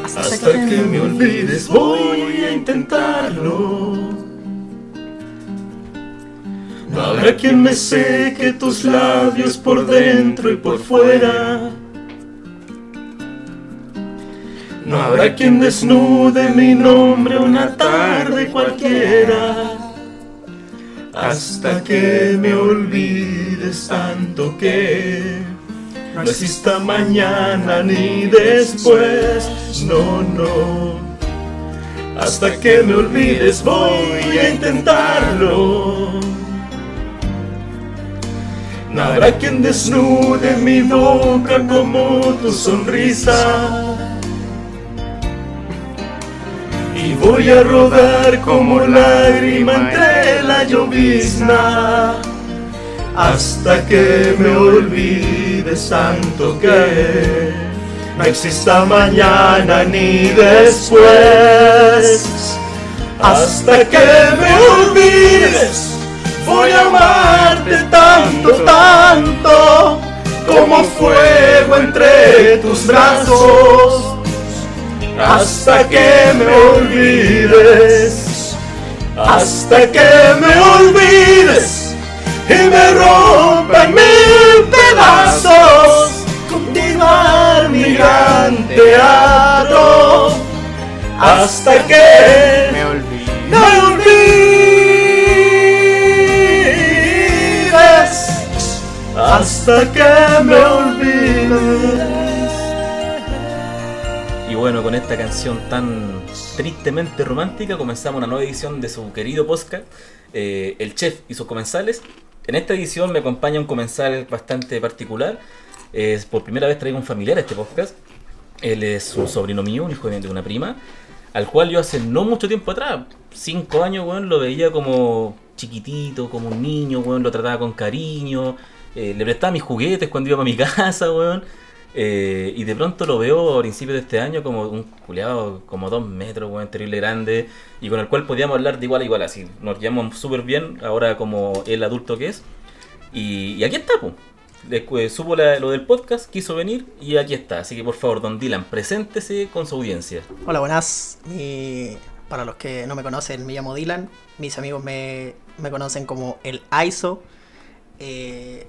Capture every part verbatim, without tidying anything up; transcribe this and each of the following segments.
Hasta que me olvides voy a intentarlo. No habrá quien me seque tus labios por dentro y por fuera. No habrá quien desnude mi nombre una tarde cualquiera. Hasta que me olvides tanto que no exista mañana ni después. No, no. Hasta que me olvides voy a intentarlo. No habrá quien desnude mi boca como tu sonrisa. Y voy a rodar como lágrima entre la llovizna. Hasta que me olvides tanto que no exista mañana ni después. Hasta que me olvides voy a amarte tanto, tanto, como fuego entre tus brazos. Hasta que me olvides, hasta que me olvides y me rompa en mil pedazos. Continuar mi gran teatro hasta que me olvides, me olvides, hasta que me olvides. Y bueno, con esta canción tan tristemente romántica comenzamos una nueva edición de su querido podcast, eh, El Chef y sus comensales. En esta edición me acompaña un comensal bastante particular. Eh, por primera vez traigo un familiar a este podcast. Él es un sobrino mío, un hijo de una prima, al cual yo hace no mucho tiempo atrás, cinco años, weón, lo veía como chiquitito, como un niño, weón, lo trataba con cariño, eh, le prestaba mis juguetes cuando iba a mi casa, weón. Eh, y de pronto lo veo a principios de este año como un culiado como dos metros, bueno, terrible grande, y con el cual podíamos hablar de igual a igual, así, nos llevamos súper bien, ahora como el adulto que es, y, y aquí está, pues, después supo la, lo del podcast, quiso venir, y aquí está, así que por favor, don Dylan, preséntese con su audiencia. Hola, buenas, mi... para los que no me conocen, me llamo Dylan, mis amigos me, me conocen como el Aizo. eh...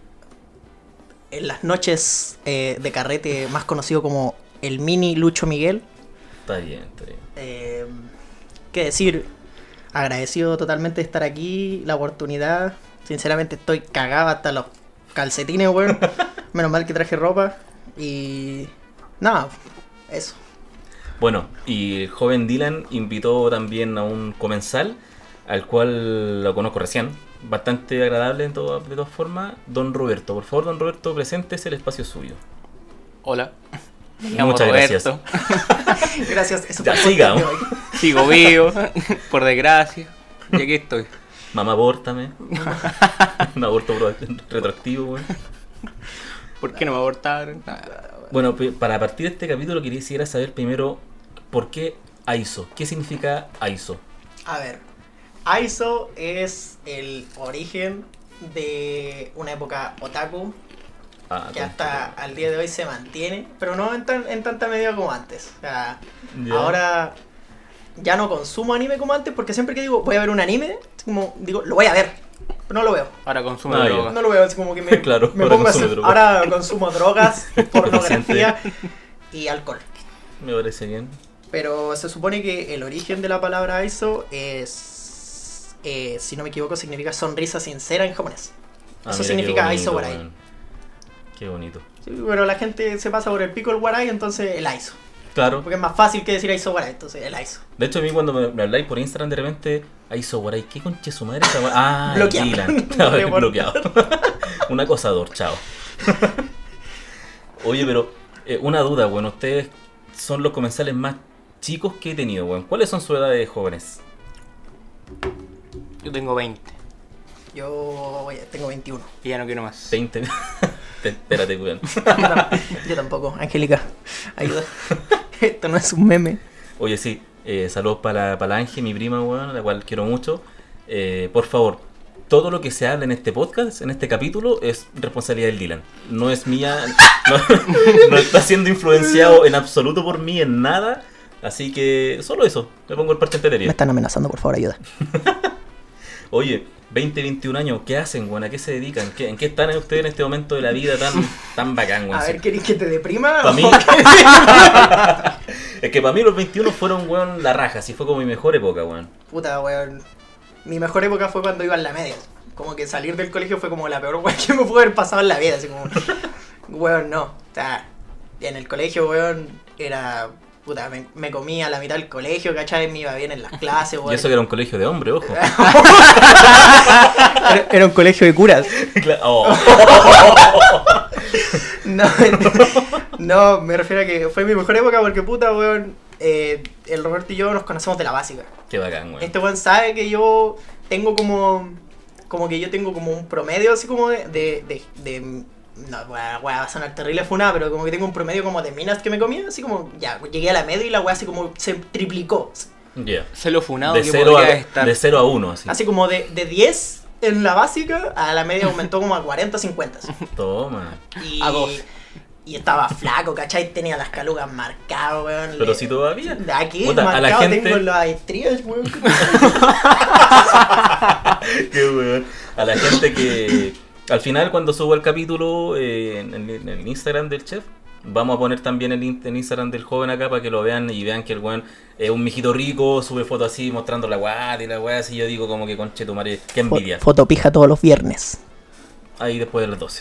En las noches eh, de carrete, más conocido como el mini Lucho Miguel. Está bien, está bien. Eh, ¿Qué decir? Agradecido totalmente de estar aquí, la oportunidad. Sinceramente estoy cagado hasta los calcetines, weón. Menos mal que traje ropa. Y nada, eso. Bueno, y el joven Dylan invitó también a un comensal, al cual lo conozco recién. Bastante agradable en todo, de todas formas. Don Roberto, por favor, don Roberto, preséntese, el espacio es suyo. Hola. Muchas gracias. Gracias, eso ya, fue sigamos. Sigo vivo, por desgracia. Y aquí estoy. Mamá, abórtame. Un aborto retroactivo, güey. ¿Por qué no me abortaron? Bueno, para partir de este capítulo quisiera saber primero por qué Aizo. ¿Qué significa Aizo? A ver, Aizo es el origen de una época otaku ah, que hasta al día de hoy se mantiene, pero no en, tan, en tanta medida como antes. O sea, yeah. Ahora ya no consumo anime como antes, porque siempre que digo voy a ver un anime, como digo, lo voy a ver, pero no lo veo. Ahora consumo no, drogas. No lo veo, es como que me, claro, me ahora pongo a hacer, droga. Ahora consumo drogas, pornografía y alcohol. Me parece bien. Pero se supone que el origen de la palabra Aizo es, eh, si no me equivoco, significa sonrisa sincera en japonés. Ah, eso significa Aizo Warai. Man. Qué bonito. Sí, bueno, la gente se pasa por el pico el Warai, entonces el Aizo. Claro. Porque es más fácil que decir Aizo Warai, entonces el Aizo. De hecho, a mí cuando me, me habláis por Instagram de repente, Aizo Warai, ¿qué conche su madre esa Ah, bloqueado. Dylan. Bloqueado. Un acosador, chao. Oye, pero eh, una duda, bueno, ustedes son los comensales más chicos que he tenido, weón. ¿Cuáles son su edad de jóvenes? Yo tengo veinte. Yo tengo veintiuno. Y ya no quiero más. veinte. Espérate, weón. No, yo tampoco. Angélica, ayuda. Esto no es un meme. Oye, sí. Eh, saludos para la Ángel, mi prima, weón, la cual quiero mucho. Eh, por favor, todo lo que se habla en este podcast, en este capítulo, es responsabilidad del Dylan. No es mía. No, no está siendo influenciado en absoluto por mí, en nada. Así que solo eso, me pongo el parche en Me están amenazando, por favor, ayuda. Oye, veinte, veintiún años, ¿qué hacen, weón? ¿A qué se dedican? ¿Qué, ¿En qué están ustedes en este momento de la vida tan, tan bacán, weón? A ver, ¿querés que te deprima? Para mí... es que para mí los veintiuno fueron, weón, la raja, así fue como mi mejor época, weón. Puta, weón. Mi mejor época fue cuando iba en la media. Como que salir del colegio fue como la peor weón que me pudo haber pasado en la vida, así como... weón, no. O sea, en el colegio, weón, era... Puta, me, me comía la mitad del colegio, ¿cachai? Me iba bien en las clases, weón. Y eso que era un colegio de hombre, ojo. era, era un colegio de curas. Oh. no, no, me refiero a que fue mi mejor época porque, puta, weón, eh, el Roberto y yo nos conocemos de la básica. Qué bacán, weón. Este weón sabe que yo tengo como... Como que yo tengo como un promedio así como de... de, de, de no, weá, weá, va a sonar terrible funada, pero como que tengo un promedio como de minas que me comía, así como, ya, llegué a la media y la weá así como se triplicó. Ya. Yeah. Se lo funado de que cero podría a, estar. De cero a uno, así. Así como de, de diez en la básica, a la media aumentó como a cuarenta, cincuenta. Así. Toma. Y, a dos. Y estaba flaco, ¿cachai? Tenía las calugas marcadas, weón. Pero le... si todavía. Aquí, Puta, marcado, a la gente... tengo las estrías, weón. Qué weón. A la gente que... Al final, cuando subo el capítulo eh, en, el, en el Instagram del chef, vamos a poner también el, el Instagram del joven acá para que lo vean y vean que el weón es un mijito rico, sube fotos así mostrando la guata y la weá así. Yo digo como que conche tu madre, qué envidia. Foto pija todos los viernes. Ahí después de las doce.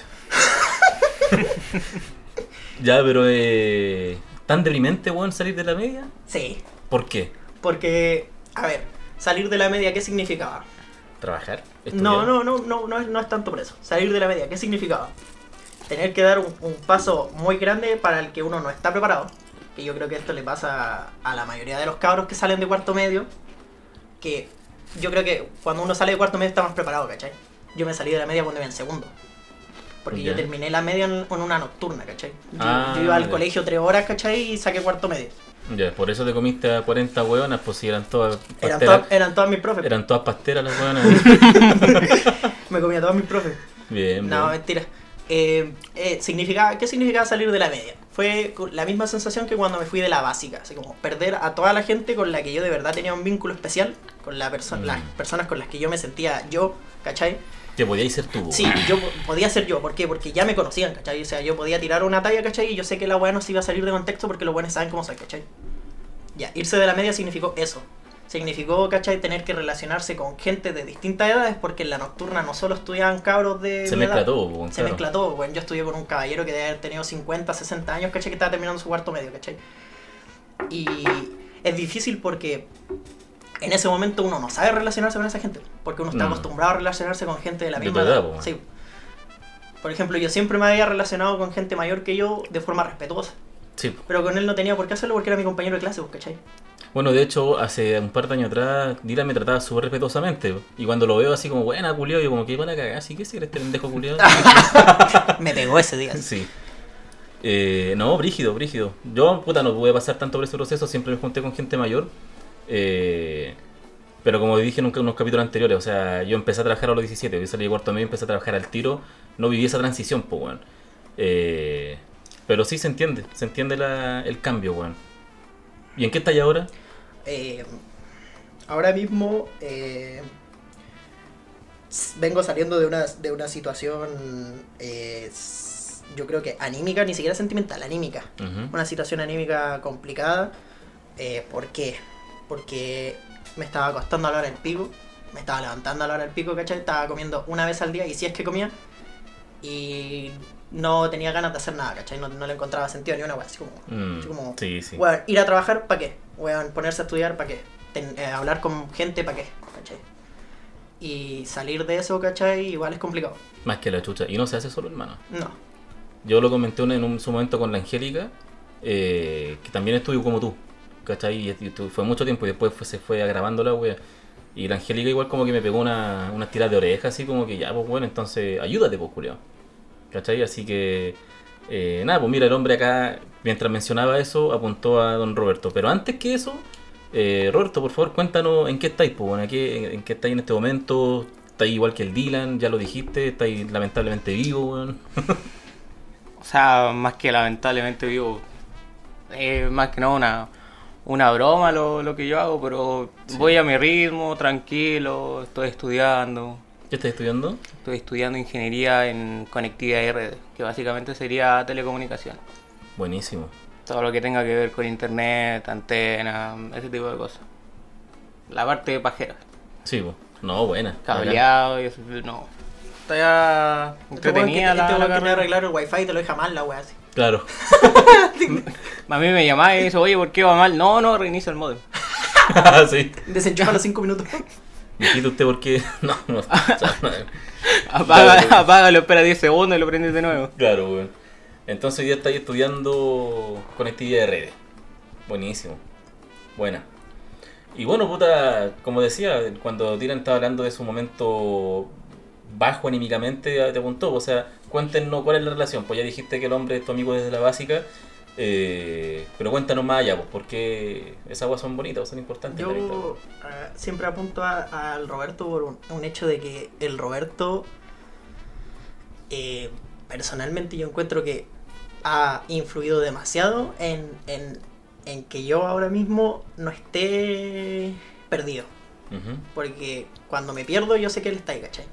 Ya, pero eh, ¿tan deprimente, weón, salir de la media? Sí. ¿Por qué? Porque, a ver, salir de la media, ¿qué significaba? ¿Trabajar? ¿Estudiar? No, no, no, no, no es, no es tanto por eso. Salir de la media, ¿qué significaba? Tener que dar un, un paso muy grande para el que uno no está preparado. Que yo creo que esto le pasa a la mayoría de los cabros que salen de cuarto medio. Que yo creo que cuando uno sale de cuarto medio está más preparado, ¿cachai? Yo me salí de la media cuando iba en segundo. Porque okay. Yo terminé la media en, en una nocturna, ¿cachai? Yo, ah, yo iba al ya. colegio tres horas, ¿cachai? Y saqué cuarto medio. Ya, por eso te comiste a cuarenta hueonas, pues si eran todas pasteras. Eran, to eran todas mis profes. Eran todas pasteras las hueonas. Me comía a todas mis profes. Bien, No, bien. mentira. Eh, eh, significa, ¿qué significaba salir de la media? Fue la misma sensación que cuando me fui de la básica. Así como perder a toda la gente con la que yo de verdad tenía un vínculo especial. Con la perso mm. las personas con las que yo me sentía yo, ¿cachai? Que podíais ser tú. Sí, yo podía ser yo. ¿Por qué? Porque ya me conocían, ¿cachai? O sea, yo podía tirar una talla, ¿cachai? Y yo sé que la weá no se iba a salir de contexto porque los buenos saben cómo soy, ¿cachai? Ya, irse de la media significó eso. Significó, ¿cachai? Tener que relacionarse con gente de distintas edades porque en la nocturna no solo estudiaban cabros de Se mi mezcla edad, todo, bueno, Se claro. mezcla todo, bueno, yo estudié con un caballero que debe haber tenido cincuenta, sesenta años, ¿cachai? Que estaba terminando su cuarto medio, ¿cachai? Y es difícil porque en ese momento uno no sabe relacionarse con esa gente, porque uno está no. acostumbrado a relacionarse con gente de la de misma edad. edad. Sí. Por ejemplo, yo siempre me había relacionado con gente mayor que yo de forma respetuosa. Sí. Pero con él no tenía por qué hacerlo porque era mi compañero de clase, ¿cachai? Bueno, de hecho, hace un par de años atrás, Dylan me trataba súper respetuosamente. Y cuando lo veo así como, buena, culiao, yo como que iban a cagar, así que si eres pendejo culiao. Me pegó ese día. Sí. Eh, no, brígido, brígido. Yo, puta, no pude pasar tanto por ese proceso, siempre me junté con gente mayor. Eh, pero como dije en unos capítulos anteriores, o sea, yo empecé a trabajar a los diecisiete, yo salí de cuarto medio y empecé a trabajar al tiro. No viví esa transición, pues, weón. Eh, pero sí se entiende, se entiende la, el cambio, weón. ¿Y en qué estáis ahora? Eh, ahora mismo eh, vengo saliendo de una, de una situación, eh, yo creo que anímica, ni siquiera sentimental, anímica. Uh-huh. Una situación anímica complicada. Eh, ¿Por qué? Porque me estaba acostando a la hora del pico, me estaba levantando a la hora del pico, ¿cachai? Estaba comiendo una vez al día, y si es que comía, y no tenía ganas de hacer nada, ¿cachai? No, no le encontraba sentido ni una wea, así como, mm, así como sí, sí. Weón, ir a trabajar, ¿para qué? Weón, ponerse a estudiar, ¿para qué? Ten, eh, hablar con gente, ¿para qué? ¿Cachai? Y salir de eso, ¿cachai? Igual es complicado. Más que la chucha. Y no se hace solo, hermano. No. Yo lo comenté en un su momento con la Angélica, eh, que también estudió como tú, ¿cachai? Y, y fue mucho tiempo y después fue, se fue agravando la wea. Y la Angélica igual como que me pegó una, una tirada de oreja, así como que ya, pues bueno, entonces ayúdate, pues, culiao. ¿Cachai? Así que, eh, nada, pues mira, el hombre acá, mientras mencionaba eso, apuntó a don Roberto. Pero antes que eso, eh, Roberto, por favor, cuéntanos en qué estáis, pues, bueno, en qué, en qué estáis en este momento. ¿Estáis igual que el Dylan? Ya lo dijiste, estáis lamentablemente vivo, weón. O sea, más que lamentablemente vivo, eh, más que nada una, una broma lo, lo que yo hago, pero sí. Voy a mi ritmo, tranquilo, estoy estudiando. ¿Qué estás estudiando? Estoy estudiando ingeniería en conectividad y redes, que básicamente sería telecomunicación. Buenísimo. Todo lo que tenga que ver con internet, antenas, ese tipo de cosas. La parte de pajera. Sí, pues. No, buena. Cableado y eso, no. Está ya entretenida este la, este la carrera. carrera. Arreglar el wifi y te lo deja mal la wea así. Claro. A mí me llamaba y dice, oye, ¿por qué va mal? No, no, reinicia el modem. Sí. Desenchufa los cinco minutos. Me quita usted porque... No, no. Apaga, apágalo, espera diez segundos y lo prendes de nuevo. Claro, weón. Entonces hoy día estáis estudiando conectividad de redes. Buenísimo. Buena. Y bueno, puta, como decía, cuando Dylan estaba hablando de su momento bajo anímicamente, te preguntó, o sea, cuéntenos cuál es la relación. Pues ya dijiste que el hombre es tu amigo desde la básica, eh, pero cuéntanos más allá, pues, porque esas aguas son bonitas, son importantes. Yo uh, siempre apunto a, al Roberto por un, un hecho de que el Roberto, eh, personalmente yo encuentro que ha influido demasiado en, en, en que yo ahora mismo no esté perdido. Uh-huh. Porque cuando me pierdo yo sé que él está ahí, ¿cachai?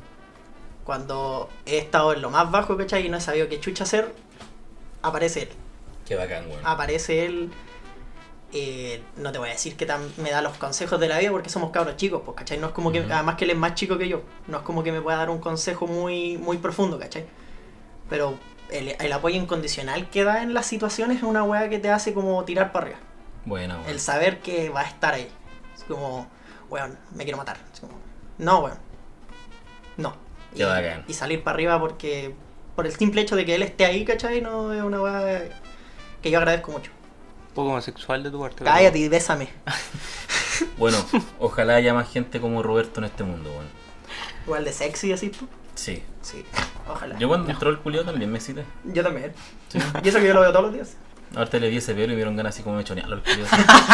Cuando he estado en lo más bajo, ¿cachai? Y no he sabido qué chucha hacer, aparece él. Qué bacán, güey. Aparece él. Eh, no te voy a decir que tan, me da los consejos de la vida porque somos cabros chicos, pues, ¿cachai? No es como que, uh-huh. Además que él es más chico que yo, no es como que me pueda dar un consejo muy, muy profundo, ¿cachai? Pero el, el apoyo incondicional que da en las situaciones es una weá que te hace como tirar para arriba. Bueno, bueno. El saber que va a estar ahí. Es como, weón, me quiero matar. Es como, no, weón. No. Qué bacán. Y salir para arriba porque, por el simple hecho de que él esté ahí, ¿cachai? No es una weá que yo agradezco mucho. Un poco homosexual de tu parte. Cállate y bésame. Bueno, ojalá haya más gente como Roberto en este mundo, bueno. Igual de sexy, así tú. Sí. Sí, ojalá. Yo cuando entró el culiao también me excité. Yo también. Sí. Y eso que yo lo veo todos los días. Ahorita le vi ese pelo y me dieron ganas así como de chonearlo al culiao.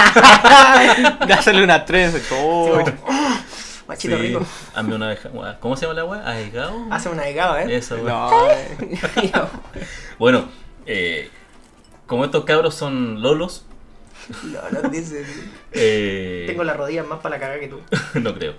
Dásele una trenza. Oh. Sí, machito sí, rico. Hazme una abeja. ¿Cómo se llama la weá? ¿Aegado? Hace una aegado, ¿eh? Eso, weá. No. Bueno, eh, como estos cabros son lolos. No, no dice. Eh, Tengo las rodillas más para la cagada que tú. No creo.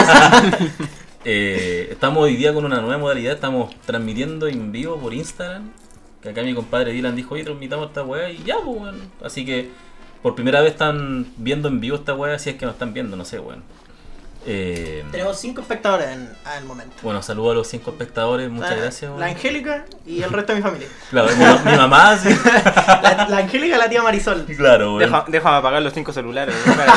eh, estamos hoy día con una nueva modalidad. Estamos transmitiendo en vivo por Instagram. Que acá mi compadre Dylan dijo, oye, transmitamos esta weá y ya, pues, bueno. Así que por primera vez están viendo en vivo esta weá, si es que nos están viendo, no sé, weón. Eh, Tenemos cinco espectadores en, al momento. Bueno, saludo a los cinco espectadores, muchas la, gracias. La Angélica y el resto de mi familia. Claro, mi, mi mamá, sí. La, la Angélica y la tía Marisol. Claro, bueno. Deja, déjame apagar los cinco celulares.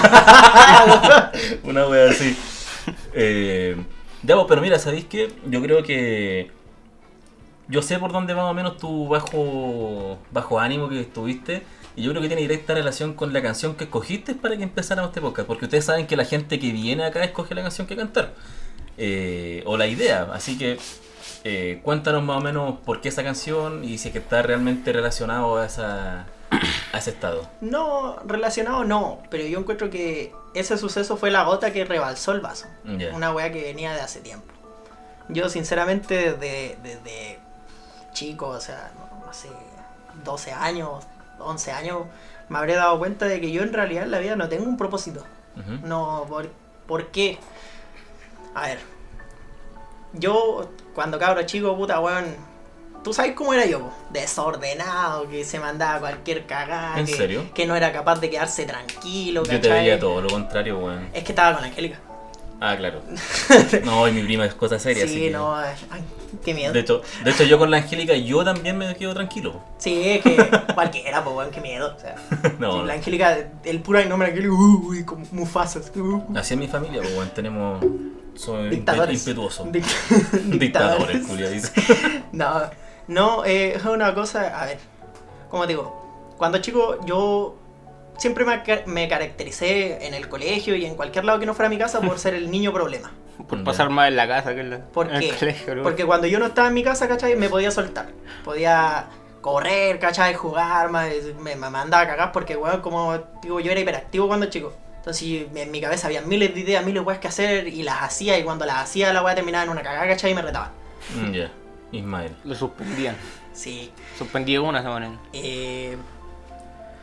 Una wea así. Eh, ya, pues, pero mira, ¿sabéis qué? Yo creo que... Yo sé por dónde va más o menos tu bajo, bajo ánimo que estuviste. Y yo creo que tiene directa relación con la canción que escogiste para que empezáramos este podcast. Porque ustedes saben que la gente que viene acá escoge la canción que cantar. Eh, o la idea. Así que eh, cuéntanos más o menos por qué esa canción y si es que está realmente relacionado a, esa, a ese estado. No, relacionado no. Pero yo encuentro que ese suceso fue la gota que rebalsó el vaso. Yeah. Una weá que venía de hace tiempo. Yo sinceramente desde, desde chico, o sea, no, no sé, doce años... once años, me habré dado cuenta de que yo en realidad en la vida no tengo un propósito. Uh-huh. No, ¿por, ¿por qué? A ver, yo cuando cabro chico, puta weón, tú sabes cómo era yo, po? Desordenado, que se mandaba cualquier cagada. ¿En que, serio? Que no era capaz de quedarse tranquilo, ¿cachai? Yo te veía todo lo contrario, weón. Es que estaba con Angélica. Ah, claro. No, y mi prima es cosa seria. Sí, así que... no, ay, qué miedo. De hecho, de hecho, yo con la Angélica, yo también me quedo tranquilo. Sí, es que cualquiera, pues, weón, qué miedo. O sea, no, sí, no. La Angélica, el puro nombre de Angélica, uy, como Mufasa. Uh. Así es mi familia, pues, weón, tenemos. Son dictadores. impetuosos. Dict- Dictadores, Julia dice. No, no, eh, es una cosa, a ver, como te digo, cuando chico yo siempre me, me caractericé en el colegio y en cualquier lado que no fuera mi casa por ser el niño problema. Por pasar más en la casa que en, la, ¿Por en qué? el colegio. ¿No? Porque cuando yo no estaba en mi casa, ¿cachai? Me podía soltar. Podía correr, ¿cachai? Jugar, me, me, me mandaba a cagar porque, weón, como digo, yo era hiperactivo cuando chico. Entonces en mi cabeza había miles de ideas, miles de weas que hacer y las hacía, y cuando las hacía la wea terminaba en una cagada, ¿cachai? Y me retaban. Ya, yeah. Ismael. Lo suspendían. Sí. Suspendí una semana. Eh...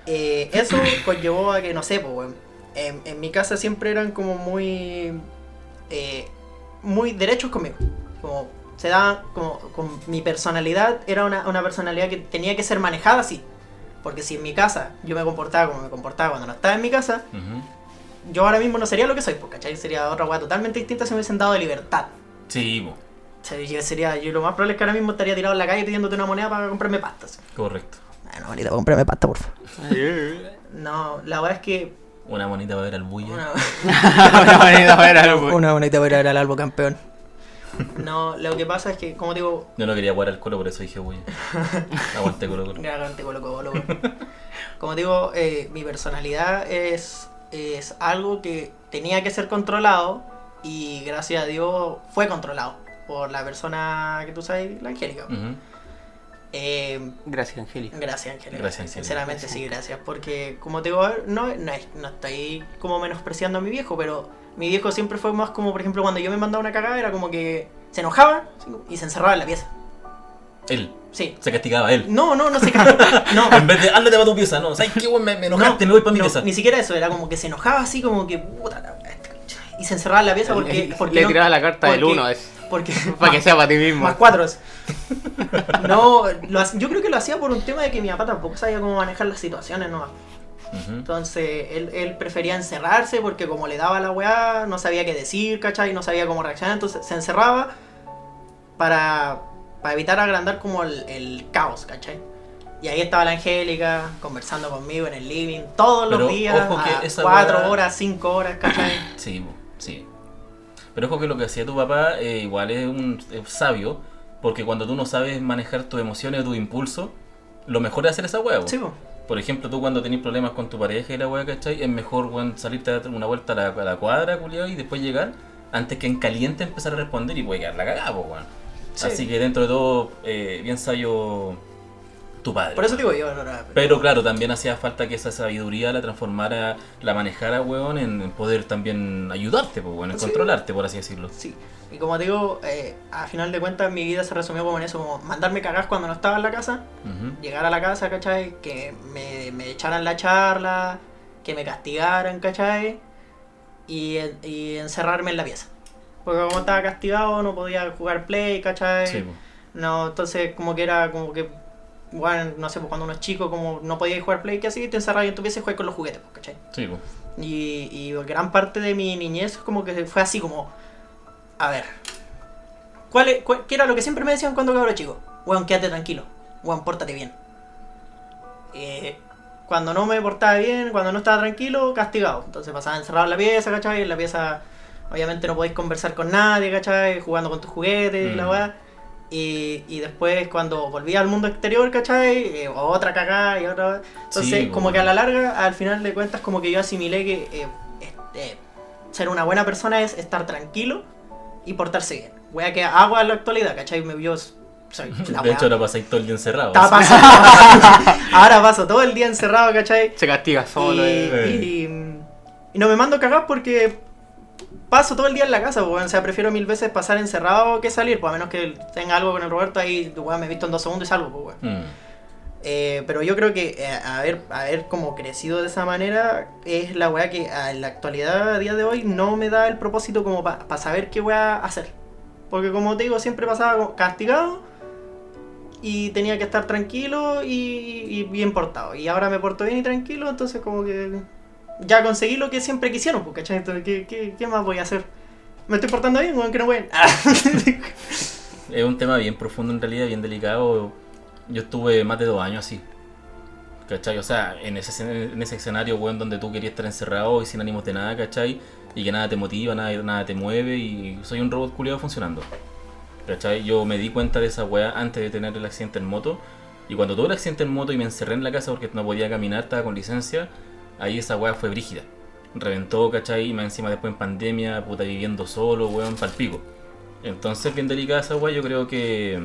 Eh, eso conllevó a que, no sé, pues, weón. En, en mi casa siempre eran como muy. Eh, muy derechos conmigo. Como se daban. Como, con mi personalidad era una, una personalidad que tenía que ser manejada así. Porque si en mi casa yo me comportaba como me comportaba cuando no estaba en mi casa, uh-huh. yo ahora mismo no sería lo que soy, ¿cachai? Sería otra weá totalmente distinta si me hubiesen dado de libertad. Sí, po. Yo sería, yo lo más probable es que ahora mismo estaría tirado en la calle pidiéndote una moneda para comprarme pastas. Correcto. Una moneda para comprarme pasta, por favor. No, la verdad es que... Una moneda para ver al Bulla. Una, una moneda para ver al Bulla. Una moneda para ver al Albo campeón. No, lo que pasa es que, como digo... Yo no quería jugar al Colo, por eso dije Bulla. Aguante Colo Colo. Aguante Colo Colo. Como digo, eh, mi personalidad es, es algo que tenía que ser controlado y gracias a Dios fue controlado por la persona que tú sabes, la Angélica. Uh-huh. Eh, gracias, Angélica. Gracias, Angélica. Gracias, Angélica. Sinceramente, gracias. sí, gracias. Porque, como te digo, no, no, no estoy como menospreciando a mi viejo, pero mi viejo siempre fue más como, por ejemplo, cuando yo me mandaba una cagada, era como que se enojaba y se encerraba en la pieza. ¿Él? Sí. ¿Se castigaba él? No, no, no se castigaba. No. En vez de, ándate para tu pieza, no. ¿Sabes qué, güey? Me, me enojaste, no, me voy para mi no, pieza. Ni siquiera eso, era como que se enojaba así, como que, puta la wea. Y se encerraba en la pieza porque... porque le no, tiraba la carta porque, del uno, es. Porque, para que sea para ti mismo. Más cuatro. No, lo, yo creo que lo hacía por un tema de que mi papá tampoco sabía cómo manejar las situaciones, ¿no? Uh-huh. Entonces, él, él prefería encerrarse porque como le daba la weá, no sabía qué decir, ¿cachai? No sabía cómo reaccionar, entonces se encerraba para, para evitar agrandar como el, el caos, ¿cachai? Y ahí estaba la Angélica conversando conmigo en el living todos Pero los días, ojo que a esa cuatro weá... horas, cinco horas, ¿cachai? Sí, sí. Pero ojo que lo que hacía tu papá eh, igual es un es sabio, porque cuando tú no sabes manejar tus emociones o tus impulsos, lo mejor es hacer esa hueá. Sí, po. Por ejemplo, tú cuando tenés problemas con tu pareja y la hueá, ¿cachai? Es mejor, bueno, salirte a dar una vuelta a la, a la cuadra, culiao, y después llegar, antes que en caliente empezar a responder y puede quedar la cagada, po, weón. Sí. Así que dentro de todo, eh, bien sabio tu padre. Por eso digo yo, no, no, no. Pero claro, también hacía falta que esa sabiduría la transformara, la manejara, weón, en poder también ayudarte, pues, weón, en sí. controlarte, por así decirlo. Sí, y como digo, eh, a final de cuentas mi vida se resumió como en eso, como mandarme cagas cuando no estaba en la casa, uh-huh. llegar a la casa, ¿cachai? Que me, me echaran la charla, que me castigaran, ¿cachai? Y, y encerrarme en la pieza. Porque como estaba castigado no podía jugar play, ¿cachai? Sí, pues. No, entonces como que era como que... Bueno, no sé, pues cuando uno es chico, como no podías jugar Play, que así, te encerrabas en tu pieza y juegas con los juguetes, pues, ¿cachai? Sí, pues. Y, y gran parte de mi niñez como que fue así como... A ver... ¿Cuál, es, cuál ¿Qué era lo que siempre me decían cuando era chico? Weón, quédate tranquilo. Weón, pórtate bien. Eh, cuando no me portaba bien, cuando no estaba tranquilo, castigado. Entonces pasaba encerrado en la pieza, ¿cachai? En la pieza, obviamente no podéis conversar con nadie, ¿cachai? Jugando con tus juguetes, mm. la weá. Y, y después cuando volví al mundo exterior, ¿cachai? Eh, otra cagada y otra... Entonces, sí, como bueno. que a la larga, al final de cuentas, como que yo asimilé que eh, eh, ser una buena persona es estar tranquilo y portarse bien. Wea que hago en la actualidad, ¿cachai? Me, yo soy la de hecho, ahora pasáis todo el día encerrado. Ahora paso todo el día encerrado, ¿cachai? Se castiga solo. Y, eh. y, y no me mando cagar porque... Paso todo el día en la casa, pues, o sea, prefiero mil veces pasar encerrado que salir, pues a menos que tenga algo con el Roberto, ahí bueno, me he visto en dos segundos y salgo, pues, bueno. mm. eh, Pero yo creo que eh, haber, haber como crecido de esa manera es la weá que en la actualidad, a día de hoy, no me da el propósito como para pa saber qué weá hacer. Porque como te digo, siempre pasaba castigado y tenía que estar tranquilo y, y bien portado. Y ahora me porto bien y tranquilo, entonces como que... Ya conseguí lo que siempre quisieron, pues, ¿cachai? Entonces, ¿qué, qué, ¿qué más voy a hacer? ¿Me estoy portando bien? Bueno, que no voy. Es un tema bien profundo en realidad, bien delicado. Yo estuve más de dos años así, ¿cachai? O sea, en ese, en ese escenario, weón, donde tú querías estar encerrado y sin ánimos de nada, ¿cachai? Y que nada te motiva, nada, nada te mueve y soy un robot culiado funcionando, ¿cachai? Yo me di cuenta de esa weá antes de tener el accidente en moto. Y cuando tuve el accidente en moto y me encerré en la casa porque no podía caminar, estaba con licencia, ahí esa weá fue brígida. Reventó, ¿cachai? Y más encima después en pandemia, puta, viviendo solo, weón, palpico. Entonces, bien delicada esa weá, yo creo que...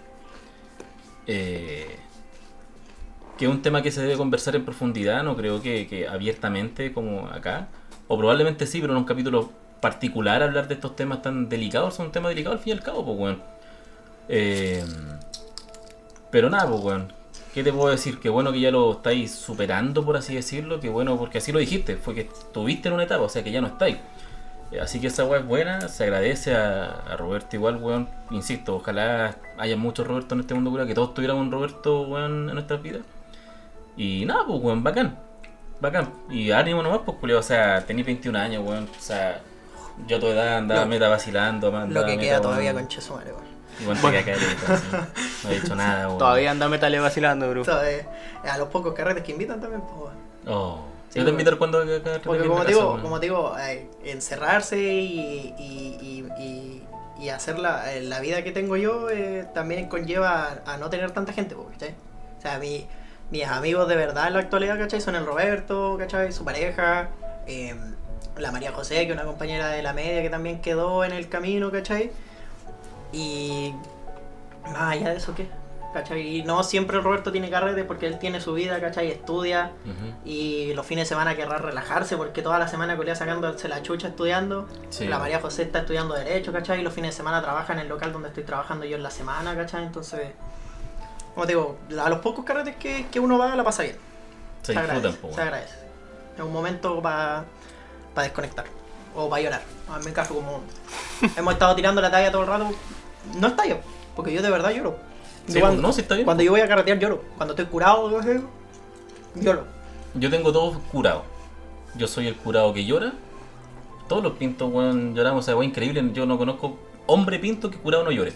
Eh, que es un tema que se debe conversar en profundidad, no creo que, que abiertamente como acá. O probablemente sí, pero en un capítulo particular hablar de estos temas tan delicados, son un tema delicado al fin y al cabo, pues weón. Eh, pero nada, pues weón. ¿qué te puedo decir? Qué bueno que ya lo estáis superando, por así decirlo. Qué bueno, porque así lo dijiste, fue que estuviste en una etapa, o sea que ya no estáis. Así que esa weá es buena, se agradece a, a Roberto igual, weón. Insisto, ojalá haya muchos Roberto en este mundo, weón, que todos tuviéramos un Roberto, weón, en nuestras vidas. Y nada, pues, weón, bacán, bacán. Y ánimo nomás, pues, culiao, o sea, tenés veintiún años, weón, o sea, yo a tu edad andaba lo, meta vacilando. Andaba lo que meta, queda todavía con Chesumare, weón. Igual te queda caleta, así. No he dicho nada, weón. Todavía anda metale vacilando, bro. Todavía, a los pocos carretes que invitan también, pues, weón. Oh. Sí, yo te invito cuando acá, acá, porque como te digo, bueno. como te digo, eh, encerrarse y, y, y, y, y hacer la, la vida que tengo yo eh, también conlleva a, a no tener tanta gente, ¿cachai? O sea, mi, mis amigos de verdad en la actualidad, ¿cachai? Son el Roberto, ¿cachai? Su pareja, eh, la María José, que es una compañera de la media que también quedó en el camino, ¿cachai? Y más allá de eso, ¿qué? ¿Cachai? Y no siempre el Roberto tiene carrete porque él tiene su vida, ¿cachai? Estudia uh-huh. y los fines de semana querrá relajarse porque toda la semana colea sacándose la chucha estudiando. Sí. La María José está estudiando Derecho, ¿cachai? Y los fines de semana trabaja en el local donde estoy trabajando yo en la semana, ¿cachai? Entonces, como te digo, a los pocos carretes que, que uno va la pasa bien. Se, se agradece, agradece, se agradece. Es un momento para pa desconectar o para llorar. En mi caso, como hemos estado tirando la talla todo el rato, no es talla, porque yo de verdad lloro. Sí, cuando, no, sí está bien. Cuando yo voy a carretear lloro. Cuando estoy curado, lloro. Yo tengo todos curados. Yo soy el curado que llora. Todos los pintos, weón, lloramos. O sea, weón, increíble. Yo no conozco hombre pinto que curado no llore.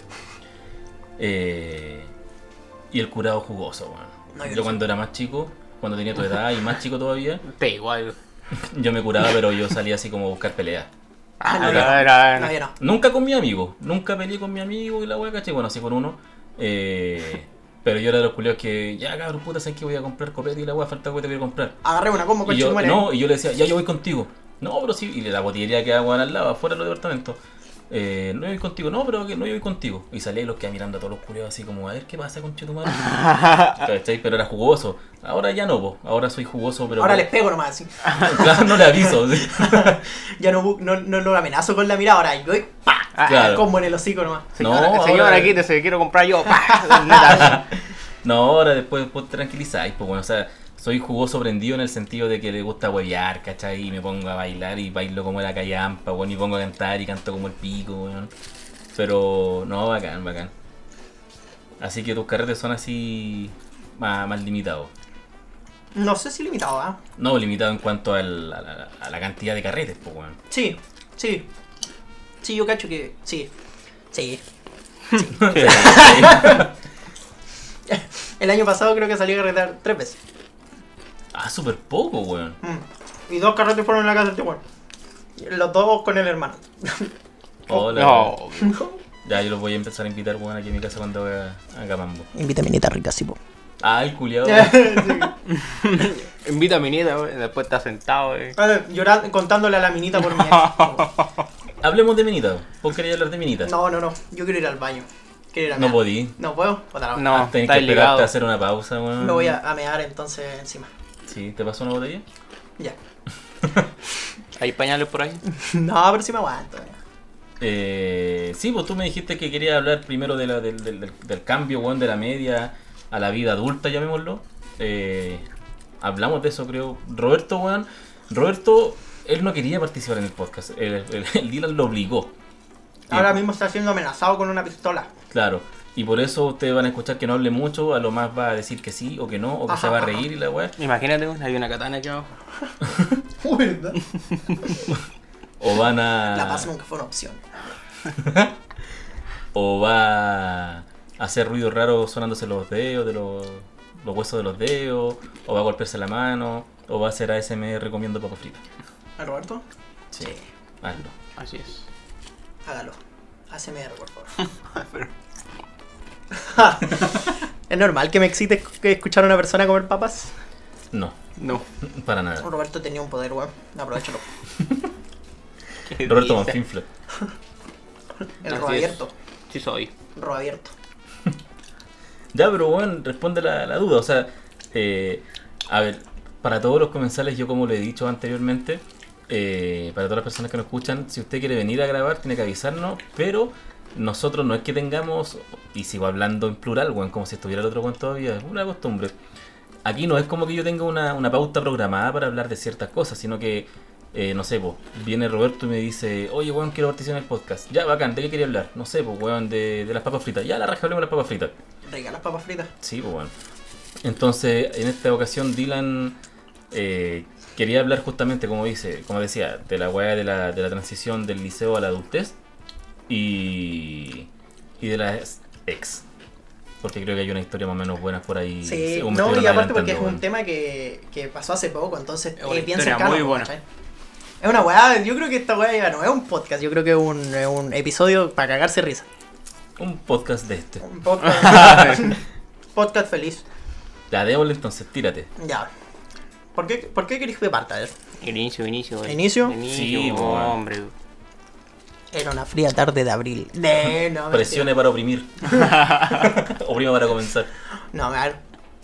Eh, y el curado jugoso, weón. No, yo, yo cuando era más chico, cuando tenía tu edad y más chico todavía. Te igual. Yo me curaba, pero yo salía así como a buscar peleas. Ah, no, no, no, no, no. Nunca con mi amigo. Nunca peleé con mi amigo y la weá, ¿cachai? Bueno, así con uno. Eh, pero yo era de los culiados que, ya cabrón, puta, ¿sabes que voy a comprar copete y la weá? Falta que te voy a comprar. Agarré una combo con y yo, no, y yo le decía, ya yo voy contigo. No, pero sí, y la botillería quedaba weón al lado, afuera de los departamentos. Eh, no voy contigo, no, pero que no voy contigo. Y salía y los quedaba mirando a todos los culiados así como, a ver qué pasa con Chetumare. ¿Cachai? Pero era jugoso. Ahora ya no, po. Ahora soy jugoso, pero. Ahora les pego nomás, así. Claro, no le aviso. ¿Sí? Ya no, no, no lo amenazo con la mirada, ahora yo ¡pa! Claro. Como en el hocico nomás. Señora, no, señora ahora... quítese, quiero comprar yo. ¡Pa! No, ahora después, después tranquilizáis, pues bueno, o sea, soy jugoso prendido en el sentido de que le gusta huevear, ¿cachai? Y me pongo a bailar y bailo como la callampa, bueno, y pongo a cantar y canto como el pico, bueno. Pero no, bacán, bacán. Así que tus carretes son así más, más limitados. No sé si limitado, ¿ah? ¿eh? No, limitado en cuanto al, a, la, a la cantidad de carretes, pues bueno. Sí, sí. Sí, yo cacho que sí. Sí. Sí. El año pasado creo que salí a carretear tres veces. Ah, súper poco, weón. Mm. Y dos carretes fueron en la casa del tío weón. Los dos con el hermano. Hola. No. Ya, yo los voy a empezar a invitar, weón, aquí a mi casa cuando vaya a Capambo. Invita a mi nieta rica, sí, po. Ah, el culiado. Invita a mi nieta, wey. Después está sentado, wey. Llorando, contándole a la minita por mi ex. Hablemos de minita. ¿Vos querías hablar de minita? No, no, no. Yo quiero ir al baño. Quiero ir a no mear. podí. No puedo. No, no ah, tenés que esperarte ligado. a hacer una pausa, weón. Me voy a, a mear entonces encima. Sí, ¿te pasó una botella? Ya. ¿Hay pañales por ahí? No, pero sí me aguanto. Eh, sí, pues tú me dijiste que querías hablar primero de la, del, del, del cambio, weón, de la media a la vida adulta, llamémoslo. Eh, hablamos de eso, creo. Roberto, weón. Roberto, él no quería participar en el podcast. El, el, el Dylan lo obligó. Ahora y, mismo está siendo amenazado con una pistola. Claro. Y por eso ustedes van a escuchar que no hable mucho, a lo más va a decir que sí o que no, o que ajá, se va a reír ajá. y la weá. Imagínate, hay una katana aquí abajo. ¿Verdad? O van a... La paz nunca fue una opción. O va a hacer ruido raro sonándose los dedos, de los, los huesos de los dedos, o va a golpearse la mano, o va a hacer A S M R comiendo papas fritas. ¿A Roberto? Sí. sí. Hazlo. Así es. Hágalo. A S M R, por favor. ¿Es normal que me excite escuchar a una persona comer papas? No. No. Para nada. Roberto tenía un poder, weón. Aprovechalo. Roberto Manfinfle. El robo abierto. Sí soy. Robo abierto. Ya, pero bueno, responde la, la duda. O sea, eh, a ver, para todos los comensales, yo como lo he dicho anteriormente, eh, para todas las personas que nos escuchan, si usted quiere venir a grabar, tiene que avisarnos, pero nosotros no es que tengamos, y sigo hablando en plural, weón, como si estuviera el otro weón todavía, es una costumbre. Aquí no es como que yo tenga una, una pauta programada para hablar de ciertas cosas, sino que, eh, no sé, pues, viene Roberto y me dice, oye, weón, quiero participar en el podcast. Ya, bacán, ¿de qué quería hablar? No sé, pues, weón, de, de las papas fritas. Ya, la raja, hablemos de las papas fritas. Rica las papas fritas. Sí, pues, weón. Entonces, en esta ocasión, Dylan eh, quería hablar justamente, como dice, como decía, de la weá de la, de la transición del liceo a la adultez y, y de las ex. Porque creo que hay una historia más o menos buena por ahí. Sí, no, y aparte porque es un bueno. tema que, que pasó hace poco, entonces es una bien cercano, muy buena. ¿cachai? Es una weá, yo creo que esta weá ya no es un podcast, yo creo que es un, es un episodio para cagarse risa. Un podcast de este. Un podcast, podcast feliz. Ya, démosle entonces, tírate. Ya. ¿Por qué, ¿por qué querés que parta? Inicio, inicio. Güey. ¿Inicio? Inicio, Sí, oh, hombre. Era una fría tarde de abril. De, no, Presione para oprimir. Oprima para comenzar. No, a ver.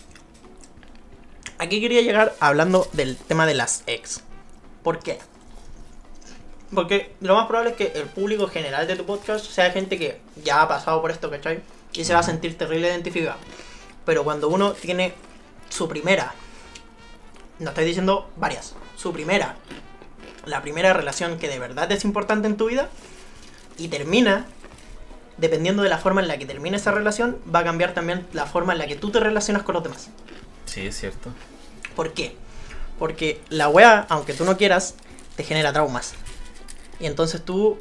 Aquí quería llegar hablando del tema de las ex. ¿Por qué? Porque lo más probable es que el público general de tu podcast sea gente que ya ha pasado por esto, ¿cachai? Y se va a sentir terrible identificado. Pero cuando uno tiene su primera, no estoy diciendo varias, su primera, la primera relación que de verdad es importante en tu vida, y termina, dependiendo de la forma en la que termine esa relación, va a cambiar también la forma en la que tú te relacionas con los demás. Sí, es cierto. ¿Por qué? Porque la wea, aunque tú no quieras, te genera traumas. Y entonces tú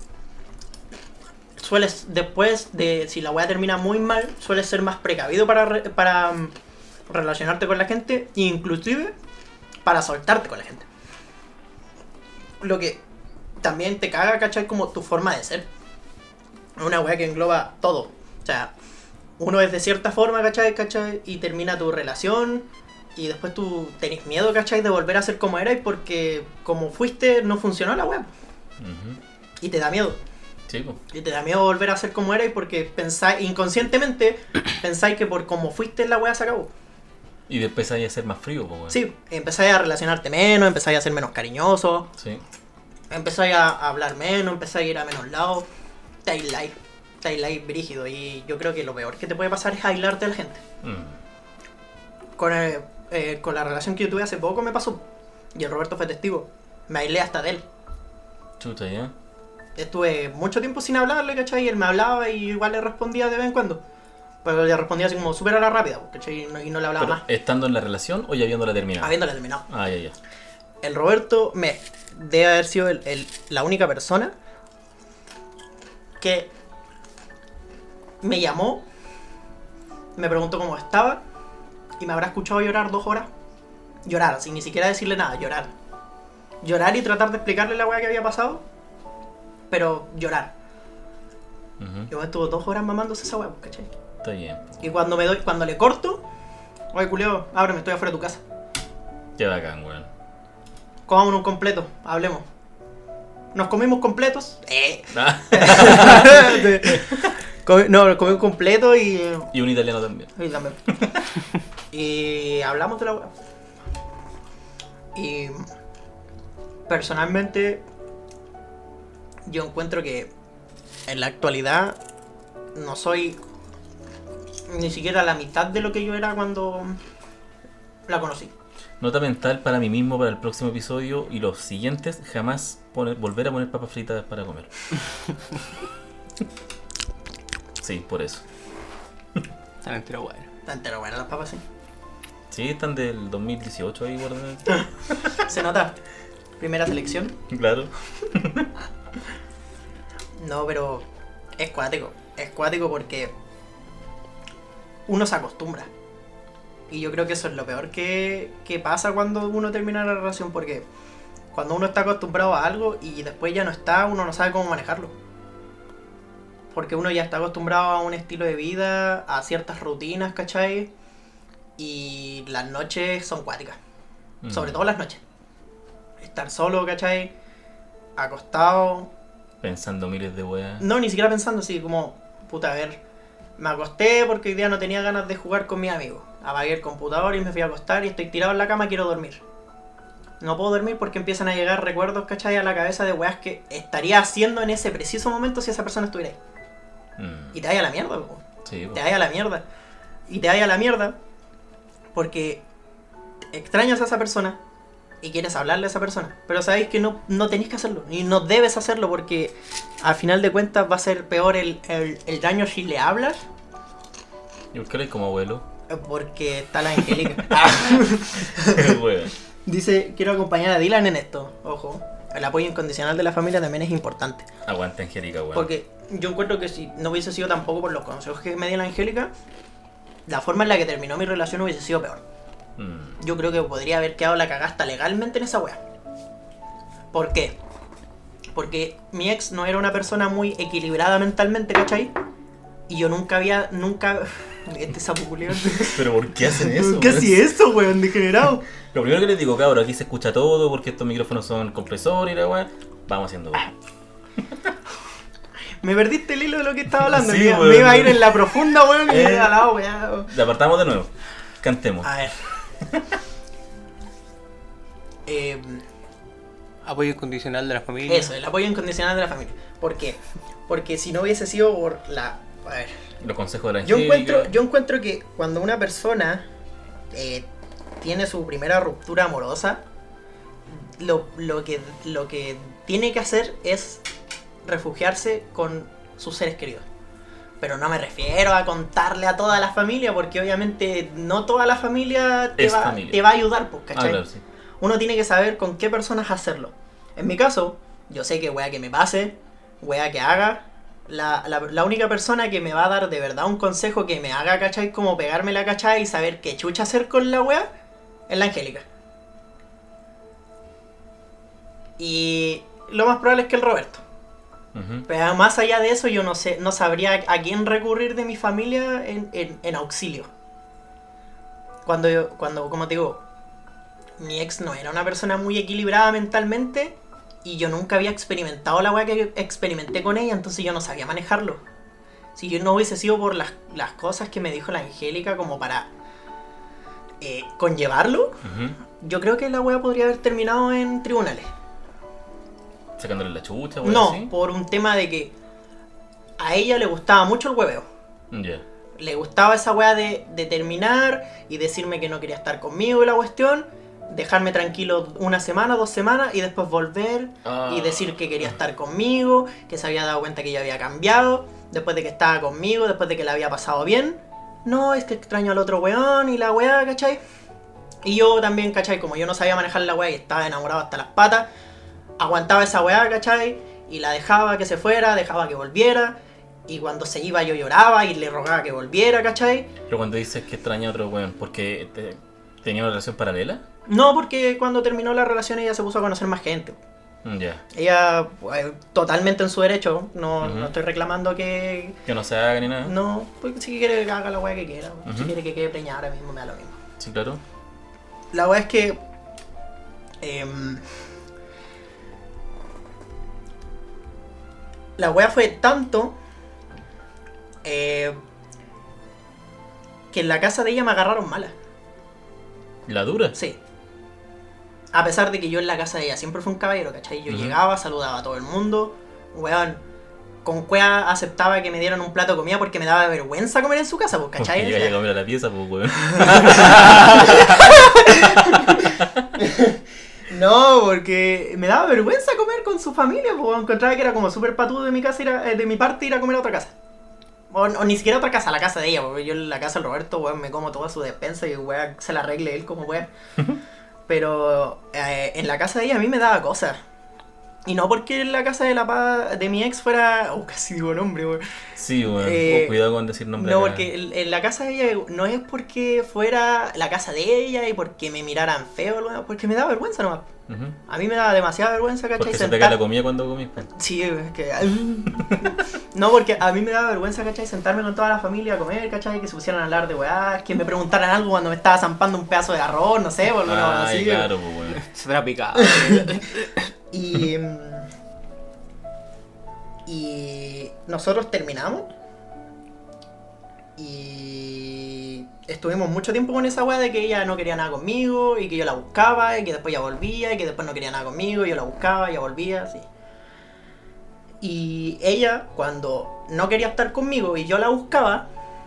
sueles, después de, si la wea termina muy mal, sueles ser más precavido para, re, para um, relacionarte con la gente, e inclusive para soltarte con la gente. Lo que también te caga, ¿cachai? Como tu forma de ser. Es una wea que engloba todo. O sea, uno es de cierta forma, ¿cachai? ¿cachai? Y termina tu relación. Y después tú tenés miedo, ¿cachai? De volver a ser como eras porque como fuiste no funcionó la wea. Uh-huh. Y te da miedo. Sí, pues. Y te da miedo volver a ser como eras porque pensáis, inconscientemente, pensáis que por como fuiste la wea se acabó. Y después empezáis a ser más frío, pues, bueno. Sí, empezáis a relacionarte menos, empezáis a ser menos cariñoso. Sí. Empezáis a hablar menos, empezáis a ir a menos lados. Te aisláis. Te aisláis brígido. Y yo creo que lo peor que te puede pasar es aislarte a la gente. Mm. Con, el, eh, con la relación que yo tuve hace poco me pasó. Y el Roberto fue testigo. Me aislé hasta de él. Chuta, ¿ya? Estuve mucho tiempo sin hablarle, ¿cachai? Y él me hablaba y igual le respondía de vez en cuando. Pero le respondía así como súper a la rápida, ¿cachai? Y no, y no le hablaba ¿Pero más. ¿Estando en la relación o ya habiéndola terminado? Habiéndola terminado. Ah, ya, ya. El Roberto me debe haber sido el, el, la única persona que me llamó, me preguntó cómo estaba y me habrá escuchado llorar dos horas. Llorar, sin ni siquiera decirle nada, llorar. Llorar y tratar de explicarle la weá que había pasado, pero llorar. Uh-huh. Yo estuve dos horas mamándose esa weá, ¿cachai? Está bien. Y cuando me doy, cuando le corto, oye culeo, ábreme, estoy afuera de tu casa. Qué bacán, weón. Comámonos un completo, hablemos. Nos comimos completos. Eh. Ah. No, comí un completo y... Y un italiano también. Y también. Y hablamos de la weá. Y... Personalmente... Yo encuentro que... En la actualidad... No soy... Ni siquiera la mitad de lo que yo era cuando... La conocí. Nota mental para mí mismo para el próximo episodio y los siguientes, jamás poner, volver a poner papas fritas para comer. Sí, por eso. Están entero buenas. Están entero buenas las papas, sí. Sí, están del dos mil dieciocho ahí guardadas. Se nota. Primera selección. Claro. No, pero es cuático. Es cuático porque uno se acostumbra. Y yo creo que eso es lo peor que, que pasa cuando uno termina la relación, porque cuando uno está acostumbrado a algo y después ya no está, uno no sabe cómo manejarlo. Porque uno ya está acostumbrado a un estilo de vida, a ciertas rutinas, ¿cachai? Y las noches son cuáticas. Mm. Sobre todo las noches. Estar solo, ¿cachai? Acostado. Pensando miles de weas. No, ni siquiera pensando así, como, puta, a ver, me acosté porque hoy día no tenía ganas de jugar con mis amigos. Apagué el computador y me fui a acostar y estoy tirado en la cama y quiero dormir. No puedo dormir porque empiezan a llegar recuerdos, ¿cachai? A la cabeza de weas que estaría haciendo en ese preciso momento si esa persona estuviera ahí. Mm. Y te vaya a la mierda, po. Sí, po. Te vaya a la mierda. Y te vaya a la mierda porque extrañas a esa persona y quieres hablarle a esa persona. Pero sabéis que no, no tenéis que hacerlo. Y no debes hacerlo porque al final de cuentas va a ser peor el, el, el daño si le hablas. ¿Y por qué eres como abuelo? Porque está la Angélica. Bueno. Dice, quiero acompañar a Dylan en esto. Ojo, el apoyo incondicional de la familia también es importante. Aguanta, Angélica, weón. Porque yo encuentro que si no hubiese sido tampoco por los consejos que me dio la Angélica, la forma en la que terminó mi relación hubiese sido peor. Mm. Yo creo que podría haber quedado la cagasta legalmente en esa wea. ¿Por qué? Porque mi ex no era una persona muy equilibrada mentalmente, ¿cachai? Y yo nunca había, nunca... Este sapo culiao. ¿Pero por qué hacen eso? ¿Por qué hacen eso, weón? Degenerado. Lo primero que les digo, cabrón, aquí se escucha todo porque estos micrófonos son compresores y la weá. Vamos haciendo weá. Me perdiste el hilo de lo que estaba hablando. Sí, me, weón. me iba a ir en la profunda, weón, y Eh, a la weá. Le apartamos de nuevo. Cantemos. A ver. eh, Apoyo incondicional de la familia. eso, el apoyo incondicional de la familia. ¿Por qué? Porque si no hubiese sido por la... A ver. Los consejos de la Yo Angélica. encuentro, yo encuentro que cuando una persona eh, tiene su primera ruptura amorosa, lo, lo, que, lo que tiene que hacer es refugiarse con sus seres queridos. Pero no me refiero a contarle a toda la familia, porque obviamente no toda la familia te, Es va, familia. te va a ayudar, pues, ¿cachai? Ah, claro, sí. Uno tiene que saber con qué personas hacerlo. En mi caso, yo sé que wea que me pase, wea que haga, la, la, la única persona que me va a dar de verdad un consejo que me haga, ¿cachai? Como pegarme la cachai y saber qué chucha hacer con la wea, es la Angélica. Y lo más probable es que el Roberto. Uh-huh. Pero más allá de eso, yo no sé, no sabría a quién recurrir de mi familia en, en, en auxilio. Cuando yo, cuando, como te digo, mi ex no era una persona muy equilibrada mentalmente y yo nunca había experimentado la weá que experimenté con ella, entonces yo no sabía manejarlo. Si yo no hubiese sido por las, las cosas que me dijo la Angélica como para eh, conllevarlo, uh-huh. yo creo que la weá podría haber terminado en tribunales. ¿Sacándole la chucha? No, así? por un tema de que a ella le gustaba mucho el hueveo. Ya. Yeah. Le gustaba esa weá de, de terminar y decirme que no quería estar conmigo y la cuestión, dejarme tranquilo una semana, dos semanas y después volver ah. y decir que quería estar conmigo, que se había dado cuenta que yo había cambiado, después de que estaba conmigo, después de que la había pasado bien. No, es que extraño al otro weón y la weá, ¿cachai? Y yo también, ¿cachai? Como yo no sabía manejar la weá y estaba enamorado hasta las patas, aguantaba esa weá, ¿cachai? Y la dejaba que se fuera, dejaba que volviera. Y cuando se iba yo lloraba y le rogaba que volviera, ¿cachai? Pero cuando dices que extraña a otro weón, ¿porque te, tenía una relación paralela? No, porque cuando terminó la relación ella se puso a conocer más gente. Ya. Yeah. Ella, pues, totalmente en su derecho, no, uh-huh. no estoy reclamando que... Que no se haga ni nada. No, pues si quiere que haga la weá que quiera. Uh-huh. Si quiere que quede preñada ahora mismo, me da lo mismo. Sí, claro. La weá es que... Eh, la weá fue tanto... Eh, que en la casa de ella me agarraron mala. ¿La dura? Sí. A pesar de que yo en la casa de ella siempre fui un caballero, ¿cachai? Yo uh-huh. llegaba, saludaba a todo el mundo. Weón, con cueva aceptaba que me dieran un plato de comida porque me daba vergüenza comer en su casa, pues, ¿cachai? Porque iba a comer a la pieza, pues, weón. No, porque me daba vergüenza comer con su familia, pues, encontraba que era como súper patudo de mi casa, ir a, de mi parte ir a comer a otra casa. O, o ni siquiera otra casa, la casa de ella, porque yo en la casa del Roberto, weón, me como toda su despensa y weón se la arregle él como weón. Pero eh, en la casa de ella a mí me daba cosas. Y no porque en la casa de la pa de mi ex fuera... Oh, casi digo nombre, weón. Sí, weón. Eh, oh, cuidado con decir nombre. No, acá. Porque en, en la casa de ella no es porque fuera la casa de ella y porque me miraran feo, weón, porque me daba vergüenza nomás. Uh-huh. A mí me daba demasiada vergüenza, ¿cachai? Porque sentar... se te cae la comida cuando comís, pues. Sí, es que... No, porque a mí me daba vergüenza, ¿cachai? Sentarme con toda la familia a comer, ¿cachai? Que se pusieran a hablar de weá, que me preguntaran algo cuando me estaba zampando un pedazo de arroz, no sé, boludo. Ah, así. claro, pues bueno. Se te la picaba. Y... Y... Nosotros terminamos. Y... Estuvimos mucho tiempo con esa weá de que ella no quería nada conmigo y que yo la buscaba y que después ya volvía y que después no quería nada conmigo y yo la buscaba y ya volvía, así. Y ella, cuando no quería estar conmigo y yo la buscaba,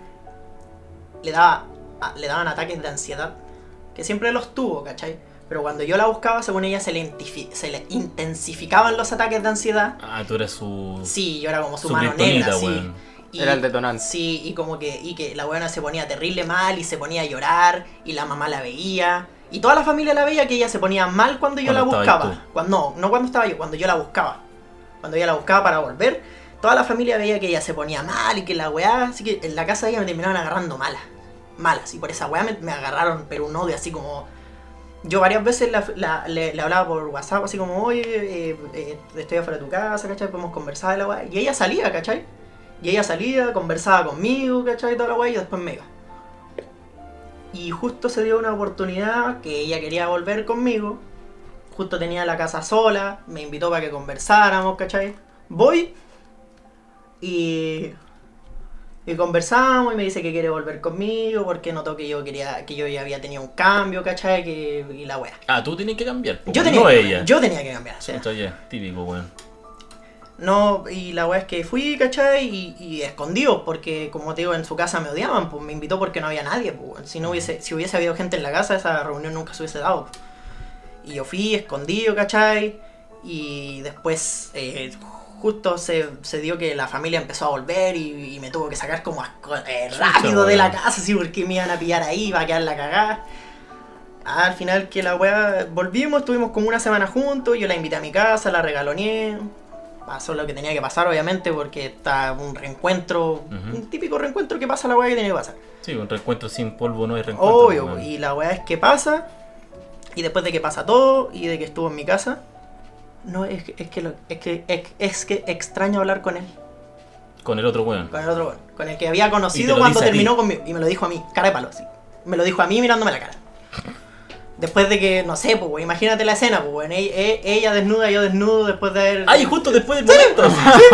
le daba le daban ataques de ansiedad, que siempre los tuvo, ¿cachai? Pero cuando yo la buscaba, según ella, se le, se le intensificaban los ataques de ansiedad. Ah, tú eras su... Sí, yo era como su, su mano negra, sí. Bueno. Y, era el detonante. Sí, y como que, y que la buena se ponía terrible mal y se ponía a llorar y la mamá la veía. Y toda la familia la veía, que ella se ponía mal cuando yo cuando la buscaba. Cuando, no, no cuando estaba yo, cuando yo la buscaba. Cuando yo la buscaba para volver, toda la familia veía que ella se ponía mal y que la weá, así que en la casa de ella me terminaban agarrando mala. Malas, y por esa weá me, me agarraron, pero un odio así como... Yo varias veces la, la, le, le hablaba por WhatsApp, así como, oye, eh, eh, estoy afuera de tu casa, ¿cachai? Podemos conversar de la weá. Y ella salía, ¿cachai? Y ella salía, conversaba conmigo, ¿cachai? Toda la weá, y después me iba. Y justo se dio una oportunidad que ella quería volver conmigo. Justo tenía la casa sola, me invitó para que conversáramos, ¿cachai? Voy y... Y conversamos y me dice que quiere volver conmigo porque notó que yo quería, que yo ya había tenido un cambio, ¿cachai? Que, y la wea. Ah, tú tenías que cambiar, po, yo tenía no que, ella. Yo tenía que cambiar, sí. Entonces, típico, weón. No, y la wea es que fui, ¿cachai? Y, y escondido, porque como te digo, en su casa me odiaban, pues me invitó porque no había nadie, pues. Si no hubiese, si hubiese habido gente en la casa, esa reunión nunca se hubiese dado. Y yo fui escondido, ¿cachai? Y después... Eh, justo se, se dio que la familia empezó a volver y, y me tuvo que sacar como eh, rápido de la casa, así porque me iban a pillar ahí, iba a quedar la cagada. Ah, al final que la weá, volvimos, estuvimos como una semana juntos, yo la invité a mi casa, la regaloneé. Pasó lo que tenía que pasar, obviamente, porque está un reencuentro, uh-huh. un típico reencuentro que pasa la weá que tenía que pasar. Sí, un reencuentro sin polvo no hay reencuentro. Obvio, no, y la weá es que pasa, y después de que pasa todo, y de que estuvo en mi casa... No, es que, es que, lo, es, que es, es que extraño hablar con él. Con el otro weón. Con el otro weón. Con el que había conocido cuando terminó conmigo. Y me lo dijo a mí, cara de palo, así. Me lo dijo a mí mirándome la cara. Después de que, no sé, pues, weón, imagínate la escena, pues, weón. Ella, ella desnuda, yo desnudo, después de haber... ¡Ay, justo después del momento! ¿Sí?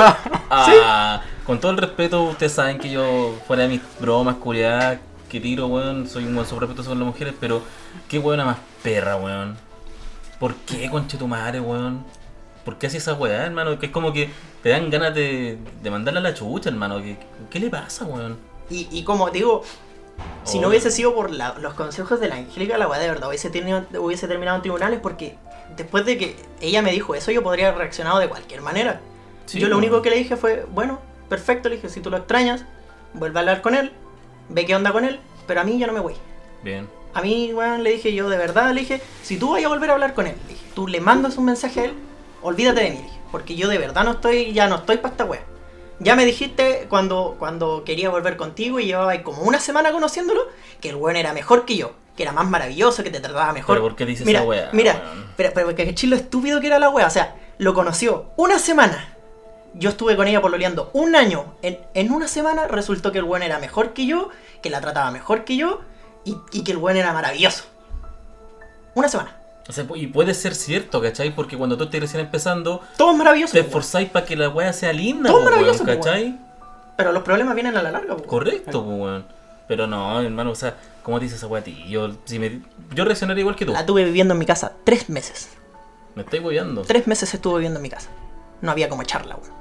Ah, ¿Sí? Con todo el respeto, ustedes saben que yo, fuera de mis bromas, culiadas, que tiro, weón, soy un buen sobre respeto sobre las mujeres, pero qué weona más perra, weón. ¿Por qué, conchetumare, weón? ¿Por qué hace esa weá, hermano? Que es como que te dan ganas de, de mandarle a la chucha, hermano. ¿Qué, qué le pasa, weón? Y, y como digo, si oh. no hubiese sido por la, los consejos de la Angélica, la weá de verdad hubiese, tenido, hubiese terminado en tribunales, porque después de que ella me dijo eso, yo podría haber reaccionado de cualquier manera. Sí, yo lo bueno. único que le dije fue, bueno, perfecto, le dije, si tú lo extrañas, vuelve a hablar con él, ve qué onda con él, pero a mí ya no me voy. Bien. A mí, weón, le dije yo de verdad, le dije, si tú vas a volver a hablar con él, le dije, tú le mandas un mensaje a él, olvídate de mí, dije, porque yo de verdad no estoy, ya no estoy para esta wea. Ya me dijiste cuando, cuando quería volver contigo y llevaba como una semana conociéndolo, que el weón era mejor que yo, que era más maravilloso, que te trataba mejor. ¿Pero por qué dices mira, esa wea? Mira, bueno. pero, pero porque chilo estúpido que era la wea, o sea, lo conoció una semana. Yo estuve con ella pololeando un año. En, en una semana resultó que el weón era mejor que yo, que la trataba mejor que yo y, y que el weón era maravilloso. Una semana. O sea, y puede ser cierto, ¿cachai? Porque cuando tú estés recién empezando, todo es maravilloso. Te esforzáis para que la weá sea linda, todo es maravilloso, weón, ¿cachai? Weón. Pero los problemas vienen a la larga, weón. Correcto, weón. Pero no, hermano, o sea, ¿cómo te dices esa weá a ti? Yo, si me, yo reaccionaría igual que tú. La tuve viviendo en mi casa tres meses. ¿Me estáis hueveando? Tres meses estuve viviendo en mi casa. No había como echarla, weón.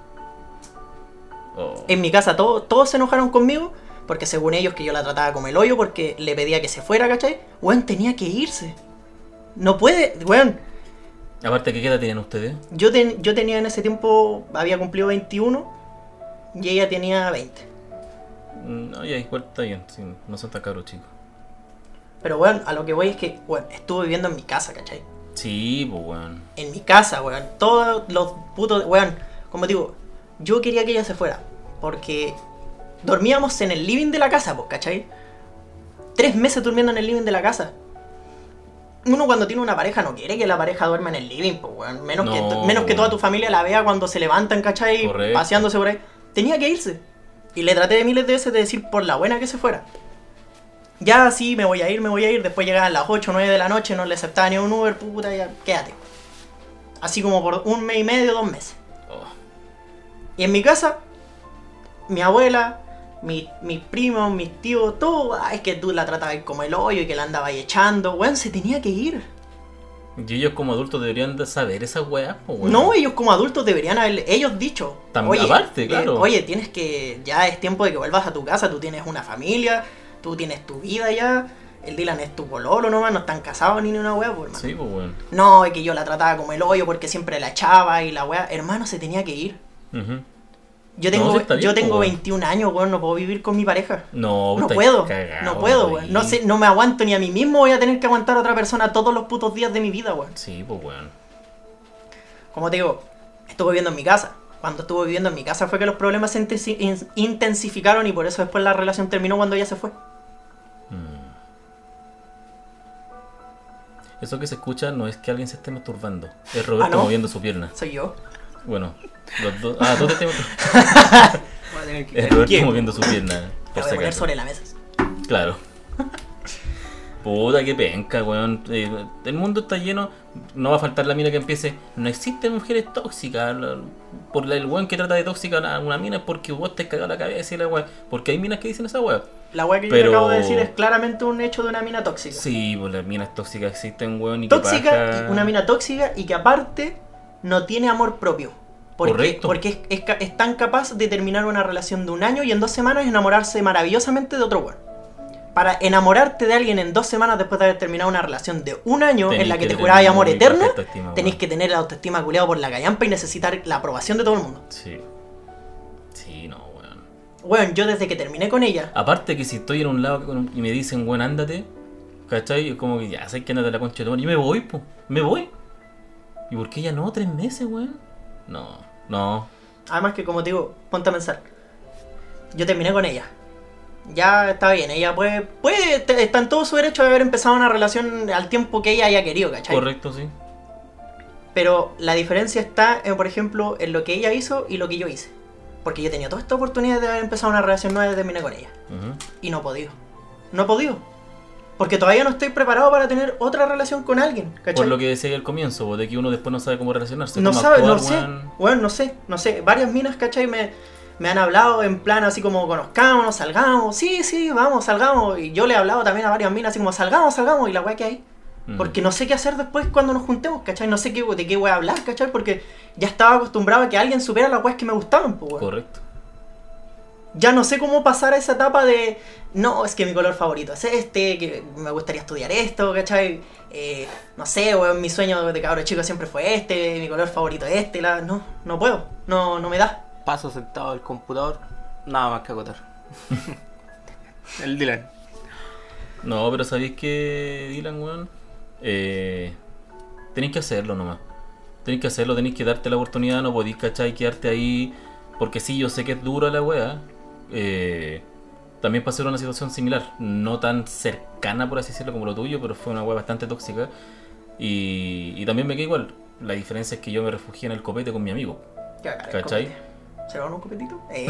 Oh. En mi casa todo, todos se enojaron conmigo porque según ellos que yo la trataba como el hoyo porque le pedía que se fuera, ¿cachai? Weón, tenía que irse. No puede, weón. Aparte, ¿qué edad tenían ustedes? Yo, ten, yo tenía en ese tiempo, había cumplido veintiuno y ella tenía veinte. No, ya igual está bien, sí, no son tan cabros chicos. Pero weón, a lo que voy es que, weón, estuve viviendo en mi casa, ¿cachai? Sí, pues weón. En mi casa, weón. Todos los putos, weón, como digo, yo quería que ella se fuera. Porque dormíamos en el living de la casa, pues, ¿cachai? Tres meses durmiendo en el living de la casa. Uno cuando tiene una pareja no quiere que la pareja duerma en el living, pues, weón. Menos, no, que, menos que toda tu familia la vea cuando se levantan, ¿cachai? Correcto. Paseándose por ahí. Tenía que irse. Y le traté de miles de veces de decir por la buena que se fuera. Ya, sí, me voy a ir, me voy a ir. Después llegaban las ocho o nueve de la noche, no le aceptaba ni un Uber, puta, ya, quédate. Así como por un mes y medio, dos meses. Oh. Y en mi casa, mi abuela, mi, mis primos, mis tíos, todo, ay, es que tú la tratabas como el hoyo y que la andabas echando. Weón, se tenía que ir. Y ellos como adultos deberían de saber esas weas, pues, weón. No, ellos como adultos deberían haber ellos dicho. También, oye, aparte, claro. Eh, oye, tienes que, ya es tiempo de que vuelvas a tu casa, tú tienes una familia, tú tienes tu vida ya. El Dylan es tu pololo nomás, no están casados ni ni una wea, pues, hermano. Sí, pues, weón. No, es que yo la trataba como el hoyo porque siempre la echaba y la wea. Hermano, se tenía que ir. Uh-huh. Yo tengo, No, sí está bien, yo tengo po, weón. veintiún años, weón, no puedo vivir con mi pareja. No, No estáis puedo, cagao, no puedo, weón. weón. No sé, no me aguanto ni a mí mismo, voy a tener que aguantar a otra persona todos los putos días de mi vida, weón. Sí, pues, weón. Como te digo, estuve viviendo en mi casa. Cuando estuve viviendo en mi casa fue que los problemas se intensi- in- intensificaron y por eso después la relación terminó cuando ella se fue. Eso que se escucha no es que alguien se esté masturbando. Es Roberto ¿Ah, no? moviendo su pierna. Soy yo. Bueno, los dos... Ah, tú te estás Voy a tener que... Es Roberto ¿Quién? moviendo su pierna. La Por voy a si poner acaso. sobre la mesa. Claro. Puta, qué penca, weón. Eh, el mundo está lleno. No va a faltar la mina que empiece. No existen mujeres tóxicas. La- Por la- el weón que trata de tóxica a una mina es porque vos te has cagado la cabeza y la weón. Porque hay minas que dicen esa weón. La weá que yo Pero- te acabo de decir es claramente un hecho de una mina tóxica. Sí, pues las minas tóxicas existen, weón. Y que Tóxica, paja- y una mina tóxica y que aparte no tiene amor propio. Porque, Correcto. porque es, es, ca- es tan capaz de terminar una relación de un año y en dos semanas enamorarse maravillosamente de otro weón. Para enamorarte de alguien en dos semanas después de haber terminado una relación de un año Tenés en la que que te tener jurabas amor muy eterno, baja autoestima, tenéis weón. que tener la autoestima culeado por la callampa y necesitar la aprobación de todo el mundo. Sí. Sí, no, weón. Weón, yo desde que terminé con ella, Aparte que si estoy en un lado con- y me dicen, weón, ándate, ¿cachai? Es como que ya, sabes que ándate a la concha de tu madre. Yo me voy, pues, me voy. ¿Y por qué ya no? ¿Tres meses, weón? No, no. además que como te digo, ponte a pensar. Yo terminé con ella. Ya está bien, ella puede, puede, te- está en todo su derecho de haber empezado una relación al tiempo que ella haya querido, ¿cachai? Correcto, sí. Pero la diferencia está, en, por ejemplo, en lo que ella hizo y lo que yo hice. Porque yo tenía toda esta oportunidad de haber empezado una relación nueva y terminé con ella. Ujú. Y no he podido. No he podido. Porque todavía no estoy preparado para tener otra relación con alguien, ¿cachai? Por lo que decía al comienzo, vos, de que uno después no sabe cómo relacionarse. No cómo sabe, no actuar, sé. weón. Bueno, no sé, no sé. Varias minas, ¿cachai? Me, me han hablado en plan así como conozcámonos, salgamos. Sí, sí, vamos, salgamos. Y yo le he hablado también a varias minas así como salgamos, salgamos. Y la weá que hay. Mm. Porque no sé qué hacer después cuando nos juntemos, ¿cachai? No sé qué, de qué voy a hablar, ¿cachai? Porque ya estaba acostumbrado a que alguien supiera las weas que me gustaban, pues, weón. Correcto. Ya no sé cómo pasar a esa etapa de, no, es que mi color favorito es este, que me gustaría estudiar esto, ¿cachai? Eh, no sé, weón, mi sueño de cabro chico siempre fue este, mi color favorito es este, la... no, no puedo, no, no me da. Paso sentado al computador, nada más que acotar. El Dylan. No, pero sabéis que, Dylan, weón, eh, tenéis que hacerlo nomás. Tenéis que hacerlo, tenéis que darte la oportunidad, no podéis, ¿cachai? Quedarte ahí. Porque sí, yo sé que es duro la wea. Eh, también pasé por una situación similar. No tan cercana, por así decirlo, como lo tuyo, pero fue una wea bastante tóxica. Y, y también me quedé igual. La diferencia es que yo me refugié en el copete con mi amigo. Ya, cara, ¿Cachai? copete. ¿Se va un copetito? Eh,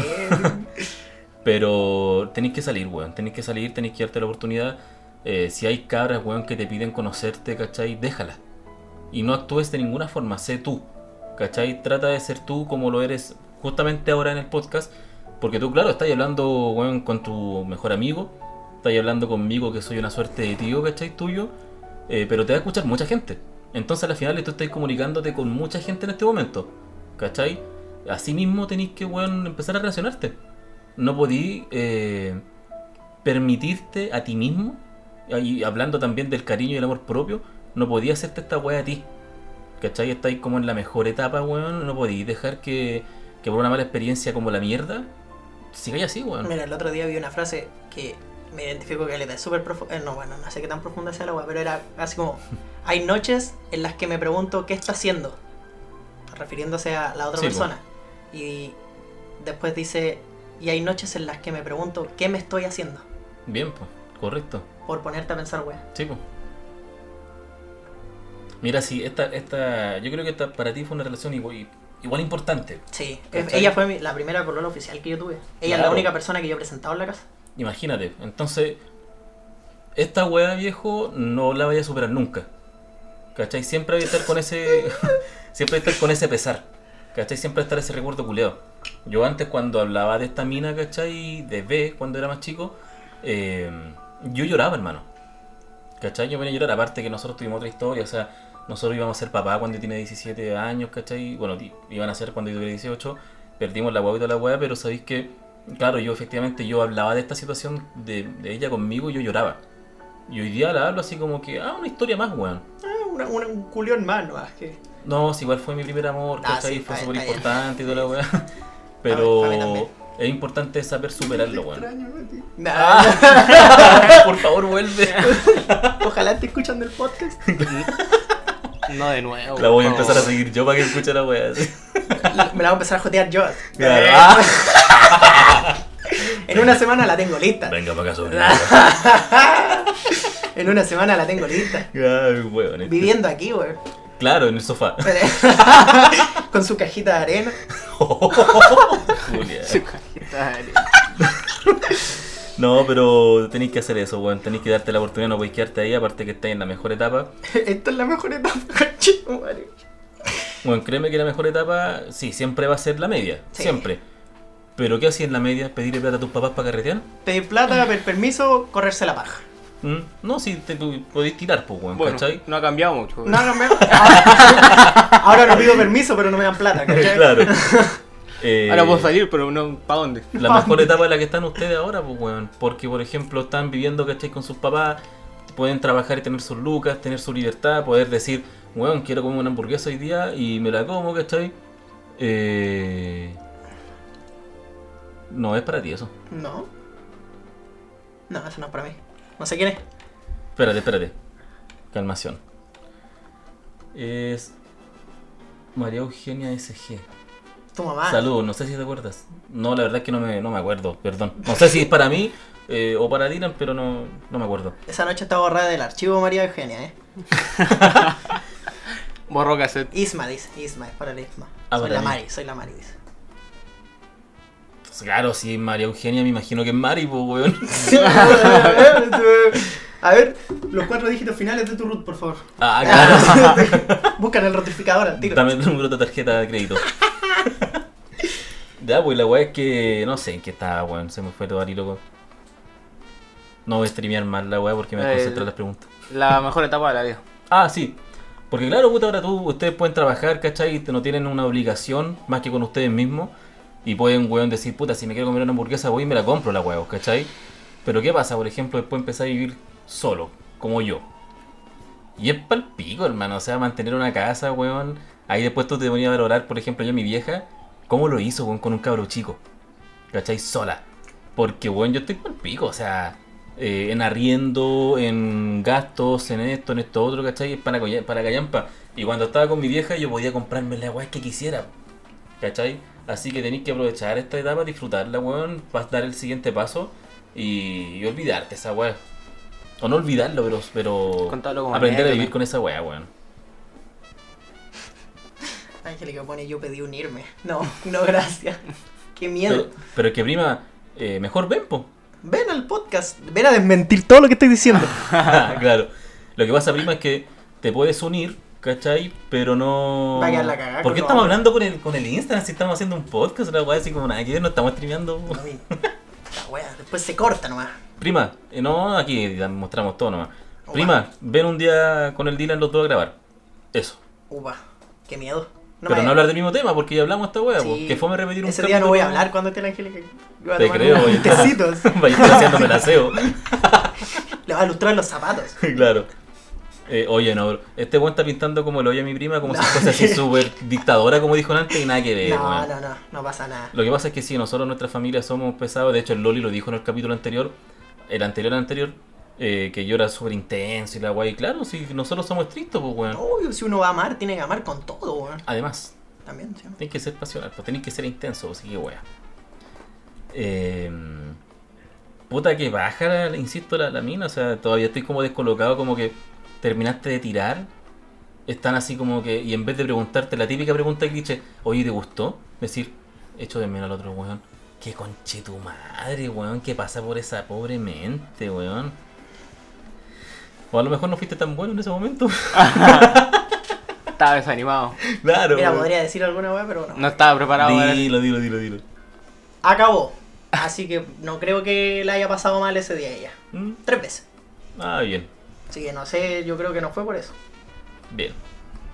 Pero tenéis que salir, weón. Tenéis que salir, tenéis que darte la oportunidad. Eh, si hay cabras, weón, que te piden conocerte, ¿cachai? Déjala. Y no actúes de ninguna forma, sé tú. ¿Cachai? Trata de ser tú como lo eres justamente ahora en el podcast. Porque tú, claro, estás hablando, weón, con tu mejor amigo. Estás hablando conmigo, que soy una suerte de tío, ¿cachai? Tuyo. Eh, pero te va a escuchar mucha gente. Entonces al final tú estás comunicándote con mucha gente en este momento. ¿Cachai? Así mismo tenéis que, weón, empezar a relacionarte. No podí eh, permitirte a ti mismo, y hablando también del cariño y el amor propio, no podía hacerte esta weá a ti. ¿Cachai? Estáis como en la mejor etapa, weón. No podéis dejar que, que por una mala experiencia como la mierda sigáis así, weón. Mira, el otro día vi una frase que me identifico que es súper profunda. Eh, no, bueno, no sé qué tan profunda sea la weá, pero era así como: hay noches en las que me pregunto qué está haciendo, refiriéndose a la otra Sí, persona. Y después dice: y hay noches en las que me pregunto qué me estoy haciendo. Bien, pues, correcto. Por ponerte a pensar, weá. Sí, pues. Mira, sí, esta, esta, yo creo que esta para ti fue una relación igual, igual importante. Sí, ¿Cachai? ella fue mi- la primera polola oficial que yo tuve. Ella es la Claro. única persona que yo he presentado en la casa. Imagínate, entonces, esta weá, viejo, no la vaya a superar nunca. ¿Cachai? Siempre hay que estar con ese. Siempre hay que estar con ese pesar. ¿Cachai? Siempre estar ese recuerdo culeado. Yo antes, cuando hablaba de esta mina, ¿cachai? De B, cuando era más chico, eh, yo lloraba, hermano. ¿Cachai? Yo venía a llorar, aparte que nosotros tuvimos otra historia, o sea, nosotros íbamos a ser papá cuando tiene diecisiete años, ¿cachai? Bueno, iban a ser cuando yo tuviera dieciocho, perdimos la hueá y toda la hueá, pero sabéis que, claro, yo efectivamente yo hablaba de esta situación de, de ella conmigo y yo lloraba. Y hoy día la hablo así como que, ah, una historia más, weón. Ah, una, una, un culión más, ¿no? Es que... No, si igual fue mi primer amor, Ah, ¿cachai? sí, Fue está súper bien, está importante y bien. toda la weá. Pero A mí también. es importante saber superarlo, weón. Nah. Ah, por favor, vuelve. Ojalá esté escuchando el podcast. No de nuevo. La voy a por empezar a favor. seguir yo para que escuche la weá. ¿Sí? Me la voy a empezar a jotear yo. Claro. Eh, Ah. En una semana la tengo lista. Venga para acá, sobrino. En una semana la tengo lista. Ay, weón. este- Viviendo aquí, weón. Claro, en el sofá. Con su cajita de arena. Julia. Su cajita de arena. No, pero tenéis que hacer eso, weón. Tenéis que darte la oportunidad, no podéis quedarte ahí, aparte que estáis en la mejor etapa. Esta es la mejor etapa, conchito, madre. Bueno, créeme que la mejor etapa, sí, siempre va a ser la media. Sí. Siempre. Pero ¿qué hacías en la media? ¿Pedirle plata a tus papás para carretear? Pedir plata, pedir permiso, correrse la paja. ¿Mm? No, si te tú podéis tirar, pues, weón, Bueno, ¿cachai? no ha cambiado mucho. No, no me... Ahora, ahora no pido permiso, pero no me dan plata, ¿cachai? Claro. Eh, Ahora puedo salir, pero no, ¿para dónde? La mejor etapa es la que están ustedes ahora, pues, weón. Porque, por ejemplo, están viviendo, ¿cachai? Con sus papás, pueden trabajar y tener sus lucas, tener su libertad, poder decir, weón, quiero comer una hamburguesa hoy día y me la como, ¿cachai? Eh... No es para ti eso. No. No, eso no es para mí. No sé quién es. Espérate, espérate. Calmación. Es María Eugenia S G. Tu mamá. Saludos, no sé si te acuerdas. No, la verdad es que no me, no me acuerdo, perdón. No sé si es para mí eh, o para Dylan, pero no, no me acuerdo. Esa noche está borrada del archivo María Eugenia, eh. Borró cassette. Isma dice, Isma, es para el Isma. Ah, soy para la mí. Mari, soy la Mari, dice. Pues claro, si es María Eugenia, me imagino que es Mari, pues, weón. A ver, los cuatro dígitos finales de tu root, por favor. Ah, claro. Buscan el rotificador al tiro. Dame el número de tarjeta de crédito. Ya, pues la weá es que no sé en qué estaba, weón. Se me fue todo ahí, loco. No voy a streamear más la weá porque me Eh, concentro en las preguntas. La mejor etapa de la vida. Ah, sí. Porque claro, puta, ahora tú, ustedes pueden trabajar, ¿cachai? Y no tienen una obligación más que con ustedes mismos. Y pueden, weón, decir, puta, si me quiero comer una hamburguesa, voy y me la compro la weón, ¿cachai? Pero ¿qué pasa? Por ejemplo, después empezar a vivir solo, como yo. Y es pa'l pico, hermano. O sea, mantener una casa, weón. Ahí después tú te ponías a valorar, por ejemplo, yo mi vieja, ¿cómo lo hizo, weón, con un cabro chico? ¿Cachai? Sola. Porque, weón, yo estoy pa'l pico, o sea... Eh, en arriendo, en gastos, en esto, en esto otro, ¿cachai? Es para, para callampa. Y cuando estaba con mi vieja yo podía comprarme la weá que quisiera, ¿cachai? Así que tenéis que aprovechar esta etapa, disfrutarla, weón, para dar el siguiente paso y, y olvidarte esa weá. O no olvidarlo, pero, pero Contarlo como aprender a anécdota. vivir con esa weá, weón. Angélica pone, yo pedí unirme. No, no, gracias. Qué miedo. Pero, pero es que prima, eh, mejor ven, po. Ven al podcast, ven a desmentir todo lo que estoy diciendo. Claro. Lo que pasa, prima, es que te puedes unir, ¿cachai? Pero no... Va a quedar la cagada ¿Por qué con estamos los hablando con el, con el Instagram si estamos haciendo un podcast? Una weá así como nada que ver, no estamos streameando. Mami, la wea, después se corta nomás. Prima, eh, no, aquí mostramos todo nomás. Upa. Prima, ven un día con el Dylan los dos a grabar. Eso. Upa, qué miedo. Pero me- no hablar del mismo tema porque ya hablamos esta weá, Sí. po. Que fome repetir un Ese día no voy a capítulo. hablar cuando esté la Angélica. Yo voy a Te tomar creo, unos oye. tecitos. Vaya a estar haciéndome el aseo. Le va a lustrar los zapatos. Claro. Eh, oye, no, bro. Este weón está pintando como el hoyo a mi prima, como No. si fuese así súper dictadora, como dijo antes, y nada que ver, No, weón. no, no, no pasa nada. Lo que pasa es que sí, nosotros, nuestra familia, somos pesados. De hecho, el Loli lo dijo en el capítulo anterior, el anterior al anterior, eh, que yo era súper intenso y la guay. Claro, si nosotros somos estrictos, pues, weón. Obvio, si uno va a amar, tiene que amar con todo, weón. Además, También, sí. tenés que ser pasional, pues tenés que ser intenso, así que weá. Eh, puta que baja, la- insisto, la, la mina, o sea, todavía estoy como descolocado, como que terminaste de tirar, están así como que, y en vez de preguntarte la típica pregunta de cliché, oye, ¿te gustó? Decir, echo de menos al otro weón. Qué conche tu madre, weón, que pasa por esa pobre mente, weón. O a lo mejor no fuiste tan bueno en ese momento. Estaba desanimado. Claro. Mira, weón. podría decir alguna weá, pero no. No estaba preparado para el... Dilo, dilo, dilo, dilo. Acabó. Así que no creo que la haya pasado mal ese día a ella. ¿Mm? Tres veces. Ah, bien, Así que no sé, yo creo que no fue por eso. bien.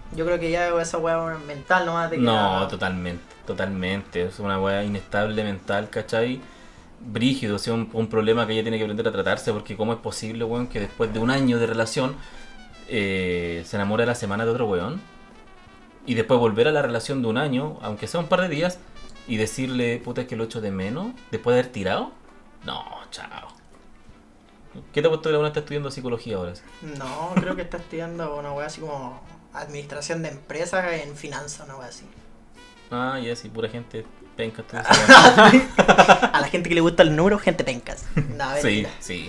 Yo creo que ya esa weá mental nomás de que No, la... totalmente, totalmente. Es una weá inestable mental, ¿cachai? Brígido, o sea, un, un problema que ella tiene que aprender a tratarse, porque cómo es posible, weón, que después de un año de relación eh, se enamore a la semana de otro weón y después volver a la relación de un año, aunque sea un par de días, y decirle, puta, es que lo echo de menos después de haber tirado. No, chao. ¿Qué te ha puesto que la buena está estudiando psicología ahora? No, creo que está estudiando una weá así como administración de empresas en finanzas, una weá así. Ah, ya, sí, pura gente penca. A la gente que le gusta el número, gente pencas. No, sí, sí.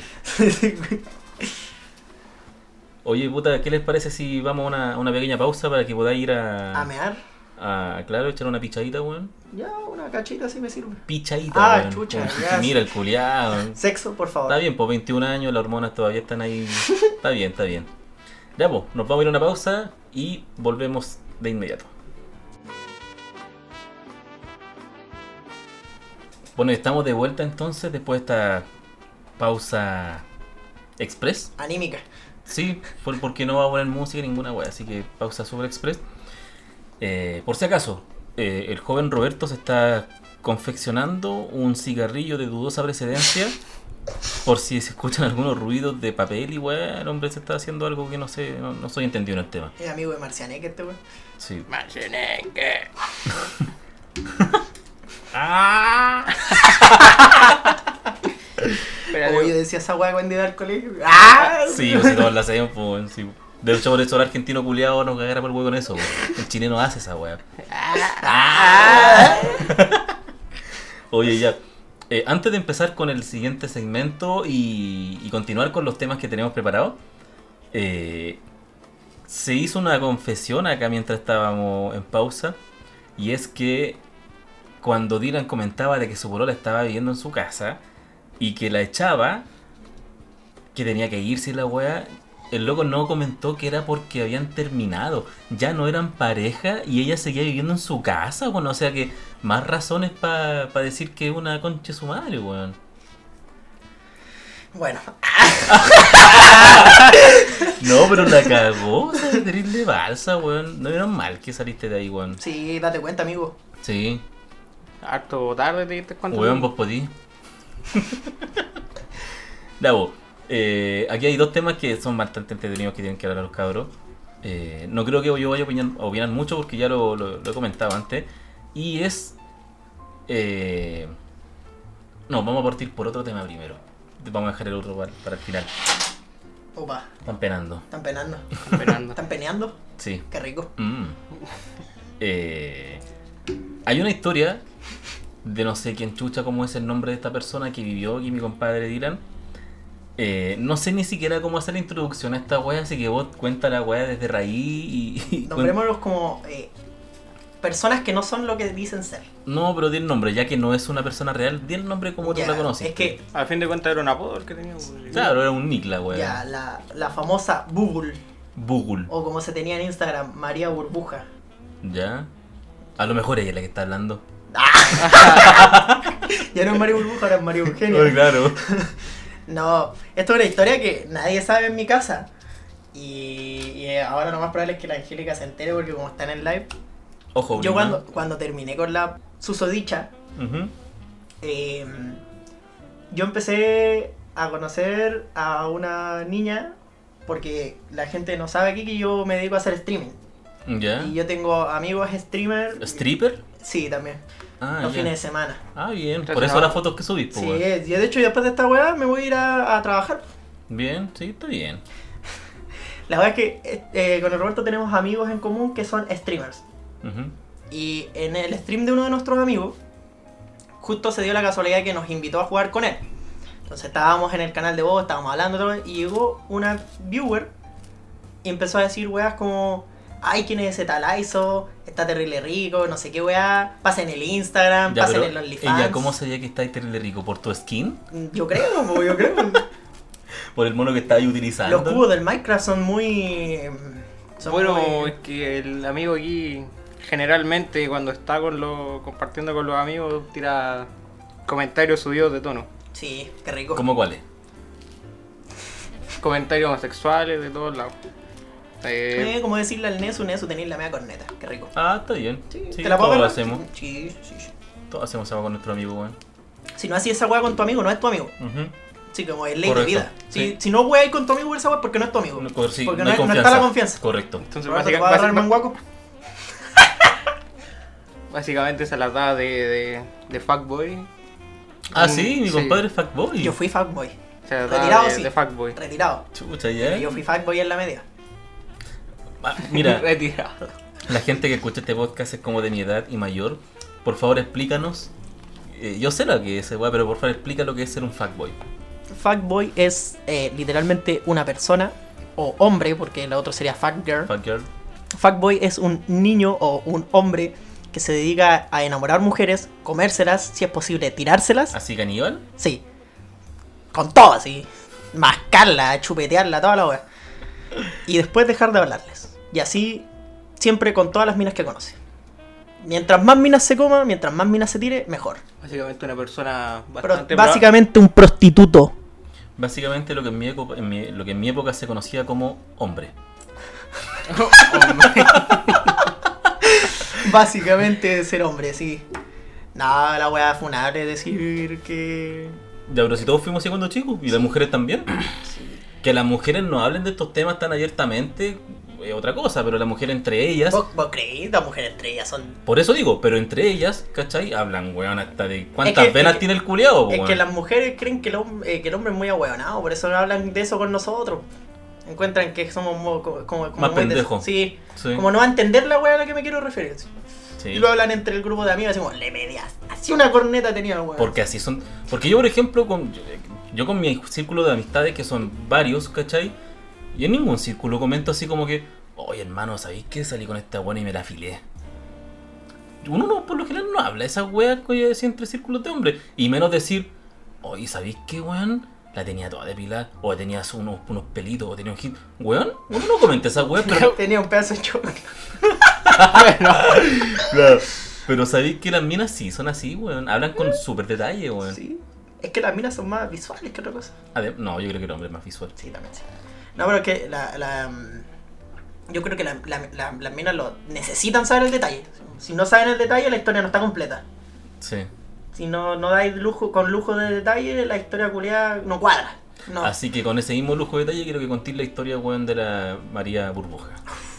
Oye, puta, ¿qué les parece si vamos a una, una pequeña pausa para que podáis ir a... ¿A mear? A, claro, echar una pichadita, weón. Ya, una cachita así me sirve. Pichadita, ah, weón. chucha, ya. Mira el culiado. Sexo, por favor. Está bien, pues veintiún años, las hormonas todavía están ahí. Está bien, está bien. Ya, pues, nos vamos a ir a una pausa y volvemos de inmediato. Bueno, estamos de vuelta entonces después de esta pausa express. Anímica. Sí, por, porque no va a poner música ninguna wea, así que pausa super express. Eh, por si acaso, eh, el joven Roberto se está confeccionando un cigarrillo de dudosa precedencia. Por si se escuchan algunos ruidos de papel y weá, el hombre se está haciendo algo que no sé, no, no soy entendido en el tema. Es amigo de Marcianeque este weón. Sí. Marcianeque. ¡Ah! Oye, yo decía esa weá cuando iba al colegio. ¡Ah! Sí, pues si todos la hacemos, pues sí. De hecho, por eso el argentino culiado nos cagara por el huevo con eso, pues. El chileno hace esa weá. ¡Ah! Oye, ya. Eh, antes de empezar con el siguiente segmento y, y continuar con los temas que tenemos preparados, eh, se hizo una confesión acá mientras estábamos en pausa, y es que cuando Dylan comentaba de que su polola estaba viviendo en su casa y que la echaba, que tenía que irse la wea, el loco no comentó que era porque habían terminado, ya no eran pareja y ella seguía viviendo en su casa, bueno, o sea que más razones para pa decir que es una concha de su madre, weón. Bueno. No, pero la cagó, o sea, terrible balsa, weón. No era mal que saliste de ahí, weón. Sí, date cuenta, amigo. Sí. Harto tarde te diste cuenta. Weón, vos podí. Davo, eh, aquí hay dos temas que son bastante entretenidos que tienen que hablar los cabros. Eh, no creo que yo vaya a opinar, a opinar mucho porque ya lo, lo, lo he comentado antes. Y es... Eh, no, vamos a partir por otro tema primero. Vamos a dejar el otro para, para el final. Opa. Están penando. Están penando. Están penando. ¿Están peneando? Sí. Qué rico. Mm. Eh, hay una historia de no sé quién chucha cómo es el nombre de esta persona que vivió aquí, mi compadre Dylan. Eh, no sé ni siquiera cómo hacer la introducción a esta wea, así que vos cuenta la wea desde raíz y... y Nombrémoslos como eh, personas que no son lo que dicen ser. No, pero di el nombre, ya que no es una persona real, di el nombre como Ya, tú la conoces. Es que, Al fin de cuentas era un apodo el que tenía. claro, era un nick la wea. ya, la, la famosa Bubble, Bugul. o como se tenía en Instagram, María Burbuja. Ya. A lo mejor ella es la que está hablando. Ya no es María Burbuja, ahora es María Eugenia. Oh, claro. No, esto es una historia que nadie sabe en mi casa. Y, y ahora lo más probable es que la Angélica se entere porque como está en el live. Ojo, Yo Brina. cuando, cuando terminé con la susodicha, Ujú. eh, yo empecé a conocer a una niña porque la gente no sabe aquí que yo me dedico a hacer streaming. Ya. Y yo tengo amigos streamers. ¿Stripper? Sí, también. Ah, los ya. fines de semana. Ah, bien. Entonces Por eso no- las fotos que subís, po, Sí, weón. es- yo de hecho después de esta weá me voy a ir a, a trabajar. Bien, sí, está bien. La verdad es que eh, eh, con el Roberto tenemos amigos en común que son streamers. Ujú. Y en el stream de uno de nuestros amigos, justo se dio la casualidad que nos invitó a jugar con él. Entonces estábamos en el canal de voz, estábamos hablando todo, y llegó una viewer y empezó a decir weas como: ay, ¿quién es ese tal Aizo? Está terrible rico, no sé qué wea. Pasen el Instagram, Ya, pasen pero el OnlyFans. ella, ¿cómo sabía que estáis terrible rico? ¿Por tu skin? Yo creo, po, yo creo. ¿Por el mono que estáis utilizando? Los cubos del Minecraft son muy... son Bueno, muy- es que el amigo aquí generalmente cuando está con lo, compartiendo con los amigos tira comentarios subidos de tono. Sí, qué rico. ¿Cómo cuáles? Comentarios homosexuales de todos lados. Eh, como decirle al Nesu, Nesu tenéis la media corneta. Qué rico. Ah, está bien. Sí, Sí, ¿te la puedo todos lo pegar? hacemos. Sí, sí, sí. Todos hacemos esa con nuestro amigo, weón. Si no hacías esa weá con tu amigo, no es tu amigo. Ujú. Sí, como es ley Correcto, de vida. Si, sí. si no weáis con tu amigo por esa weá, porque no es tu amigo. No, cor- sí, porque no no, hay es- no confianza. está la confianza. Correcto. Entonces, Por eso te básica- va a agarrar el básica- manguaco. básicamente se la da de, de, de fuckboy. Ah, Mm, sí, mi sí. compadre es fuckboy. Yo fui fuckboy. Se la da Retirado, de, sí. de fuckboy. Retirado. Chucha, Pero ya. yo fui fuckboy en la media. Ah, mira, Retirado. la gente que escucha este podcast es como de mi edad y mayor. Por favor, explícanos. Eh, yo sé lo que es, weá, pero por favor, explica lo que es ser un fuckboy. Fuckboy es eh, literalmente una persona, o hombre, porque la otra sería fuckgirl. Fuckgirl. Fuckboy es un niño o un hombre que se dedica a enamorar mujeres, comérselas, si es posible, tirárselas. ¿Así caníbal? Sí. Con todo, así. Mascarla, chupetearla, toda la wea. Y después dejar de hablarles. Y así, siempre con todas las minas que conoce. Mientras más minas se coma, mientras más minas se tire, mejor. Básicamente una persona Pero bastante... básicamente un prostituto. Básicamente lo que en mi, eco- en mi- lo que en mi época se conocía como hombre. Básicamente ser hombre, sí. Nada, la wea funable decir que... Ya, pero si todos fuimos así cuando chicos, y las mujeres también. Que las mujeres no hablen de estos temas tan abiertamente es otra cosa, pero las mujeres entre ellas... ¿Vos, vos creí? Las mujeres entre ellas son... Por eso digo, pero entre ellas, ¿cachai? Hablan, weón, hasta de cuántas Es que- venas es que- tiene el culiao, Es weón. que las mujeres creen que el, hom- eh, que el hombre es muy ahueonado, por eso no hablan de eso con nosotros. Encuentran que somos mo- como, como, como Más muy des- pendejos. Sí, Sí. como no va a entender la wea a la que me quiero referir. Sí. Sí. Y lo hablan entre el grupo de amigos, decimos, le medias. Así una corneta tenía el weón. Porque así son. Porque yo, por ejemplo, con, yo, yo con mi círculo de amistades, que son varios, ¿cachai? Y en ningún círculo comento así como que, oye hermano, ¿sabéis qué? Salí con esta buena y me la afilé. Uno no, por lo general no habla esas weas que yo decía entre círculos de hombres. Y menos decir, oye, ¿sabéis qué, weón? La tenía toda depilada, o tenía unos, unos pelitos, o tenía un hit. Weón, uno no comenta esas weas, pero. Tenía un pedazo de chocolate. Claro. Pero sabéis que las minas sí son así, weón. Hablan con súper detalle, weón. Sí. Es que las minas son más visuales que otra cosa. Adem- no, yo creo que el hombre es más visual. Sí, también sí. No, pero es que la, la, mm, yo creo que la- la- la- las minas lo necesitan saber el detalle. Si no saben el detalle, la historia no está completa. Sí. Si no, no dais lujo, con lujo de detalle, la historia culiada no cuadra. No. Así que con ese mismo lujo de detalle quiero que contéis la historia, weón, de la María Burbuja.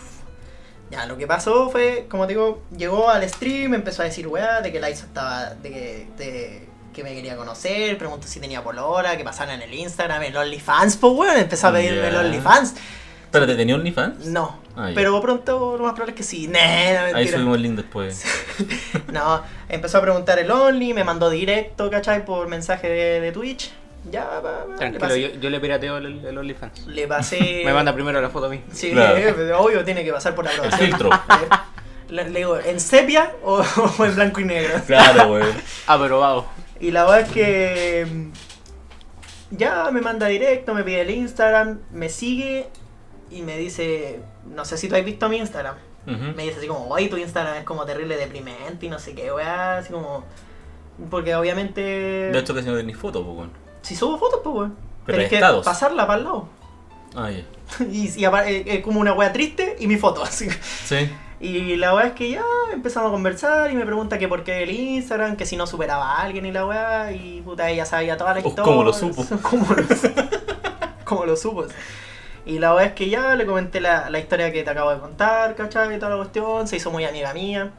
Ya, lo que pasó fue, como te digo, llegó al stream, empezó a decir, weá, de que la hizo estaba, de que, de, que me quería conocer, preguntó si tenía polola, que pasara en el Instagram, el OnlyFans, pues weón, empezó a pedirme Ya. el OnlyFans. Espérate, ¿tenía OnlyFans? No, Ah, ya. pero pronto lo más probable es que sí. Nah, no, Ahí mentira. subimos el link después. No, empezó a preguntar el Only, me mandó directo, ¿cachai? Por mensaje de, de Twitch. Ya, va, va, le Tranquilo, pasé. yo, yo le pirateo el, el OnlyFans. Le pasé... Me manda primero la foto a mí. Sí, Claro. eh, obvio, tiene que pasar por la El aprobación. filtro. Eh, Le, le digo, ¿en sepia o, o en blanco y negro? Claro, weón. Aprobado. Y la verdad es que mm, ya me manda directo, me pide el Instagram, me sigue y me dice, no sé si tú has visto mi Instagram. Ujú. Me dice así como, oye, tu Instagram es como terrible deprimente y no sé qué, weá, así como... Porque obviamente... De hecho, que si no tenéis fotos, pues, weón. Si subo fotos, pues weón. Pero Tenés que estados. pasarla para el lado. Ah, ya. Y, y apa- eh, eh, como una weá triste y mi foto, así. Sí. Y la weá es que ya empezamos a conversar y me pregunta que por qué el Instagram, que si no superaba a alguien y la weá, y puta, ella sabía toda la Oh, historia. ¿cómo lo supo? ¿Cómo lo supo? ¿Cómo lo supo? Y la weá es que ya le comenté la, la historia que te acabo de contar, ¿cachai? Y toda la cuestión, se hizo muy amiga mía.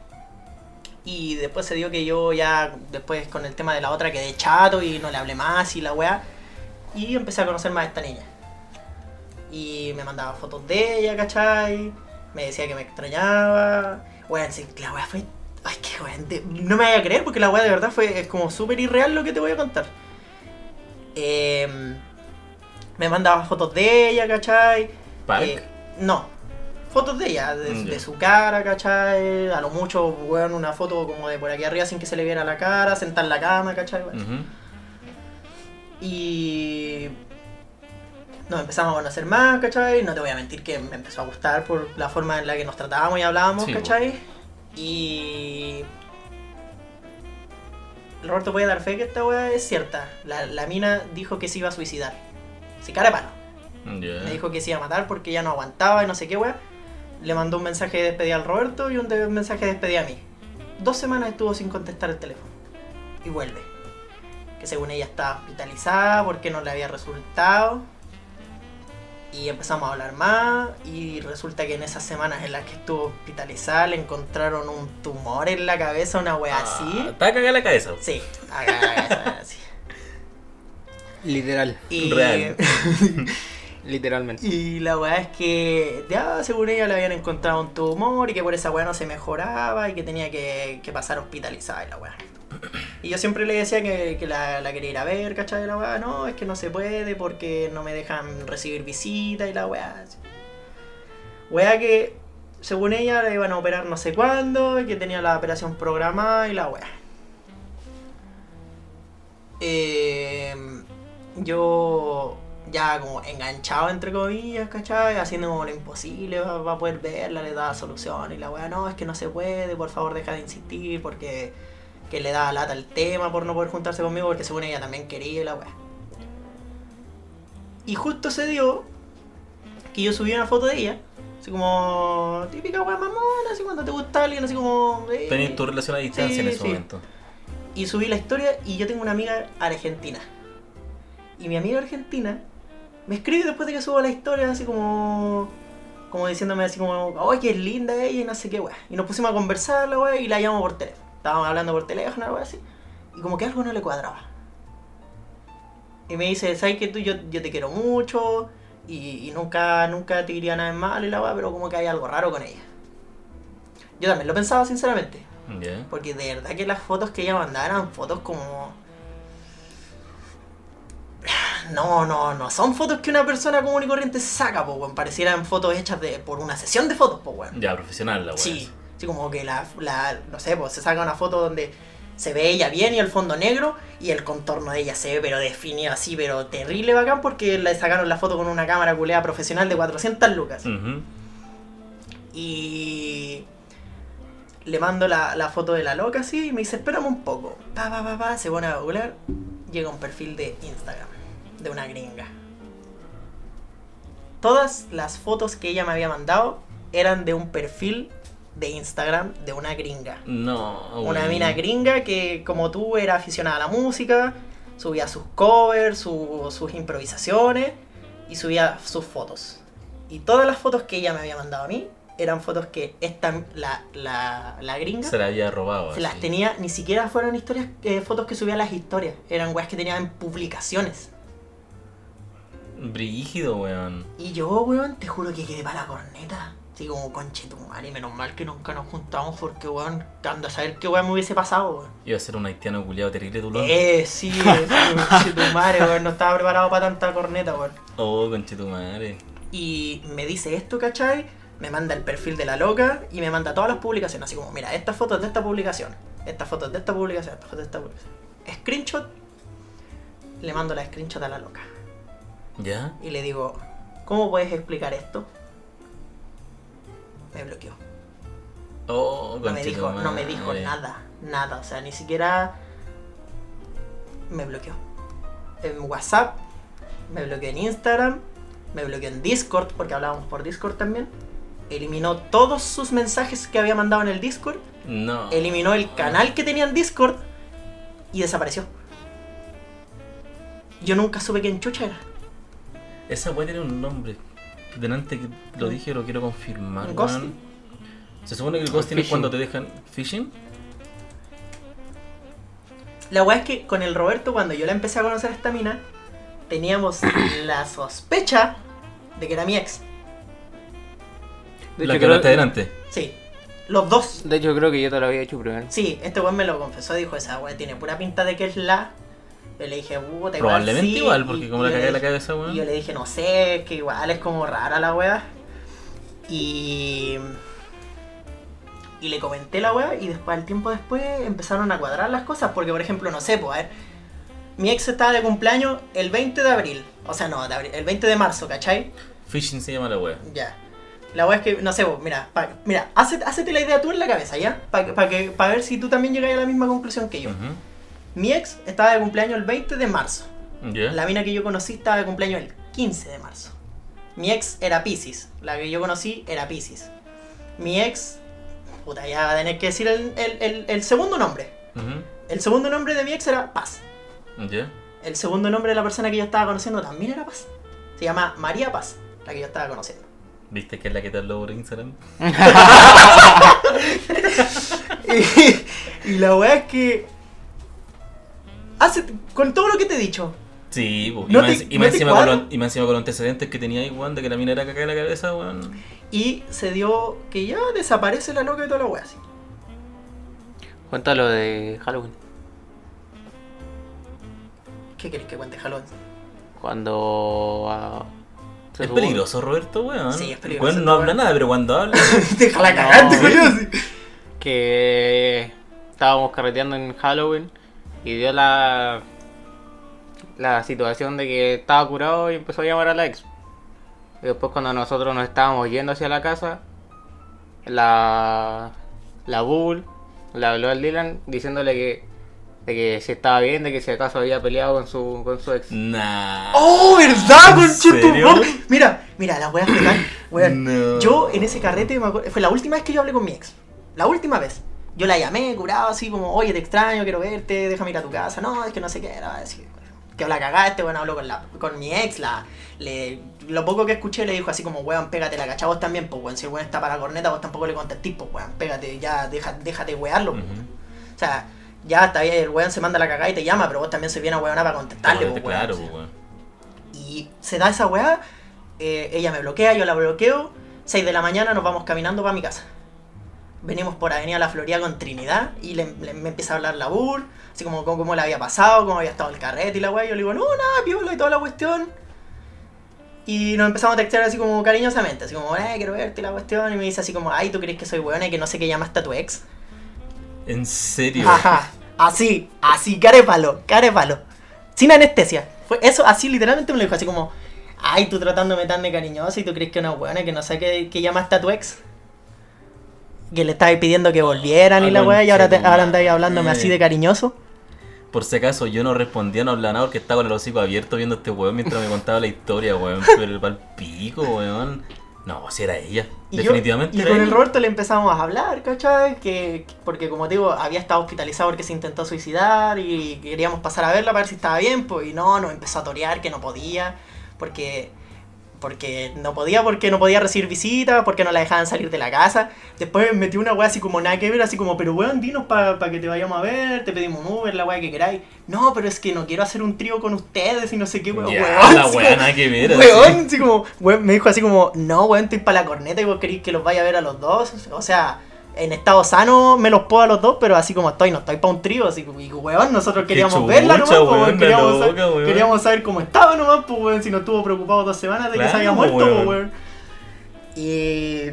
Y después se dio que yo ya, después con el tema de la otra quedé chato y no le hablé más y la weá. Y empecé a conocer más a esta niña. Y me mandaba fotos de ella, ¿cachai? Me decía que me extrañaba. Weón, sí, la weá fue... Ay, qué weón, de- no me vaya a creer porque la weá de verdad fue... Es como súper irreal lo que te voy a contar. Eh, me mandaba fotos de ella, ¿cachai? ¿Park? Eh, no. Fotos de ella, de, Mm, ya. de su cara, ¿cachai? A lo mucho, weón, una foto como de por aquí arriba sin que se le viera la cara, sentada en la cama, ¿cachai? Weón. Ujú. Y nos empezamos a conocer más, ¿cachai? No te voy a mentir que me empezó a gustar por la forma en la que nos tratábamos y hablábamos, Sí, ¿cachai? Y... Roberto puede dar fe que esta weá es cierta. La, la mina dijo que se iba a suicidar. Se cara de palo. Yeah. Me dijo que se iba a matar porque ya no aguantaba y no sé qué, weá. Le mandó un mensaje de despedida al Roberto y un, de- un mensaje de despedida a mí. Dos semanas estuvo sin contestar el teléfono. Y vuelve. Que según ella estaba hospitalizada porque no le había resultado. Y empezamos a hablar más. Y resulta que en esas semanas en las que estuvo hospitalizada le encontraron un tumor en la cabeza, una wea así. Ah, está cagada la cabeza. Sí, acá, acá, acá, así. Literal. Y, Real. Literalmente. y la weá es que ya según ella le habían encontrado un tumor y que por esa weá no se mejoraba y que tenía que, que pasar hospitalizada y la weá. Y yo siempre le decía que, que la, la quería ir a ver, ¿cachai? La weá, no, es que no se puede porque no me dejan recibir visitas y la weá. Así. Weá que según ella la iban a operar no sé cuándo y que tenía la operación programada y la weá. Eh, yo ya como enganchado entre comillas, ¿cachai? Haciendo como lo imposible para poder verla, le daba solución y la weá, no, es que no se puede, por favor deja de insistir porque que le daba lata el tema por no poder juntarse conmigo porque según ella también quería y la weá. Y justo se dio que yo subí una foto de ella, así como típica weá mamona, así cuando te gusta alguien, así como... Eh, Tenías tu relación a distancia sí, en ese sí. momento. Y subí la historia y yo tengo una amiga argentina. Y mi amiga argentina me escribe después de que subo la historia así como... Como diciéndome así como... ¡Ay, qué linda ella! Y no sé qué, weá. Y nos pusimos a conversar, la weá, y la llamo por teléfono. Estábamos hablando por teléfono, la weá, así. Y como que algo no le cuadraba. Y me dice, ¿sabes que tú? Yo, yo te quiero mucho. Y, y nunca, nunca te diría nada en mal y la weá, pero como que hay algo raro con ella. Yo también lo pensaba sinceramente. Yeah. Porque de verdad que las fotos que ella mandaba eran fotos como... No, no, no son fotos que una persona común y corriente saca, po, weón. Parecieran fotos hechas de, por una sesión de fotos, po, weón. Ya, profesional la weá. Sí, sí, como que la, la, no sé, pues se saca una foto donde se ve ella bien y el fondo negro y el contorno de ella se ve pero definido así, pero terrible bacán porque le sacaron la foto con una cámara culeada profesional de cuatrocientas lucas. Uh-huh. Y le mando la, la foto de la loca así y me dice, espérame un poco. Pa, pa, pa, pa, se pone a googlear, llega un perfil de Instagram de una gringa. Todas las fotos que ella me había mandado eran de un perfil de Instagram de una gringa. No, Una güey. mina gringa que, como tú, era aficionada a la música, subía sus covers, su- sus improvisaciones y subía sus fotos. Y todas las fotos que ella me había mandado a mí eran fotos que esta, la, la, la gringa Se la había robado. se las así. tenía, ni siquiera fueron historias, eh, fotos que subía a las historias, eran weas que tenía en publicaciones. Brígido, weón. Y yo, weón, te juro que quedé para la corneta. Así como, conchetumare, menos mal que nunca nos juntamos porque, weón, anda a saber qué weón me hubiese pasado, weón. Iba a ser un haitiano culiado terrible, tu Eh, sí, conchetumare, weón, no estaba preparado para tanta corneta, weón. Oh, conchetumare. Y me dice esto, ¿cachai? Me manda el perfil de la loca y me manda todas las publicaciones. Así como, mira, estas fotos de esta publicación, estas fotos de esta publicación, estas fotos de esta publicación. Screenshot, le mando la screenshot a la loca. ¿Ya? Y le digo, ¿cómo puedes explicar esto? Me bloqueó. Oh, No me dijo, no me dijo conchetumare. nada, nada. O sea, ni siquiera me bloqueó. En WhatsApp, me bloqueó en Instagram, me bloqueó en Discord, porque hablábamos por Discord también. Eliminó todos sus mensajes que había mandado en el Discord. No. Eliminó el canal que tenía en Discord y desapareció. Yo nunca supe quién chucha era. Esa weá tiene un nombre. Delante que lo dije, lo quiero confirmar. ¿Un weón. ghosting? Se supone que el ghosting es Phishing. cuando te dejan phishing. La weá es que con el Roberto, cuando yo la empecé a conocer a esta mina, teníamos la sospecha de que era mi ex. De La hecho, que creo, hablaste delante. Sí, los dos. de hecho, creo que yo te lo había hecho primero. Sí, este weón me lo confesó, dijo, esa weá tiene pura pinta de que es la... Yo le dije, puta, igual Probablemente sí", igual, y- porque y como yo la le cagué la dije- cabeza, weón. Y yo le dije, no sé, es que igual es como rara la weá. Y... Y le comenté la weá y después, al tiempo después, empezaron a cuadrar las cosas. Porque, por ejemplo, no sé, pues, a ver... Mi ex estaba de cumpleaños el veinte de abril. O sea, no, de abril, el veinte de marzo, ¿cachai? Phishing se llama la weá. Ya. La weá es que, no sé, vos, mira, pa- mira, hacete, hacete la idea tú en la cabeza, ¿ya? Para pa que, pa ver si tú también llegas a la misma conclusión que yo. Ujú. Mi ex estaba de cumpleaños el veinte de marzo. ¿Ya? La mina que yo conocí estaba de cumpleaños el quince de marzo. Mi ex era Piscis. La que yo conocí era Piscis. Mi ex... Puta, ya va a tener que decir el, el, el, el segundo nombre. Uh-huh. El segundo nombre de mi ex era Paz. ¿Ya? Yeah. El segundo nombre de la persona que yo estaba conociendo también era Paz. Se llama María Paz, la que yo estaba conociendo. ¿Viste que es la que te habló por Instagram? y, y la weá es que... Hace, con todo lo que te he dicho... Sí, pues, no y, te, más, y, no más encima con los, cuadra. y más encima con los antecedentes que tenía ahí, weón, de que la mina era caca de la cabeza, weón. Y se dio que ya desaparece la loca y toda la weá así. Cuéntalo de Halloween. ¿Qué querés que cuente Halloween? Cuando... Uh, es peligroso, Roberto, weón. Sí, es peligroso. Weón no habla nada, pero cuando habla... Déjala cagarte, no, coño. Que estábamos carreteando en Halloween y dio la... la situación de que estaba curado y empezó a llamar a la ex. Y después cuando nosotros nos estábamos yendo hacia la casa, la... la Bull le habló al Dylan diciéndole que de que si estaba bien, de que si acaso había peleado con su con su ex. Nah. ¡Oh, verdad, ¿En serio? conchetumare! Mira, mira, la voy a explicar. Weón, No. yo en ese carrete, me acuerdo, fue la última vez que yo hablé con mi ex. La última vez. Yo la llamé, curado, así como, oye, te extraño, quiero verte, déjame ir a tu casa. No, es que no sé qué era. Así, que la cagaste, bueno, habló con, la, con mi ex, la, le, lo poco que escuché le dijo así como, weón, pégate la cacha, vos también, pues, weón, si el weón está para la corneta, vos tampoco le contestís, pues, weón, pégate, ya, deja, déjate wearlo, pues, Uh-huh. o sea, ya está bien, el weón se manda la cagada y te llama, pero vos también se viene a weonar para contestarle, pues, weón. Claro, O sea, weón. y se da esa weá, eh, ella me bloquea, yo la bloqueo, seis de la mañana nos vamos caminando para mi casa. Venimos por Avenida La Florida con Trinidad y le, le, me empieza a hablar la Bur, así como cómo, cómo le había pasado, cómo había estado el carrete y la weá. Yo le digo, no, nada, piola y toda la cuestión. Y nos empezamos a textear así como cariñosamente, así como, eh, quiero verte y la cuestión. Y me dice así como, ay, ¿tú crees que soy weona y que no sé qué llamaste a tu ex? ¿En serio? Ajá, así, así, carépalo, carépalo. Sin anestesia. Fue eso, así literalmente me lo dijo, así como, ay, tú tratándome tan de cariñosa y tú crees que una weona que no sé qué, que llamaste a tu ex. Que le estabais pidiendo que volvieran y la weá, y ahora, te, ahora andáis hablándome así de cariñoso. Por si acaso, yo no respondía, no hablaba nada porque estaba con el hocico abierto viendo a este weón mientras me contaba la historia, weón. Pero el pal pico, weón. No, si era ella. Y Definitivamente yo, y era con ella. el Roberto le empezamos a hablar, ¿cachai? Que, porque como te digo, había estado hospitalizado porque se intentó suicidar y queríamos pasar a verla para ver si estaba bien, pues, y no, nos empezó a torear que no podía, porque... Porque no podía, porque no podía recibir visitas, porque no la dejaban salir de la casa. Después me metió una weá así como nada que ver, así como, pero weón, dinos para pa que te vayamos a ver, te pedimos un Uber, la weá que queráis. No, pero es que no quiero hacer un trío con ustedes y no sé qué, weón. Ya, weón, la así weá, como- nada que ver. Weón, así. así como, weón, me dijo así como, no, weón, estoy para la corneta y vos queréis que los vaya a ver a los dos. O sea, en estado sano me los puedo a los dos, pero así como estoy, no estoy para un trío. Así como, y, weón, nosotros Qué queríamos chucha, verla nomás, po, weón, weón, la queríamos, loca, saber, weón. queríamos saber cómo estaba nomás, pues, weón, si no estuvo preocupado dos semanas de que se había Claro, muerto, weón. po, weón. Y...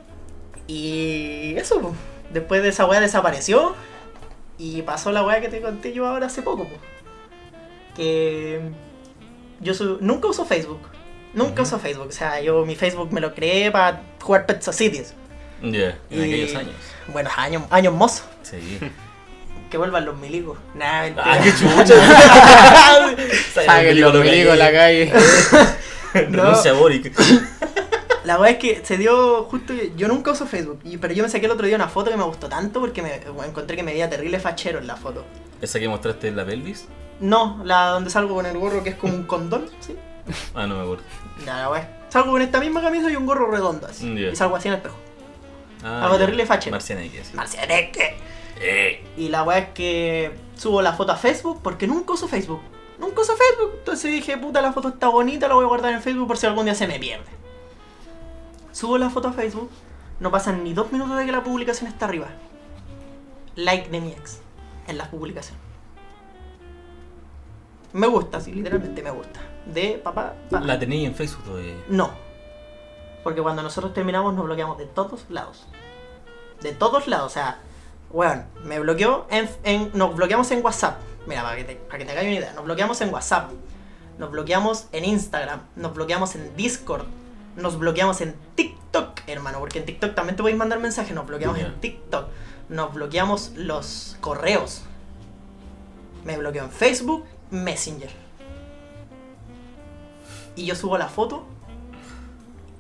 Y eso, pues, después de esa weá desapareció y pasó la weá que te conté yo ahora hace poco, pues. Que yo su- nunca uso Facebook. Nunca Ujú. uso Facebook. O sea, yo mi Facebook me lo creé para jugar Pet Societies. Ya, en Y- aquellos años. Buenos años, años mozos. Sí. Que vuelvan los milicos. Nah, mentira. ¡Ah, qué chucha! Saquen los milicos a la calle. No. Renuncia a Boric. La verdad es que se dio justo. Yo nunca uso Facebook. y- Pero yo me saqué el otro día una foto que me gustó tanto porque me encontré que me veía terrible fachero en la foto. ¿Esa que mostraste en la pelvis? No, la donde salgo con el gorro que es como un condón, ¿sí? Ah, no me acuerdo. Ya, la wea. Salgo con esta misma camisa y un gorro redondo así. Mm, ya. Y salgo así en el espejo. Ah, Algo ya. terrible fachero. Marcianeques. Marcianeque. Eh. Y la weá es que subo la foto a Facebook porque nunca uso Facebook. Nunca uso Facebook. Entonces dije, puta, la foto está bonita, la voy a guardar en Facebook por si algún día se me pierde. Subo la foto a Facebook. No pasan ni dos minutos de que la publicación está arriba. Like de mi ex en la publicación. Me gusta, sí, literalmente me gusta. De papá. Pa. La tenéis en Facebook todavía. No. Porque cuando nosotros terminamos nos bloqueamos de todos lados. De todos lados. O sea, weón, me bloqueó en, en... Nos bloqueamos en WhatsApp. Mira, para que, te, para que te hagáis una idea. Nos bloqueamos en WhatsApp. Nos bloqueamos en Instagram. Nos bloqueamos en Discord. Nos bloqueamos en TikTok, hermano. Porque en TikTok también te podéis mandar mensajes. Nos bloqueamos Ya. en TikTok. Nos bloqueamos los correos. Me bloqueó en Facebook, Messenger. Y yo subo la foto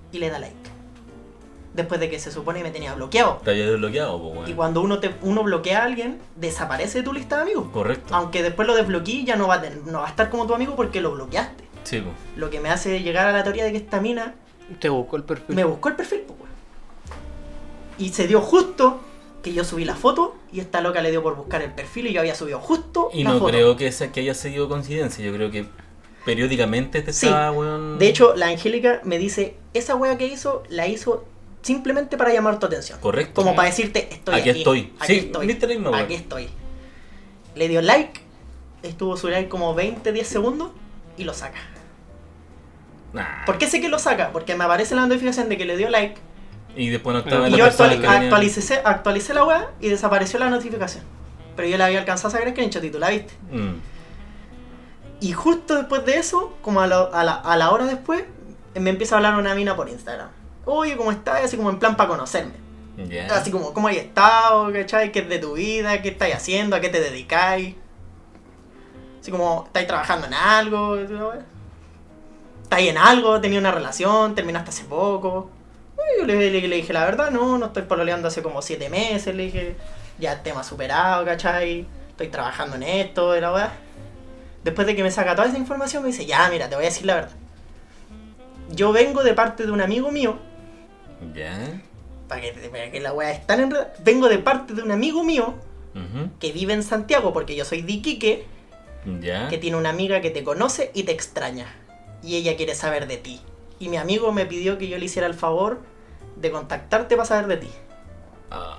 y le da like. Después de que se supone que me tenía bloqueado. Te había desbloqueado, pues, bueno. Y cuando uno te uno bloquea a alguien, desaparece de tu lista de amigos. Correcto. Aunque después lo desbloquees, ya no va, a ten, no va a estar como tu amigo porque lo bloqueaste. Sí, pues. Lo que me hace llegar a la teoría de que esta mina Te buscó el perfil. me buscó el perfil, pues, weón. Y se dio justo que yo subí la foto y esta loca le dio por buscar el perfil y yo había subido justo Y la no foto. creo que esa que haya sido coincidencia. Yo creo que periódicamente te Sí. estaba, weón. De hecho, la Angélica me dice, esa wea que hizo, la hizo simplemente para llamar tu atención. Correcto. Como para decirte, estoy Aquí aquí. estoy. Aquí Sí, estoy. viste la misma wea. Aquí estoy. Le dio like, estuvo su like como veinte, diez segundos y lo saca. Nah. ¿Por qué sé que lo saca? Porque me aparece la notificación de que le dio like Y después no estaba y la yo persona actuali- que tenía- actualicé, actualicé la wea y desapareció la notificación. Pero yo la había alcanzado a sacar en screenshot y tú la viste. Mm. Y justo después de eso, como a, lo- a, la, a la hora después, me empieza a hablar una mina por Instagram. Oye, ¿cómo estás? Así como en plan para conocerme. Ya. Así como, ¿cómo has estado? ¿Cachai? ¿Qué es de tu vida? ¿Qué estáis haciendo? ¿A qué te dedicáis? Así como, ¿estáis trabajando en algo? ¿Estáis en algo? ¿Tenías una relación? ¿Terminaste hace poco? Y yo le, le- le dije la verdad, no, no estoy pololeando hace como siete meses. Le dije, ya el tema superado, ¿cachai? Estoy trabajando en esto, de la weá. Después de que me saca toda esa información, me dice, ya, mira, te voy a decir la verdad. Yo vengo de parte de un amigo mío, Ya. para que, para que la weá es tan enredada. Vengo de parte de un amigo mío Ujú. que vive en Santiago, porque yo soy de Iquique, Ya. que tiene una amiga que te conoce y te extraña. Y ella quiere saber de ti. Y mi amigo me pidió que yo le hiciera el favor de contactarte para saber de ti. Ah,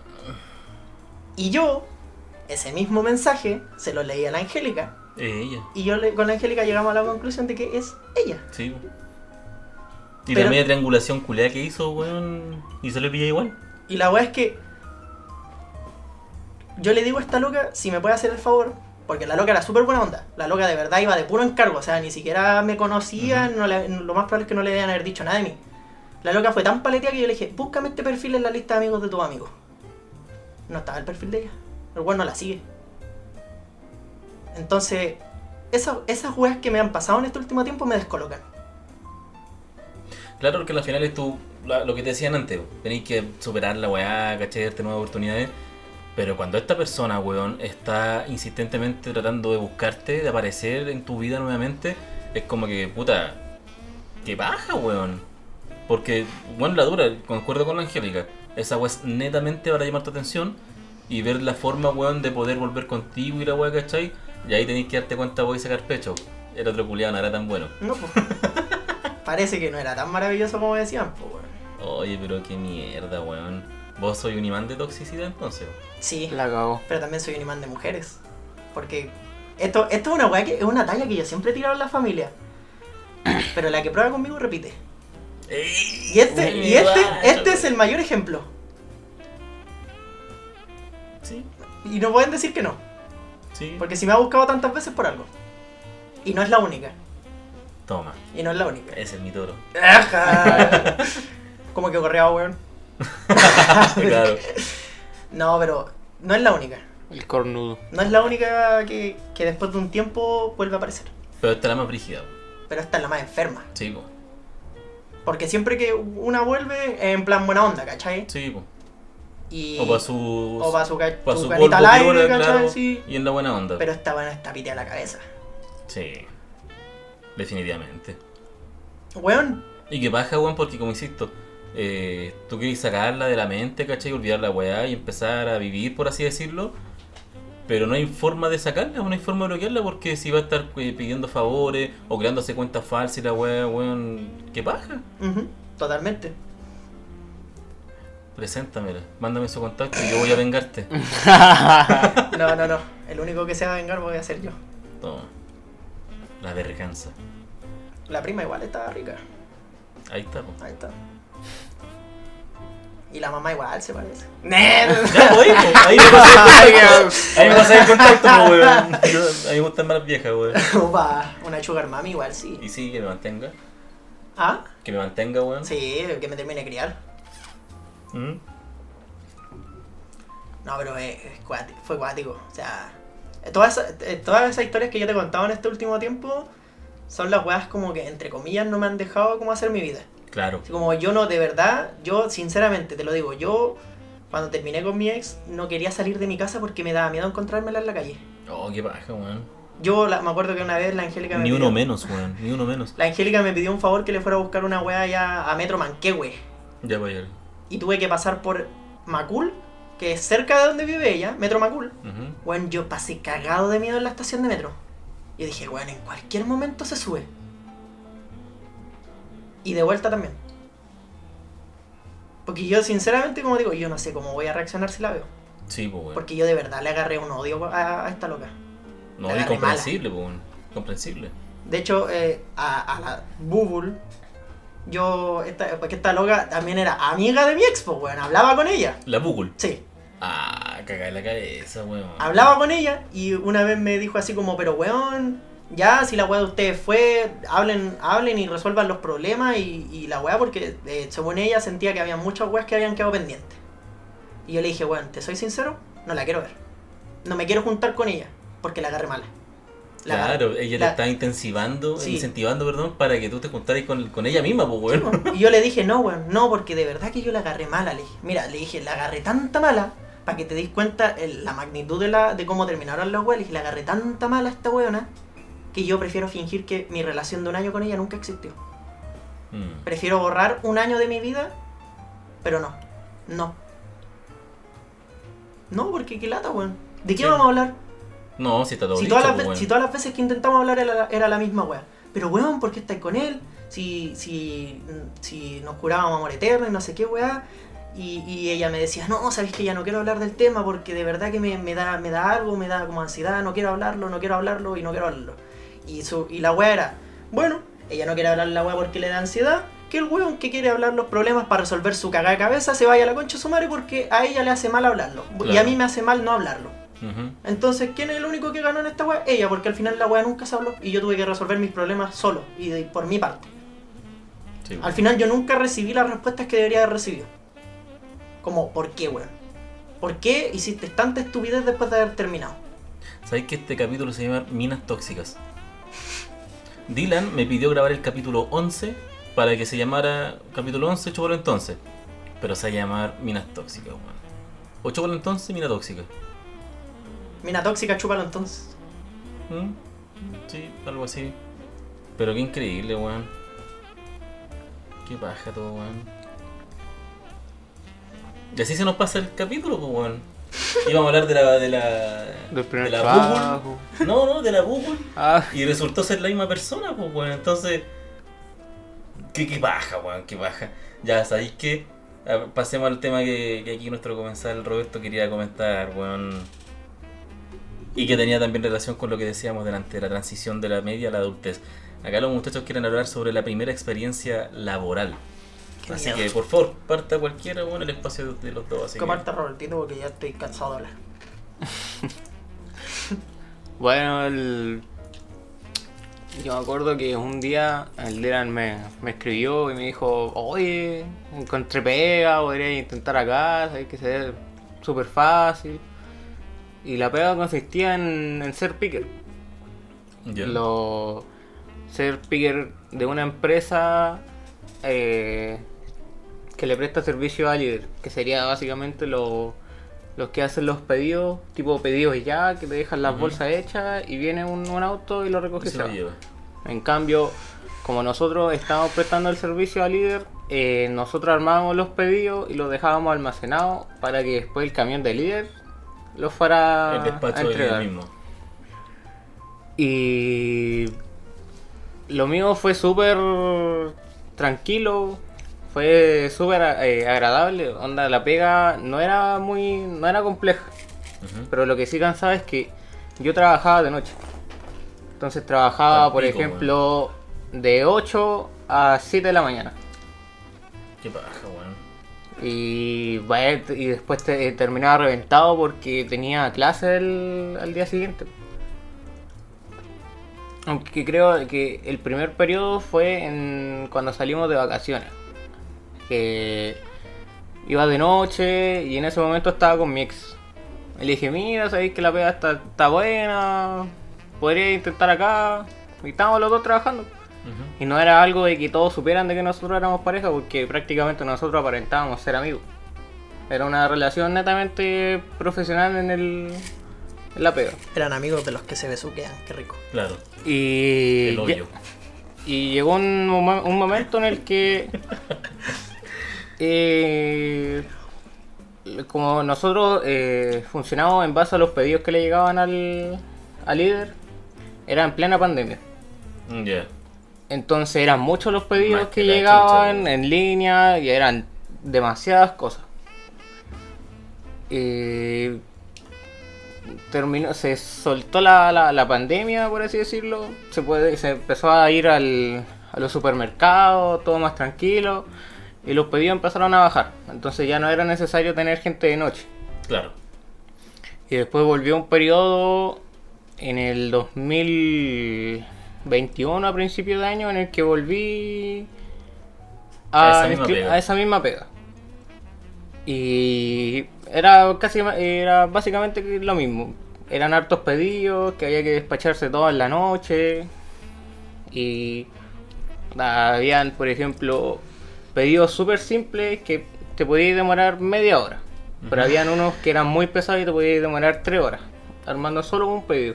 Y yo, ese mismo mensaje, se lo leí a la Angélica. ella. Y yo le- con la Angélica llegamos a la conclusión de que es ella. Sí. Y Pero- la media triangulación culeada que hizo, weón. Y se le pilla igual. Y la weá es que yo le digo a esta loca si me puede hacer el favor, porque la loca era súper buena onda. La loca de verdad iba de puro encargo, o sea, ni siquiera me conocía, no le- lo más probable es que no le debían haber dicho nada de mí. La loca fue tan paleteada que yo le dije, búscame este perfil en la lista de amigos de tus amigos. No estaba el perfil de ella. El weón no la sigue. Entonces, esas, esas weas que me han pasado en este último tiempo me descolocan. Claro, porque al final es tú, la- lo que te decían antes, tenéis que superar la weá, ¿cachai? Darte nuevas oportunidades. Pero cuando esta persona, weón, está insistentemente tratando de buscarte, de aparecer en tu vida nuevamente, es como que, puta, que baja, weón. Porque, bueno, la dura, concuerdo con la Angélica. Esa weá es netamente para llamar tu atención y ver la forma, weón, de poder volver contigo y la weá, ¿cachai? Y ahí tenéis que darte cuenta, voy a sacar pecho. El otro culiado no era tan bueno. No, pues. Parece que no era tan maravilloso como decían, pues, weón. Oye, pero qué mierda, weón. ¿Vos sois un imán de toxicidad entonces? Sí. La cagó. Pero también soy un imán de mujeres. Porque esto, esto es una weá que es una talla que yo siempre he tirado en la familia. Pero la que prueba conmigo repite. Y este, y este, este es el mayor ejemplo. Sí, Y no pueden decir que no. sí. Porque si me ha buscado tantas veces por algo. Y no es la única. Toma, Y no es la única. ese es mi toro. Ajá. Como que correaba, weón. Claro. No, pero no es la única. El cornudo. No es la única que, que después de un tiempo vuelve a aparecer. Pero esta es la más brígida. Pero esta es la más enferma. Sí, po. Porque siempre que una vuelve es en plan buena onda, ¿cachai? Sí, po. Y... O para su... O para su, ca- pa' su su canita polvo al aire, piola, ¿cachai? claro, Sí. y en la buena onda. Pero esta buena está piteada a la cabeza. Sí. Definitivamente. Weón, Y que baja, weón, porque como insisto, eh, tú querés sacarla de la mente, ¿cachai? Y olvidar la weá y empezar a vivir, por así decirlo. Pero no hay forma de sacarla, no hay forma de bloquearla porque si va a estar eh, pidiendo favores o creándose cuentas falsas y la weá, weón, ¿qué paja? ujú, totalmente. Preséntamela, mándame su contacto y yo voy a vengarte. No, no, no. El único que se va a vengar voy a ser yo. Toma. La verganza. La prima igual estaba rica. Ahí está, po. Ahí está. Y la mamá igual se parece. Ya, oye, po, ahí me pasé el contacto. Ahí me pasé el contacto, po, weón. Yo- A mí me gustan más las viejas, weón. Opa, una sugar mami igual sí. Y sí, que me mantenga. ¿Ah? Que me mantenga, weón. Sí, que me termine de criar. ¿Mm? No, pero es, es cuático, fue cuático. O sea, todas esas, eh, todas esas historias que yo te he contado en este último tiempo son las weas como que, entre comillas, no me han dejado como hacer mi vida. Claro. Así como yo no, de verdad, yo sinceramente te lo digo, yo cuando terminé con mi ex no quería salir de mi casa porque me daba miedo encontrármela en la calle. Oh, qué paja, weón. Yo la, me acuerdo que una vez la Angélica me Ni pidió, uno menos, weón, ni uno menos. La Angélica me pidió un favor que le fuera a buscar una weá allá a Metro Manquehue. Ya voy a ir. Y tuve que pasar por Macul, que es cerca de donde vive ella, Metro Macul. Uh-huh. Weón, yo pasé cagado de miedo en la estación de metro. Y dije, weón, en cualquier momento se sube. Y de vuelta también. Porque yo sinceramente, como digo, yo no sé cómo voy a reaccionar si la veo. Sí, pues, weón. Porque yo de verdad le agarré un odio a, a esta loca. No, es comprensible, pues, comprensible. De hecho, eh, a, a la Bubble, yo, esta, porque esta loca también era amiga de mi ex, pues, weón, hablaba con ella. ¿La Bubble? Sí. Ah, cagá la cabeza, weón. Hablaba con ella y una vez me dijo así como, pero weón, ya si la weá de ustedes fue, hablen hablen y resuelvan los problemas y, y la weá, porque eh, según ella sentía que había muchas weas que habían quedado pendientes. Y yo le dije, weón, te soy sincero, no la quiero ver. No me quiero juntar con ella, porque la agarré mala. La claro, agarré, ella la... te está intensivando, sí. incentivando, perdón, para que tú te juntaras con, con ella misma, pues, weón. Sí, y yo le dije, no, weón, no, porque de verdad que yo la agarré mala. Le dije, mira, le dije, la agarré tanta mala, para que te des cuenta el, la magnitud de la de cómo terminaron las weas. Le dije, la agarré tanta mala a esta weona, que yo prefiero fingir que mi relación de un año con ella nunca existió. Mm. Prefiero borrar un año de mi vida, pero no, no. No, porque qué lata, weón. ¿De qué sí. vamos a hablar? No, si está todo si dicho, todas las pues, ve- bueno. Si todas las veces que intentamos hablar era, era la misma weá. Pero weón, ¿por qué estáis con él? Si, si, si nos jurábamos amor eterno y no sé qué weá. Y, y ella me decía, no, sabes que ya no quiero hablar del tema porque de verdad que me, me, da, me da algo, me da como ansiedad, no quiero hablarlo, no quiero hablarlo y no quiero hablarlo. Y, su, y la weá era, bueno, ella no quiere hablar la weá porque le da ansiedad, que el weón que quiere hablar los problemas para resolver su cagada de cabeza se vaya a la concha de su madre porque a ella le hace mal hablarlo. Claro. Y a mí me hace mal no hablarlo. Uh-huh. Entonces, ¿quién es el único que ganó en esta weá? Ella, porque al final la weá nunca se habló y yo tuve que resolver mis problemas solo y de, por mi parte. Sí, bueno. Al final yo nunca recibí las respuestas que debería haber recibido. Como, ¿por qué, weón? ¿Por qué hiciste tanta estupidez después de haber terminado? ¿Sabes que este capítulo se llama Minas Tóxicas? Dylan me pidió grabar el capítulo once para que se llamara capítulo once, Chupalo entonces. Pero se va a llamar Minas Tóxicas, weón. O Chupalo entonces, Mina Tóxica. Mina Tóxica, Chúpalo entonces. ¿Mm? Sí, algo así. Pero qué increíble, weón. Qué paja todo, weón. Y así se nos pasa el capítulo, pues, weón. Íbamos a hablar de la... de la... de la Bubble. No, no, de la Bubble. Ah. Y resultó ser la misma persona, pues, weón. Entonces... Qué, qué paja, weón, qué paja. Ya, ¿sabéis qué? Pasemos al tema que, que aquí nuestro comensal Roberto quería comentar, weón. Y que tenía también relación con lo que decíamos delante, de la transición de la media a la adultez. Acá los muchachos quieren hablar sobre la primera experiencia laboral. Qué así miedo. Que, por favor, parta cualquiera, bueno, el espacio de los dos. Así que parta Robertito porque ya estoy cansado de hablar. Bueno, el... yo me acuerdo que un día el Dylan me, me escribió y me dijo, oye, encontré pega, podría intentar acá, sabes que se ve súper fácil. Y la pega consistía en, en ser picker. Yeah. Lo, ser picker de una empresa eh, que le presta servicio a líder, que sería básicamente lo, los que hacen los pedidos, tipo pedidos ya, que te dejan las uh-huh. bolsas hechas y viene un, un auto y lo recoge. Se lo lleva. En cambio, como nosotros estamos prestando el servicio a líder, eh, nosotros armábamos los pedidos y los dejábamos almacenados para que después el camión de líder los fuera el despacho a entregar. Mismo. Y lo mío fue súper tranquilo, fue súper eh, agradable. Onda, la pega no era muy, no era compleja, uh-huh. pero lo que sí cansaba es que yo trabajaba de noche. Entonces trabajaba, Tampico, por ejemplo, bueno. de ocho a siete de la mañana. Qué paja, weón. Y, bueno, y después te, terminaba reventado porque tenía clase el, al día siguiente. Aunque creo que el primer periodo fue en, cuando salimos de vacaciones. Que iba de noche y en ese momento estaba con mi ex. Le dije, mira, sabéis que la pega está, está buena, podría intentar acá. Y estábamos los dos trabajando. Y no era algo de que todos supieran de que nosotros éramos pareja, porque prácticamente nosotros aparentábamos ser amigos. Era una relación netamente profesional en el en la pega. Eran amigos de los que se besuquean, qué rico. Claro. Y, el hoyo. y llegó un, mom- un momento en el que eh, como nosotros eh, funcionábamos en base a los pedidos que le llegaban al, al líder, era en plena pandemia. Ya. Yeah. Entonces eran muchos los pedidos Más que que la llegaban chucha, en línea y eran demasiadas cosas. Y terminó, se soltó la, la, la pandemia, por así decirlo. Se puede, se empezó a ir al, a los supermercados, todo más tranquilo. Y los pedidos empezaron a bajar. Entonces ya no era necesario tener gente de noche. Claro. Y después volvió un periodo en el dos mil veintiuno, a principios de año, en el que volví a, a, esa, misma a esa misma pega. Y era casi era básicamente lo mismo. Eran hartos pedidos que había que despacharse toda la noche. Y habían, por ejemplo, pedidos súper simples que te podías demorar media hora. Uh-huh. Pero habían unos que eran muy pesados y te podías demorar tres horas armando solo un pedido.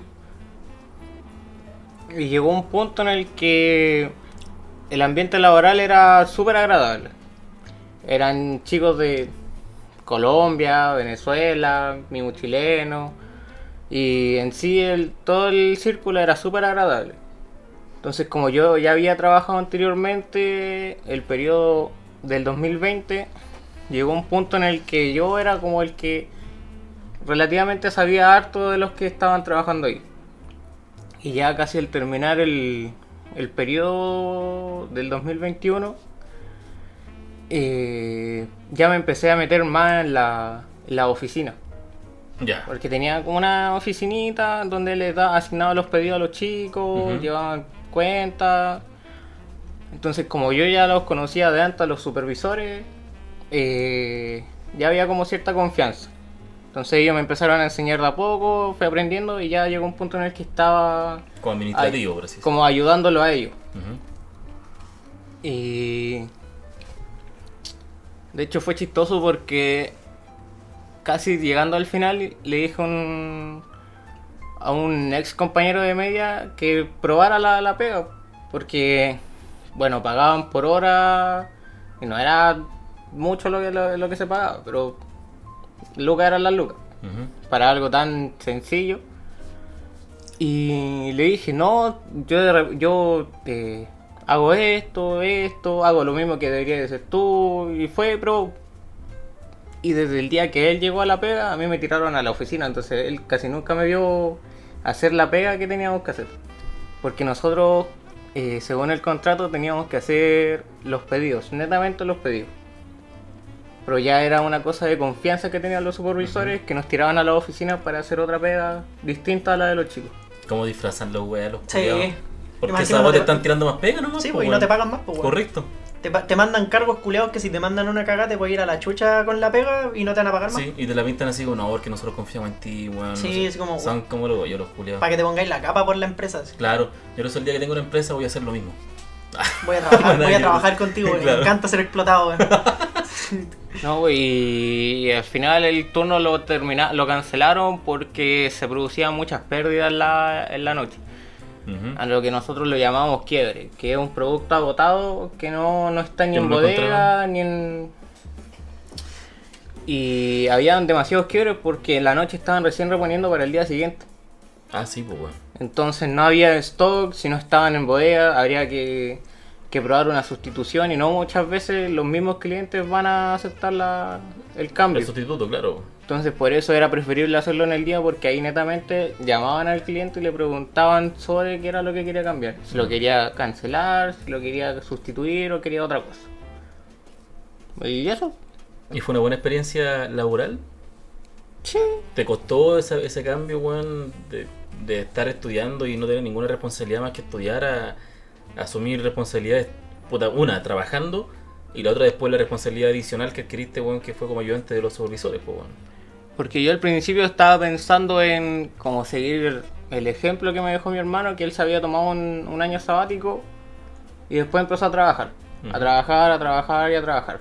Y llegó un punto en el que el ambiente laboral era súper agradable. Eran chicos de Colombia, Venezuela, mismo chileno. Y en sí el, todo el círculo era súper agradable. Entonces, como yo ya había trabajado anteriormente, el periodo del dos mil veinte, llegó un punto en el que yo era como el que relativamente sabía harto de los que estaban trabajando ahí. Y ya casi al terminar el, el periodo del dos mil veintiuno, eh, ya me empecé a meter más en la, en la oficina. Ya. Yeah. Porque tenía como una oficinita donde les da asignaba los pedidos a los chicos, uh-huh. llevaban cuentas. Entonces, como yo ya los conocía de antes a los supervisores, eh, ya había como cierta confianza. Entonces ellos me empezaron a enseñar de a poco, fui aprendiendo y ya llegó un punto en el que estaba como administrativo, por así decirlo, como ayudándolo a ellos. Uh-huh. Y de hecho fue chistoso porque casi llegando al final le dije a un, a un ex compañero de media que probara la, la pega, porque bueno, pagaban por hora y no era mucho lo que, lo, lo que se pagaba, pero lucas eran las lucas, uh-huh. para algo tan sencillo. Y le dije, no, yo, yo eh, hago esto, esto, hago lo mismo que deberías hacer tú. Y fue, pero... Y desde el día que él llegó a la pega, a mí me tiraron a la oficina. Entonces él casi nunca me vio hacer la pega que teníamos que hacer. Porque nosotros, eh, según el contrato, teníamos que hacer los pedidos, netamente los pedidos. Pero ya era una cosa de confianza que tenían los supervisores, uh-huh. que nos tiraban a la oficina para hacer otra pega distinta a la de los chicos. ¿Cómo disfrazan los weas los sí. culiados? Porque esa no te están tirando más pega, ¿no? Sí, pues, y no te pagan más, pues, correcto. Te, te mandan cargos culiados que si te mandan una cagada te puedes ir a la chucha con la pega y no te van a pagar más. Sí, y te la pintan así como, no, porque nosotros confiamos en ti, weón. Sí, no sé. es como... Son como los yo los culiados. Para que te pongáis la capa por la empresa. Sí. Claro, yo no sé, el día que tengo una empresa voy a hacer lo mismo. Voy a trabajar, voy a trabajar contigo, claro. Me encanta ser explotado, weón. No, y al final el turno lo termina, lo cancelaron porque se producían muchas pérdidas en la, en la noche. Uh-huh. A lo que nosotros lo llamamos quiebre, que es un producto agotado que no, no está ni en bodega ni en... Y habían demasiados quiebres porque en la noche estaban recién reponiendo para el día siguiente. Ah, sí, pues bueno. Entonces no había stock, si no estaban en bodega habría que, que probar una sustitución y no muchas veces los mismos clientes van a aceptar la, el cambio. El sustituto, claro. Entonces por eso era preferible hacerlo en el día, porque ahí netamente llamaban al cliente y le preguntaban sobre qué era lo que quería cambiar. Si lo quería cancelar, si lo quería sustituir o quería otra cosa. ¿Y eso? ¿Y fue una buena experiencia laboral? Sí. ¿Te costó ese, ese cambio, weón, de, de estar estudiando y no tener ninguna responsabilidad más que estudiar a, a asumir responsabilidades, puta, una, trabajando, y la otra después la responsabilidad adicional que adquiriste, weón, que fue como ayudante de los supervisores, pues, weón? Porque yo al principio estaba pensando en como seguir el ejemplo que me dejó mi hermano, que él se había tomado un, un año sabático Y después empezó a trabajar. Uh-huh. A trabajar, a trabajar y a trabajar.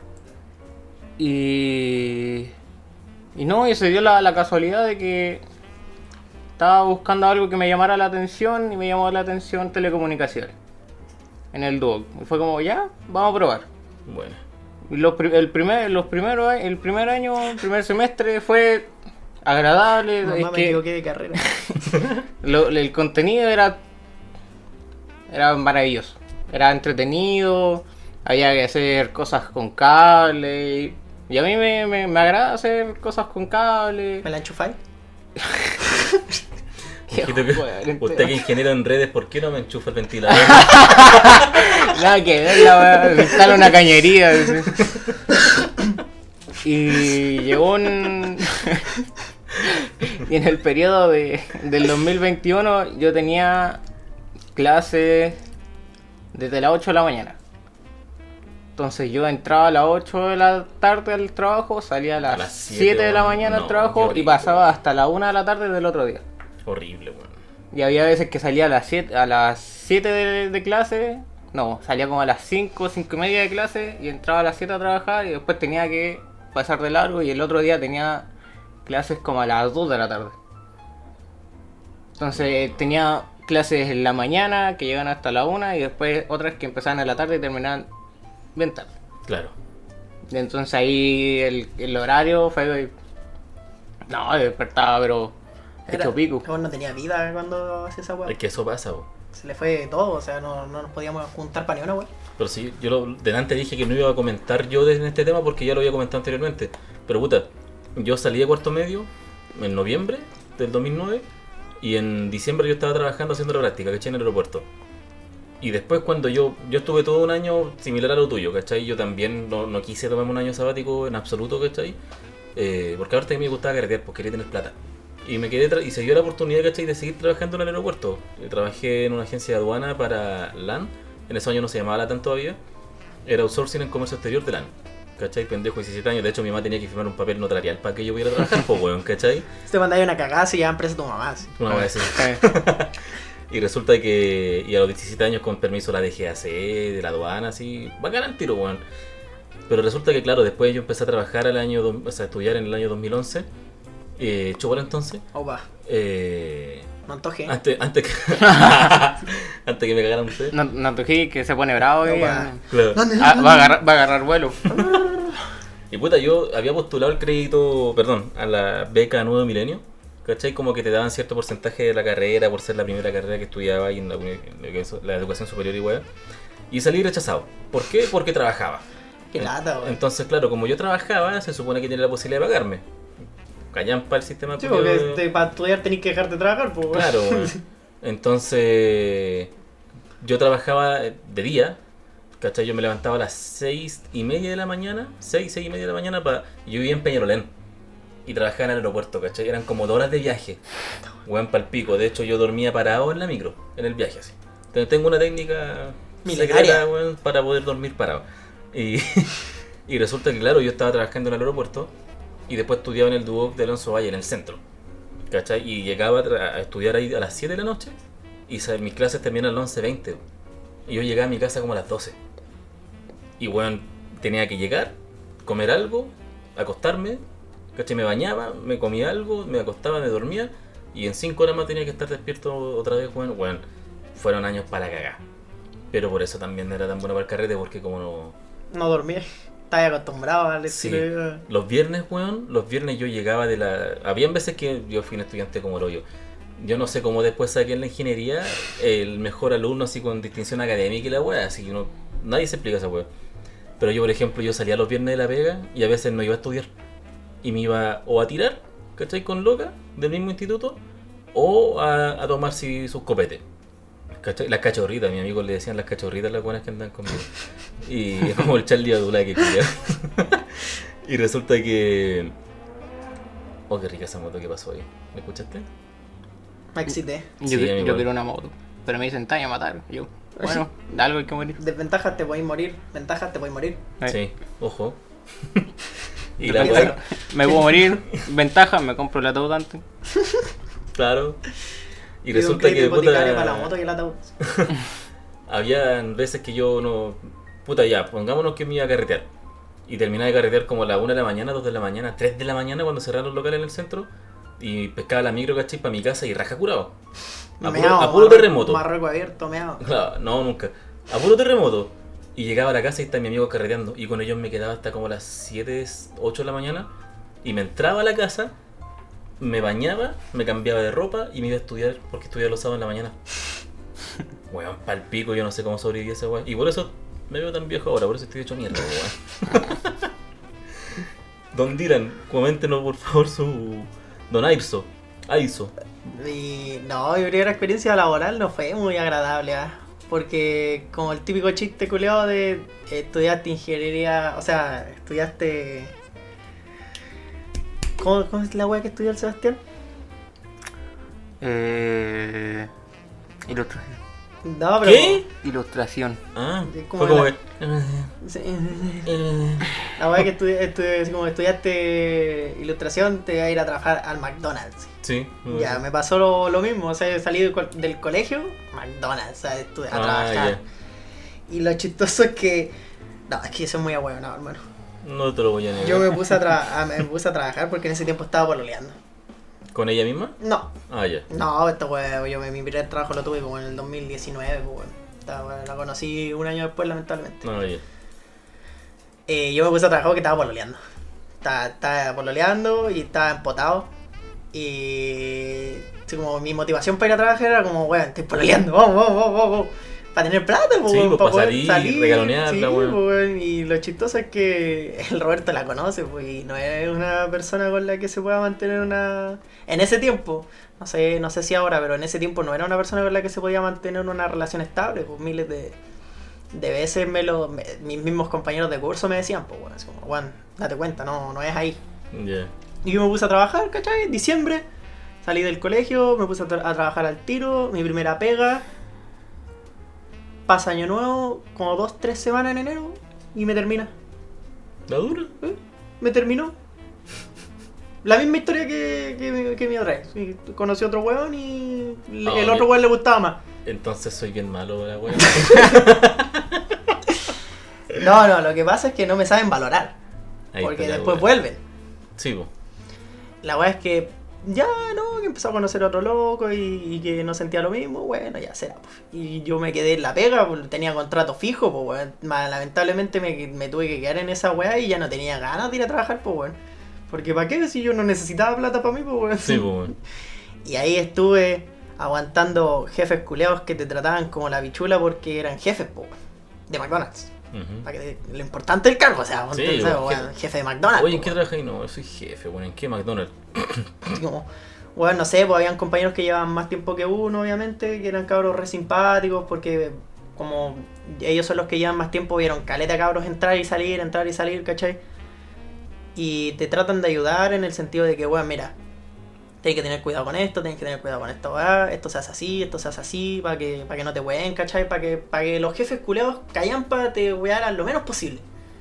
Y... Y no, y se dio la, la casualidad de que estaba buscando algo que me llamara la atención y me llamó la atención telecomunicaciones. En el Duoc. Y fue como, ya, vamos a probar. Bueno. Y los, el, primer, los primeros, el primer año, el primer semestre fue agradable. Mamá, es me que equivoqué de carrera. lo, el contenido era, era maravilloso. Era entretenido. Había que hacer cosas con cable. Y, y a mí me, me, me agrada hacer cosas con cable. ¿Me la enchufáis? Usted que, usted que ingeniero en redes, ¿por qué no me enchufa el ventilador? Nada que ver, la weá, me instala una cañería. Y llegó un... y en el periodo de, del dos mil veintiuno yo tenía clases desde las ocho de la mañana. Entonces yo entraba a las ocho de la tarde al trabajo, salía a las, a las siete de la mañana no, al trabajo y pasaba hasta la una de la tarde del otro día. Horrible, weón. Y había veces que salía a las siete, a las siete de, de clase, no, salía como a las cinco, cinco y media de clase y entraba a las siete a trabajar y después tenía que pasar de largo y el otro día tenía clases como a las dos de la tarde. Entonces tenía clases en la mañana que llegan hasta la una y después otras que empezaban en la tarde y terminaban bien tarde. Claro. Y entonces ahí el, el horario fue... No, despertaba pero... Era, hecho pico. No tenía vida cuando hacía esa weá. Es que eso pasa, weón. Se le fue todo, o sea, no, no nos podíamos juntar para ni una weá. Pero sí, yo lo, delante dije que no iba a comentar yo en este tema porque ya lo había comentado anteriormente. Pero puta, yo salí de cuarto medio en noviembre del dos mil nueve y en diciembre yo estaba trabajando haciendo la práctica, ¿cachai? En el aeropuerto. Y después cuando yo yo estuve todo un año similar a lo tuyo, ¿cachai? Yo también no, no quise tomarme un año sabático en absoluto, ¿cachai? Eh, porque ahora también me gustaba carretear, pues quería tener plata. Y me quedé tra- y se dio la oportunidad, ¿cachai? De seguir trabajando en el aeropuerto. Yo trabajé en una agencia de aduana para L A N. En ese año no se llamaba Latam todavía. Era outsourcing en comercio exterior de L A N. ¿Cachai? Pendejo, diecisiete años. De hecho, mi mamá tenía que firmar un papel notarial para que yo pudiera trabajar, pues, weón, ¿cachai? Te mandáis una cagada si llevan presa tu mamá. ¿Sí? Una vez así. Y resulta que... Y a los diecisiete años con permiso de la D G A C, de la aduana, así... Bacán al tiro, weón. Pero resulta que, claro, después yo empecé a trabajar al año... O sea, a estudiar en el año dos mil once. Eh, Chopora entonces. Opa. Eh... No antoje. Antes, antes, que, antes que me cagaran ustedes. No, no antoje que se pone bravo y... Opa. Claro. Ah, va, a agarrar, va a agarrar vuelo. Y puta, yo había postulado el crédito, perdón, a la beca Nuevo Milenio, ¿cachai? Como que te daban cierto porcentaje de la carrera por ser la primera carrera que estudiaba ahí en la, en la educación superior y weá. Y salí rechazado. ¿Por qué? Porque trabajaba. Qué lata, weón. Entonces, claro, como yo trabajaba, se supone que tenía la posibilidad de pagarme. Callampa el sistema. Sí, porque este, para estudiar tenés que dejarte trabajar, pues. Claro, weón. Entonces, yo trabajaba de día. ¿Cachai? Yo me levantaba a las seis y media de la mañana, seis, seis y media de la mañana, para yo vivía en Peñarolén y trabajaba en el aeropuerto, ¿cachai? Eran como dos horas de viaje, weón, pa'l pico. De hecho, yo dormía parado en la micro, en el viaje, así. Entonces, tengo una técnica secreta, weón, para poder dormir parado. Y, y resulta que, claro, yo estaba trabajando en el aeropuerto y después estudiaba en el Duoc de Alonso Valle, en el centro, ¿cachai? Y llegaba a, tra- a estudiar ahí a las siete de la noche y ¿sabes? Mis clases terminan a las once veinte. Y yo llegaba a mi casa como a las doce. Y bueno, tenía que llegar, comer algo, acostarme, ¿cachai? Me bañaba, me comía algo, me acostaba, me dormía y en cinco horas más tenía que estar despierto otra vez, bueno, bueno, fueron años para cagar. Pero por eso también no era tan bueno para el carrete, porque como no... No dormía, estaba acostumbrado al Sí, estilo de... los viernes, weón, los viernes yo llegaba de la... Habían veces que yo fui un estudiante como el hoyo. Yo no sé cómo después saqué en la ingeniería el mejor alumno así con distinción académica y la weá, así que no, nadie se explica esa weá. Pero yo, por ejemplo, yo salía los viernes de la pega y a veces no iba a estudiar. Y me iba o a tirar, ¿cachai? Con loca del mismo instituto, o a, a tomar si, sus copetes. ¿Cachai? Las cachorritas, a mi amigo le decían las cachorritas las buenas que andan conmigo. Y es como el Charlie Abdullah que cuidaba. Y resulta que... Oh, qué rica esa moto que pasó ahí. ¿Me escuchaste? Me excité. Yo, Sí, yo amigo. quiero una moto. Pero me dicen, te a matar. Yo, bueno, de algo hay que morir. Desventajas te podéis morir, ventajas te podéis morir. Eh, Sí, ojo. Y la Piénsalo. weá, Me puedo morir. Ventaja, me compro el ataúd antes. claro. Y Pido un resulta que crédito puta... hipotecario para la moto y el ataúd. había veces que yo no... Puta ya, pongámonos que me iba a carretear. Y terminaba de carretear como a la una de la mañana, dos de la mañana, tres de la mañana cuando cerraron los locales en el centro. Y pescaba la micro, ¿cachai? Para mi casa y raja curado. A puro, Meao, a puro marrueco- terremoto. Marruecos abierto, meado. Claro, no, nunca. A puro terremoto. Y llegaba a la casa y estaba mi amigo carreteando. Y con ellos me quedaba hasta como las siete, ocho de la mañana. Y me entraba a la casa, me bañaba, me cambiaba de ropa y me iba a estudiar porque estudiaba los sábados en la mañana. Weón, pal pico, yo no sé cómo sobreviví a ese weón. Y por eso me veo tan viejo ahora, por eso estoy hecho mierda, weón. Don Dylan, coméntenos por favor su... Don Airso. Aiso. Y no, mi primera experiencia laboral no fue muy agradable, ¿ah? Porque como el típico chiste culeado de eh, estudiaste ingeniería, o sea, estudiaste... ¿Cómo, cómo es la wea que estudió el Sebastián? Eh, ilustración. No, pero... ¿Qué? Ilustración. Ah, Es como fue como la- que... Sí. La wea que estudi- estu- así como estudiaste ilustración, te iba a ir a trabajar al McDonald's. Sí. Ya, me pasó lo, lo mismo, o sea, salí del, co- del colegio, McDonald's, o sea, estuve a Ah, trabajar. Y lo chistoso es que... No, es que eso es muy ahueonado, hermano. No te lo voy a negar. Yo me puse a, tra- a- me puse a trabajar porque en ese tiempo estaba pololeando. ¿Con ella misma? No, Ah, ya. no, esto weón, yo me- mi primer trabajo lo tuve como en el dos mil diecinueve, pues, weón. Esta weón la conocí un año después, lamentablemente. No, ya. Eh, yo me puse a trabajar porque estaba pololeando. Estaba, estaba pololeando y estaba empotado. Y así como mi motivación para ir a trabajar era como, weón, estoy pololeando, vamos, vamos, vamos, vamos. Para tener plata, pues, Sí, weón, pues, para para poder salir, regalonearla, sí, weón. pues, weón. Y lo chistoso es que el Roberto la conoce, pues, y no es una persona con la que se pueda mantener una... En ese tiempo, no sé, no sé si ahora, pero en ese tiempo no era una persona con la que se podía mantener una relación estable, pues miles de... De veces me lo, me- mis mismos compañeros de curso me decían, pues, bueno, es como, Juan, date cuenta, no, no es ahí. Ya. Y yo me puse a trabajar, ¿cachai? En diciembre, salí del colegio, me puse a, tra- a trabajar al tiro, mi primera pega. Pasa año nuevo, como dos, tres semanas en enero, y me termina. ¿La dura? ¿Eh? Me terminó. La misma historia que, que, que mi otra vez. Sí, conocí a otro weón y le- Ah, el ok. otro weón le gustaba más. Entonces soy bien malo, la wea. No, no, lo que pasa es que no me saben valorar. Ahí Porque está la después wea. vuelven. Sí, po. La weá es que ya, ¿no? Que empezó a conocer a otro loco y, y que no sentía lo mismo, bueno, ya será. Pues. Y yo me quedé en la pega, pues, tenía contrato fijo, pues, weón. Más, lamentablemente me, me tuve que quedar en esa weá y ya no tenía ganas de ir a trabajar, pues, weón. Porque ¿para qué? Si yo no necesitaba plata para mí, pues, weón. Sí, po, weón. Y ahí estuve aguantando jefes culeados que te trataban como la bichula porque eran jefes, pues, weón. De McDonald's. Ujú. Para que te- lo importante del cargo, o sea, Sí, ponte, weón, weón, jefe. jefe de McDonald's. Oye, ¿en pues, qué weón. trabajas? No, soy jefe, bueno, ¿en qué McDonald's? Así como, bueno, no sé, pues habían compañeros que llevaban más tiempo que uno, obviamente, que eran cabros re simpáticos, porque como ellos son los que llevan más tiempo, vieron caleta de cabros entrar y salir, entrar y salir, ¿cachai? Y te tratan de ayudar en el sentido de que, bueno, mira, tienes que tener cuidado con esto, tienes que tener cuidado con esto, ah, esto se hace así, esto se hace así, para que, para que no te hueen, ¿cachai? Para que, para que los jefes culeados callampa te huearan lo menos posible.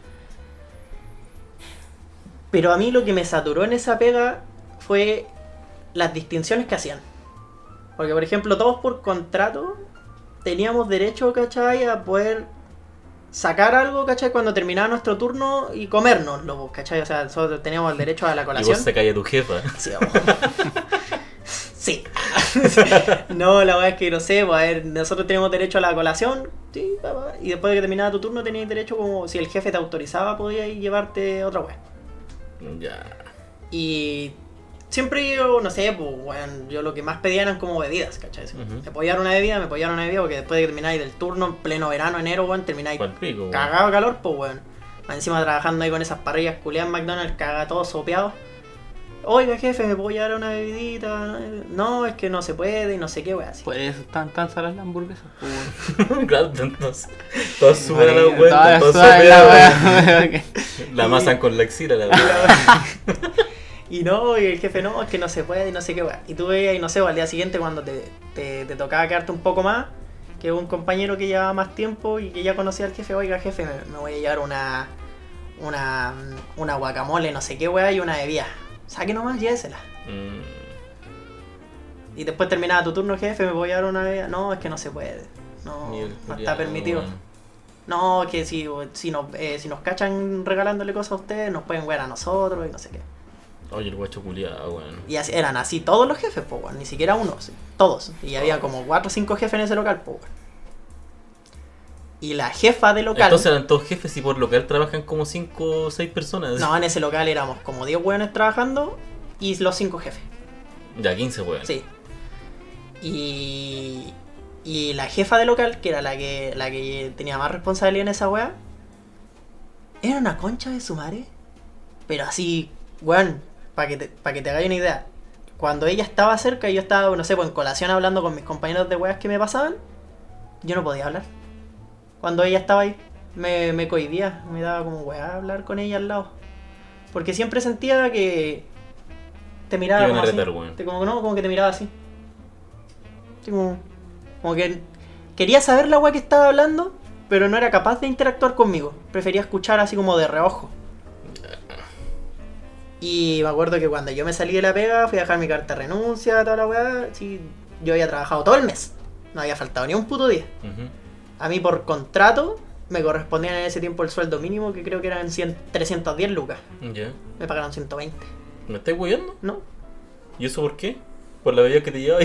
Pero a mí lo que me saturó en esa pega fue las distinciones que hacían. Porque, por ejemplo, todos por contrato teníamos derecho, ¿cachai? A poder sacar algo, ¿cachai? Cuando terminaba nuestro turno y comérnoslo, ¿cachai? O sea, nosotros teníamos el derecho a la Y colación. vos se calla tu jefa. Sí, vamos. Sí. No, la verdad es que no sé, pues, a ver, nosotros tenemos derecho a la colación, sí, papá, y después de que terminaba tu turno tenías derecho, como si el jefe te autorizaba, podías llevarte otra wea. Ya. Y siempre yo, no sé, pues, bueno, yo lo que más pedía eran como bebidas, ¿cachai? Si Ujú. me podía dar una bebida, me podía dar una bebida, porque después de que termináis del turno, en pleno verano, enero, weón, termináis Pal pico, weón. cagado de calor, pues, weón. Más encima trabajando ahí con esas parrillas culiadas en McDonald's, caga todo sopeado. Oiga, jefe, ¿me puedo llevar una bebidita? No, es que no se puede y no sé qué, weón, así. Por eso están tan salas las hamburguesas. Pues, weón. Claro, entonces. Todas suben a la Marica, cuenta, todas todas suaves la sopeadas. wea. La amasan con la axila, la verdad. Y no, y el jefe no, es que no se puede y no sé qué, weón. Y tú veías, y no sé, al día siguiente cuando te, te, te tocaba quedarte un poco más, que un compañero que llevaba más tiempo y que ya conocía al jefe, oiga, jefe, me, me voy a llevar una, una, una guacamole, no sé qué, weón, y una bebida. Saque nomás, llévesela. Mm. Y después terminaba tu turno, jefe, me voy a dar una bebida. No, es que no se puede. No, Miguel no culiao, está permitido. weón. No, que si, si, nos, eh, si nos cachan regalándole cosas a ustedes, nos pueden wear a nosotros y no sé qué. Oye, el guacho culiado, weón. Y así, eran así todos los jefes, pues, weón. Ni siquiera uno, sí, todos. Y había como cuatro o cinco jefes en ese local, pues, weón. Y la jefa de local... Entonces eran todos jefes y por local trabajan como cinco o seis personas. No, en ese local éramos como diez weones trabajando y los cinco jefes. Ya, quince weón. Sí. Y... Y la jefa de local, que era la que la que tenía más responsabilidad en esa wea, era una concha de su madre. Pero así, weón, para que, te, pa que te hagáis una idea. Cuando ella estaba cerca y yo estaba, no sé, pues en colación hablando con mis compañeros de weas que me pasaban, yo no podía hablar. Cuando ella estaba ahí, me, me cohibía, me daba como weá hablar con ella al lado. Porque siempre sentía que te miraba Iban a como así. retar, weón. Te- como, no, como que te miraba así. Así como, como que quería saber la weá que estaba hablando, pero no era capaz de interactuar conmigo. Prefería escuchar así como de reojo. Y me acuerdo que cuando yo me salí de la pega, fui a dejar mi carta de renuncia, toda la weá. Sí, yo había trabajado todo el mes. No había faltado ni un puto día. Ujú. A mí por contrato me correspondía en ese tiempo el sueldo mínimo, que creo que eran cien, trescientos diez lucas. Ya. Me pagaron ciento veinte, ¿Me estáis huyendo? ¿no? ¿Y eso por qué? Por la bebida que te llevabas.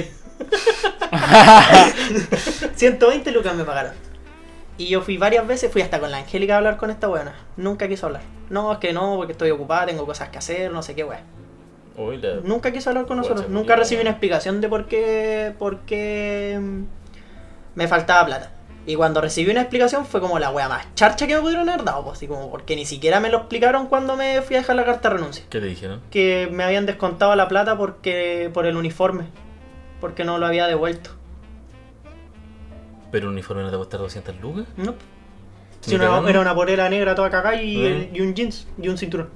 ciento veinte lucas me pagaron. Y yo fui varias veces, fui hasta con la Angélica a hablar con esta weona. Nunca quiso hablar. No, es que no, porque estoy ocupada, tengo cosas que hacer, no sé qué weá. Uy, la... Nunca quiso hablar con Guacha, nosotros. Nunca culiao. recibí una explicación de por qué, por qué mm, me faltaba plata. Y cuando recibí una explicación fue como la wea más charcha que me pudieron haber dado, pues, así como porque ni siquiera me lo explicaron cuando me fui a dejar la carta de renuncia. ¿Qué te dijeron? Que me habían descontado la plata porque por el uniforme, porque no lo había devuelto. ¿Pero un uniforme no te va a costar doscientas lucas? No. Ni Si una- cagando. era una polera negra toda cagada y, Mm. el- y un jeans y un cinturón.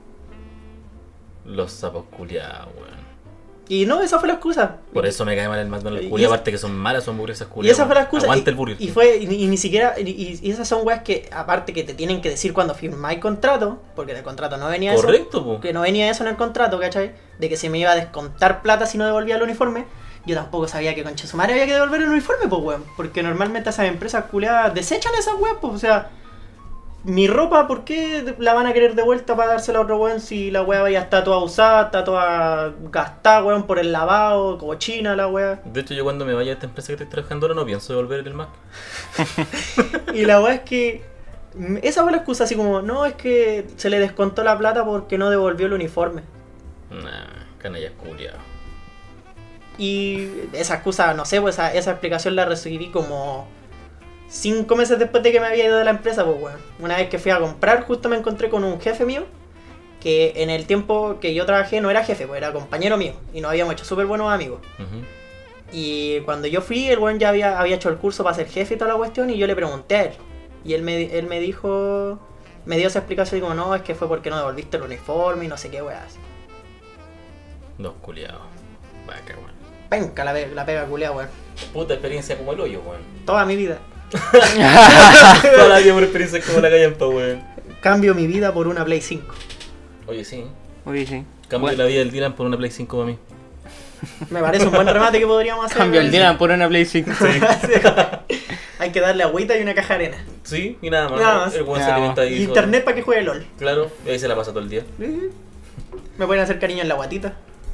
Los sapos culiados, weón. Y no, esa fue la excusa. Por eso me cae mal el McDonald's Y culiao, esa- aparte que son malas, son hamburguesas Y culiadas. esa fue la excusa. Aguanta y, el burger. y fue, y, y ni siquiera, y, y esas son weas que, aparte que te tienen que decir cuando firmáis contrato, porque en el contrato no venía eso. Correcto, po. Que no venía eso en el contrato, ¿cachai? De que se me iba a descontar plata si no devolvía el uniforme. Yo tampoco sabía que concha su madre había que devolver el uniforme, pues weón. Porque normalmente esas empresas culiadas desechan esas weas, pues, o sea. Mi ropa, ¿por qué la van a querer de vuelta para dársela a otro weón si la wea ya está toda usada, está toda gastada, weón, por el lavado, cochina la wea? De hecho, yo cuando me vaya a esta empresa que estoy trabajando ahora no pienso devolver el Mac. Y la wea es que mm, esa fue la excusa, así como, no, es que se le descontó la plata porque no devolvió el uniforme. Nah, canallas culiados. Y esa excusa, no sé, pues esa, esa explicación la recibí como cinco meses después de que me había ido de la empresa, pues weón. Una vez que fui a comprar, justo me encontré con un jefe mío, que en el tiempo que yo trabajé no era jefe, pues era compañero mío, y nos habíamos hecho súper buenos amigos. Ujú. Y cuando yo fui, el weón ya había, había hecho el curso para ser jefe y toda la cuestión, y yo le pregunté a él. Y él me, él me dijo, me dio esa explicación y como, no, es que fue porque no devolviste el uniforme y no sé qué weón. Dos culiados. Vaca, weón. Penca la, pe- la pega culiada, weón. Puta experiencia como el hoyo, weón. Toda mi vida. Toda la vida por experiencia como la callampa, weón. Cambio mi vida por una Play cinco. Oye, sí. Uy, sí. Cambio Bueno, la vida del Dylan por una Play cinco para mí. Me parece un buen remate que podríamos hacer. cambio el Dylan por una Play cinco. Hay que darle agüita y una caja de arena. Sí, y nada más. Nada más. El weón se Nada alimenta Y ahí. internet para que juegue LOL. solo. Claro, y ahí se la pasa todo el día. Me pueden hacer cariño en la guatita.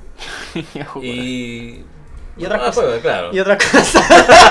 Y. Y otras Ah, cosas. pues, claro. Y otra cosa.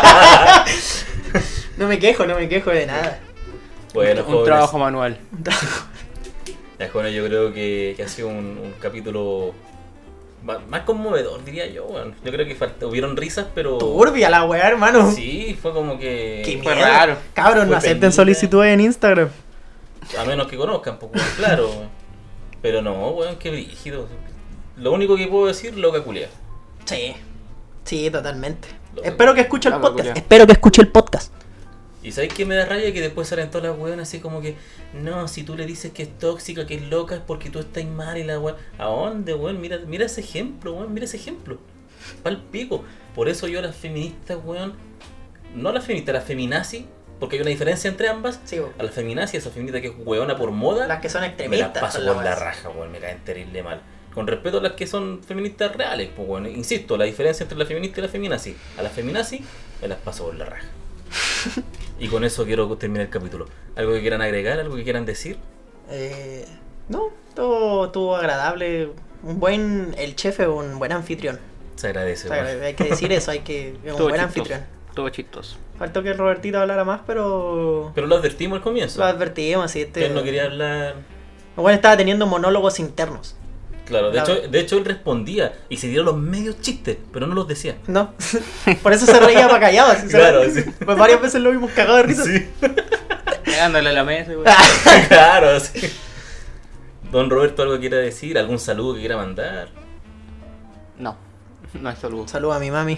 No me quejo, no me quejo de nada. Bueno, un jóvenes, trabajo manual. ya, jóvenes, yo creo que, que ha sido un, un capítulo ma- más conmovedor, diría yo, weón. Yo creo que faltó, hubieron risas, pero. Turbia la weá, hermano. Sí, fue como que. Qué Fue mierda. raro. Cabros, Fue no acepten penita. solicitudes en Instagram. A menos que conozcan, pues, weón, claro. weón. Pero no, weón, qué brígido. Lo único que puedo decir, loca culia. Sí. Sí, totalmente. Loca. Espero que escuche el Loca, podcast. culiao. Espero que escuche el podcast. ¿Y sabes qué me da raya? Que después salen todas las weonas así como que, no, si tú le dices que es tóxica, que es loca, es porque tú estás mal y la weón. ¿A dónde, weón? Mira, mira ese ejemplo, weón, mira ese ejemplo. Pa'l pico. Por eso yo a las feministas, weón, no a las feministas, a las feminazis, porque hay una diferencia entre ambas. Sí, weón. A las feminazis, esa feminista que es weona por moda, Las que son me las extremistas. paso son por las la weas. raja, weón, me caen terrible mal. Con respeto a las que son feministas reales, pues bueno, insisto, la diferencia entre la feminista y la feminazi. A las feminazi me las paso por la raja. Y con eso quiero terminar el capítulo. ¿Algo que quieran agregar? ¿Algo que quieran decir? Eh, no, todo, todo agradable. Un buen... El chef es un buen anfitrión. Se agradece. O sea, bueno. hay que decir eso, hay que... Es un Todo buen chistoso. anfitrión. Todo chistoso. Faltó que el Robertito hablara más, pero... Pero lo advertimos al comienzo. Lo advertimos, sí. Este... Que él no quería hablar. Bueno, estaba teniendo monólogos internos. Claro, de La- hecho, de hecho él respondía y se dio los medios chistes, pero no los decía. No, por eso se reía para callado. Así, Claro, ¿sabes? sí. Pues varias veces lo vimos cagado de risa. Sí. Pegándole a la mesa, güey. Claro, sí. Don Roberto, ¿algo quiera decir? ¿Algún saludo que quiera mandar? No, no es saludo. Un saludo a mi mami.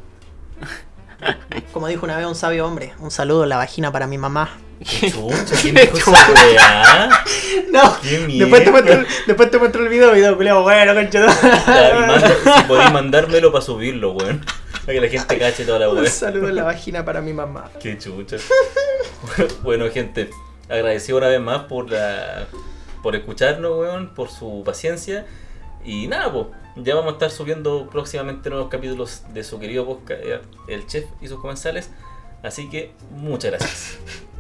Como dijo una vez un sabio hombre, un saludo en la vagina para mi mamá. ¿Qué chucha? ¿Quién dijo esa weá? No, ¡Qué después te, mierda! muestro, el- después te muestro el video, video culiao, bueno, concha. Ya, y manda- si podéis mandármelo para subirlo, weón. Para que la gente cache toda la Un weá. saludo en la vagina para mi mamá. Qué chucha. Bueno, gente, agradecido una vez más por la por escucharnos, weón, por su paciencia. Y nada, pues, ya vamos a estar subiendo próximamente nuevos capítulos de su querido podcast, eh, El Chef y sus comensales. Así que, muchas gracias.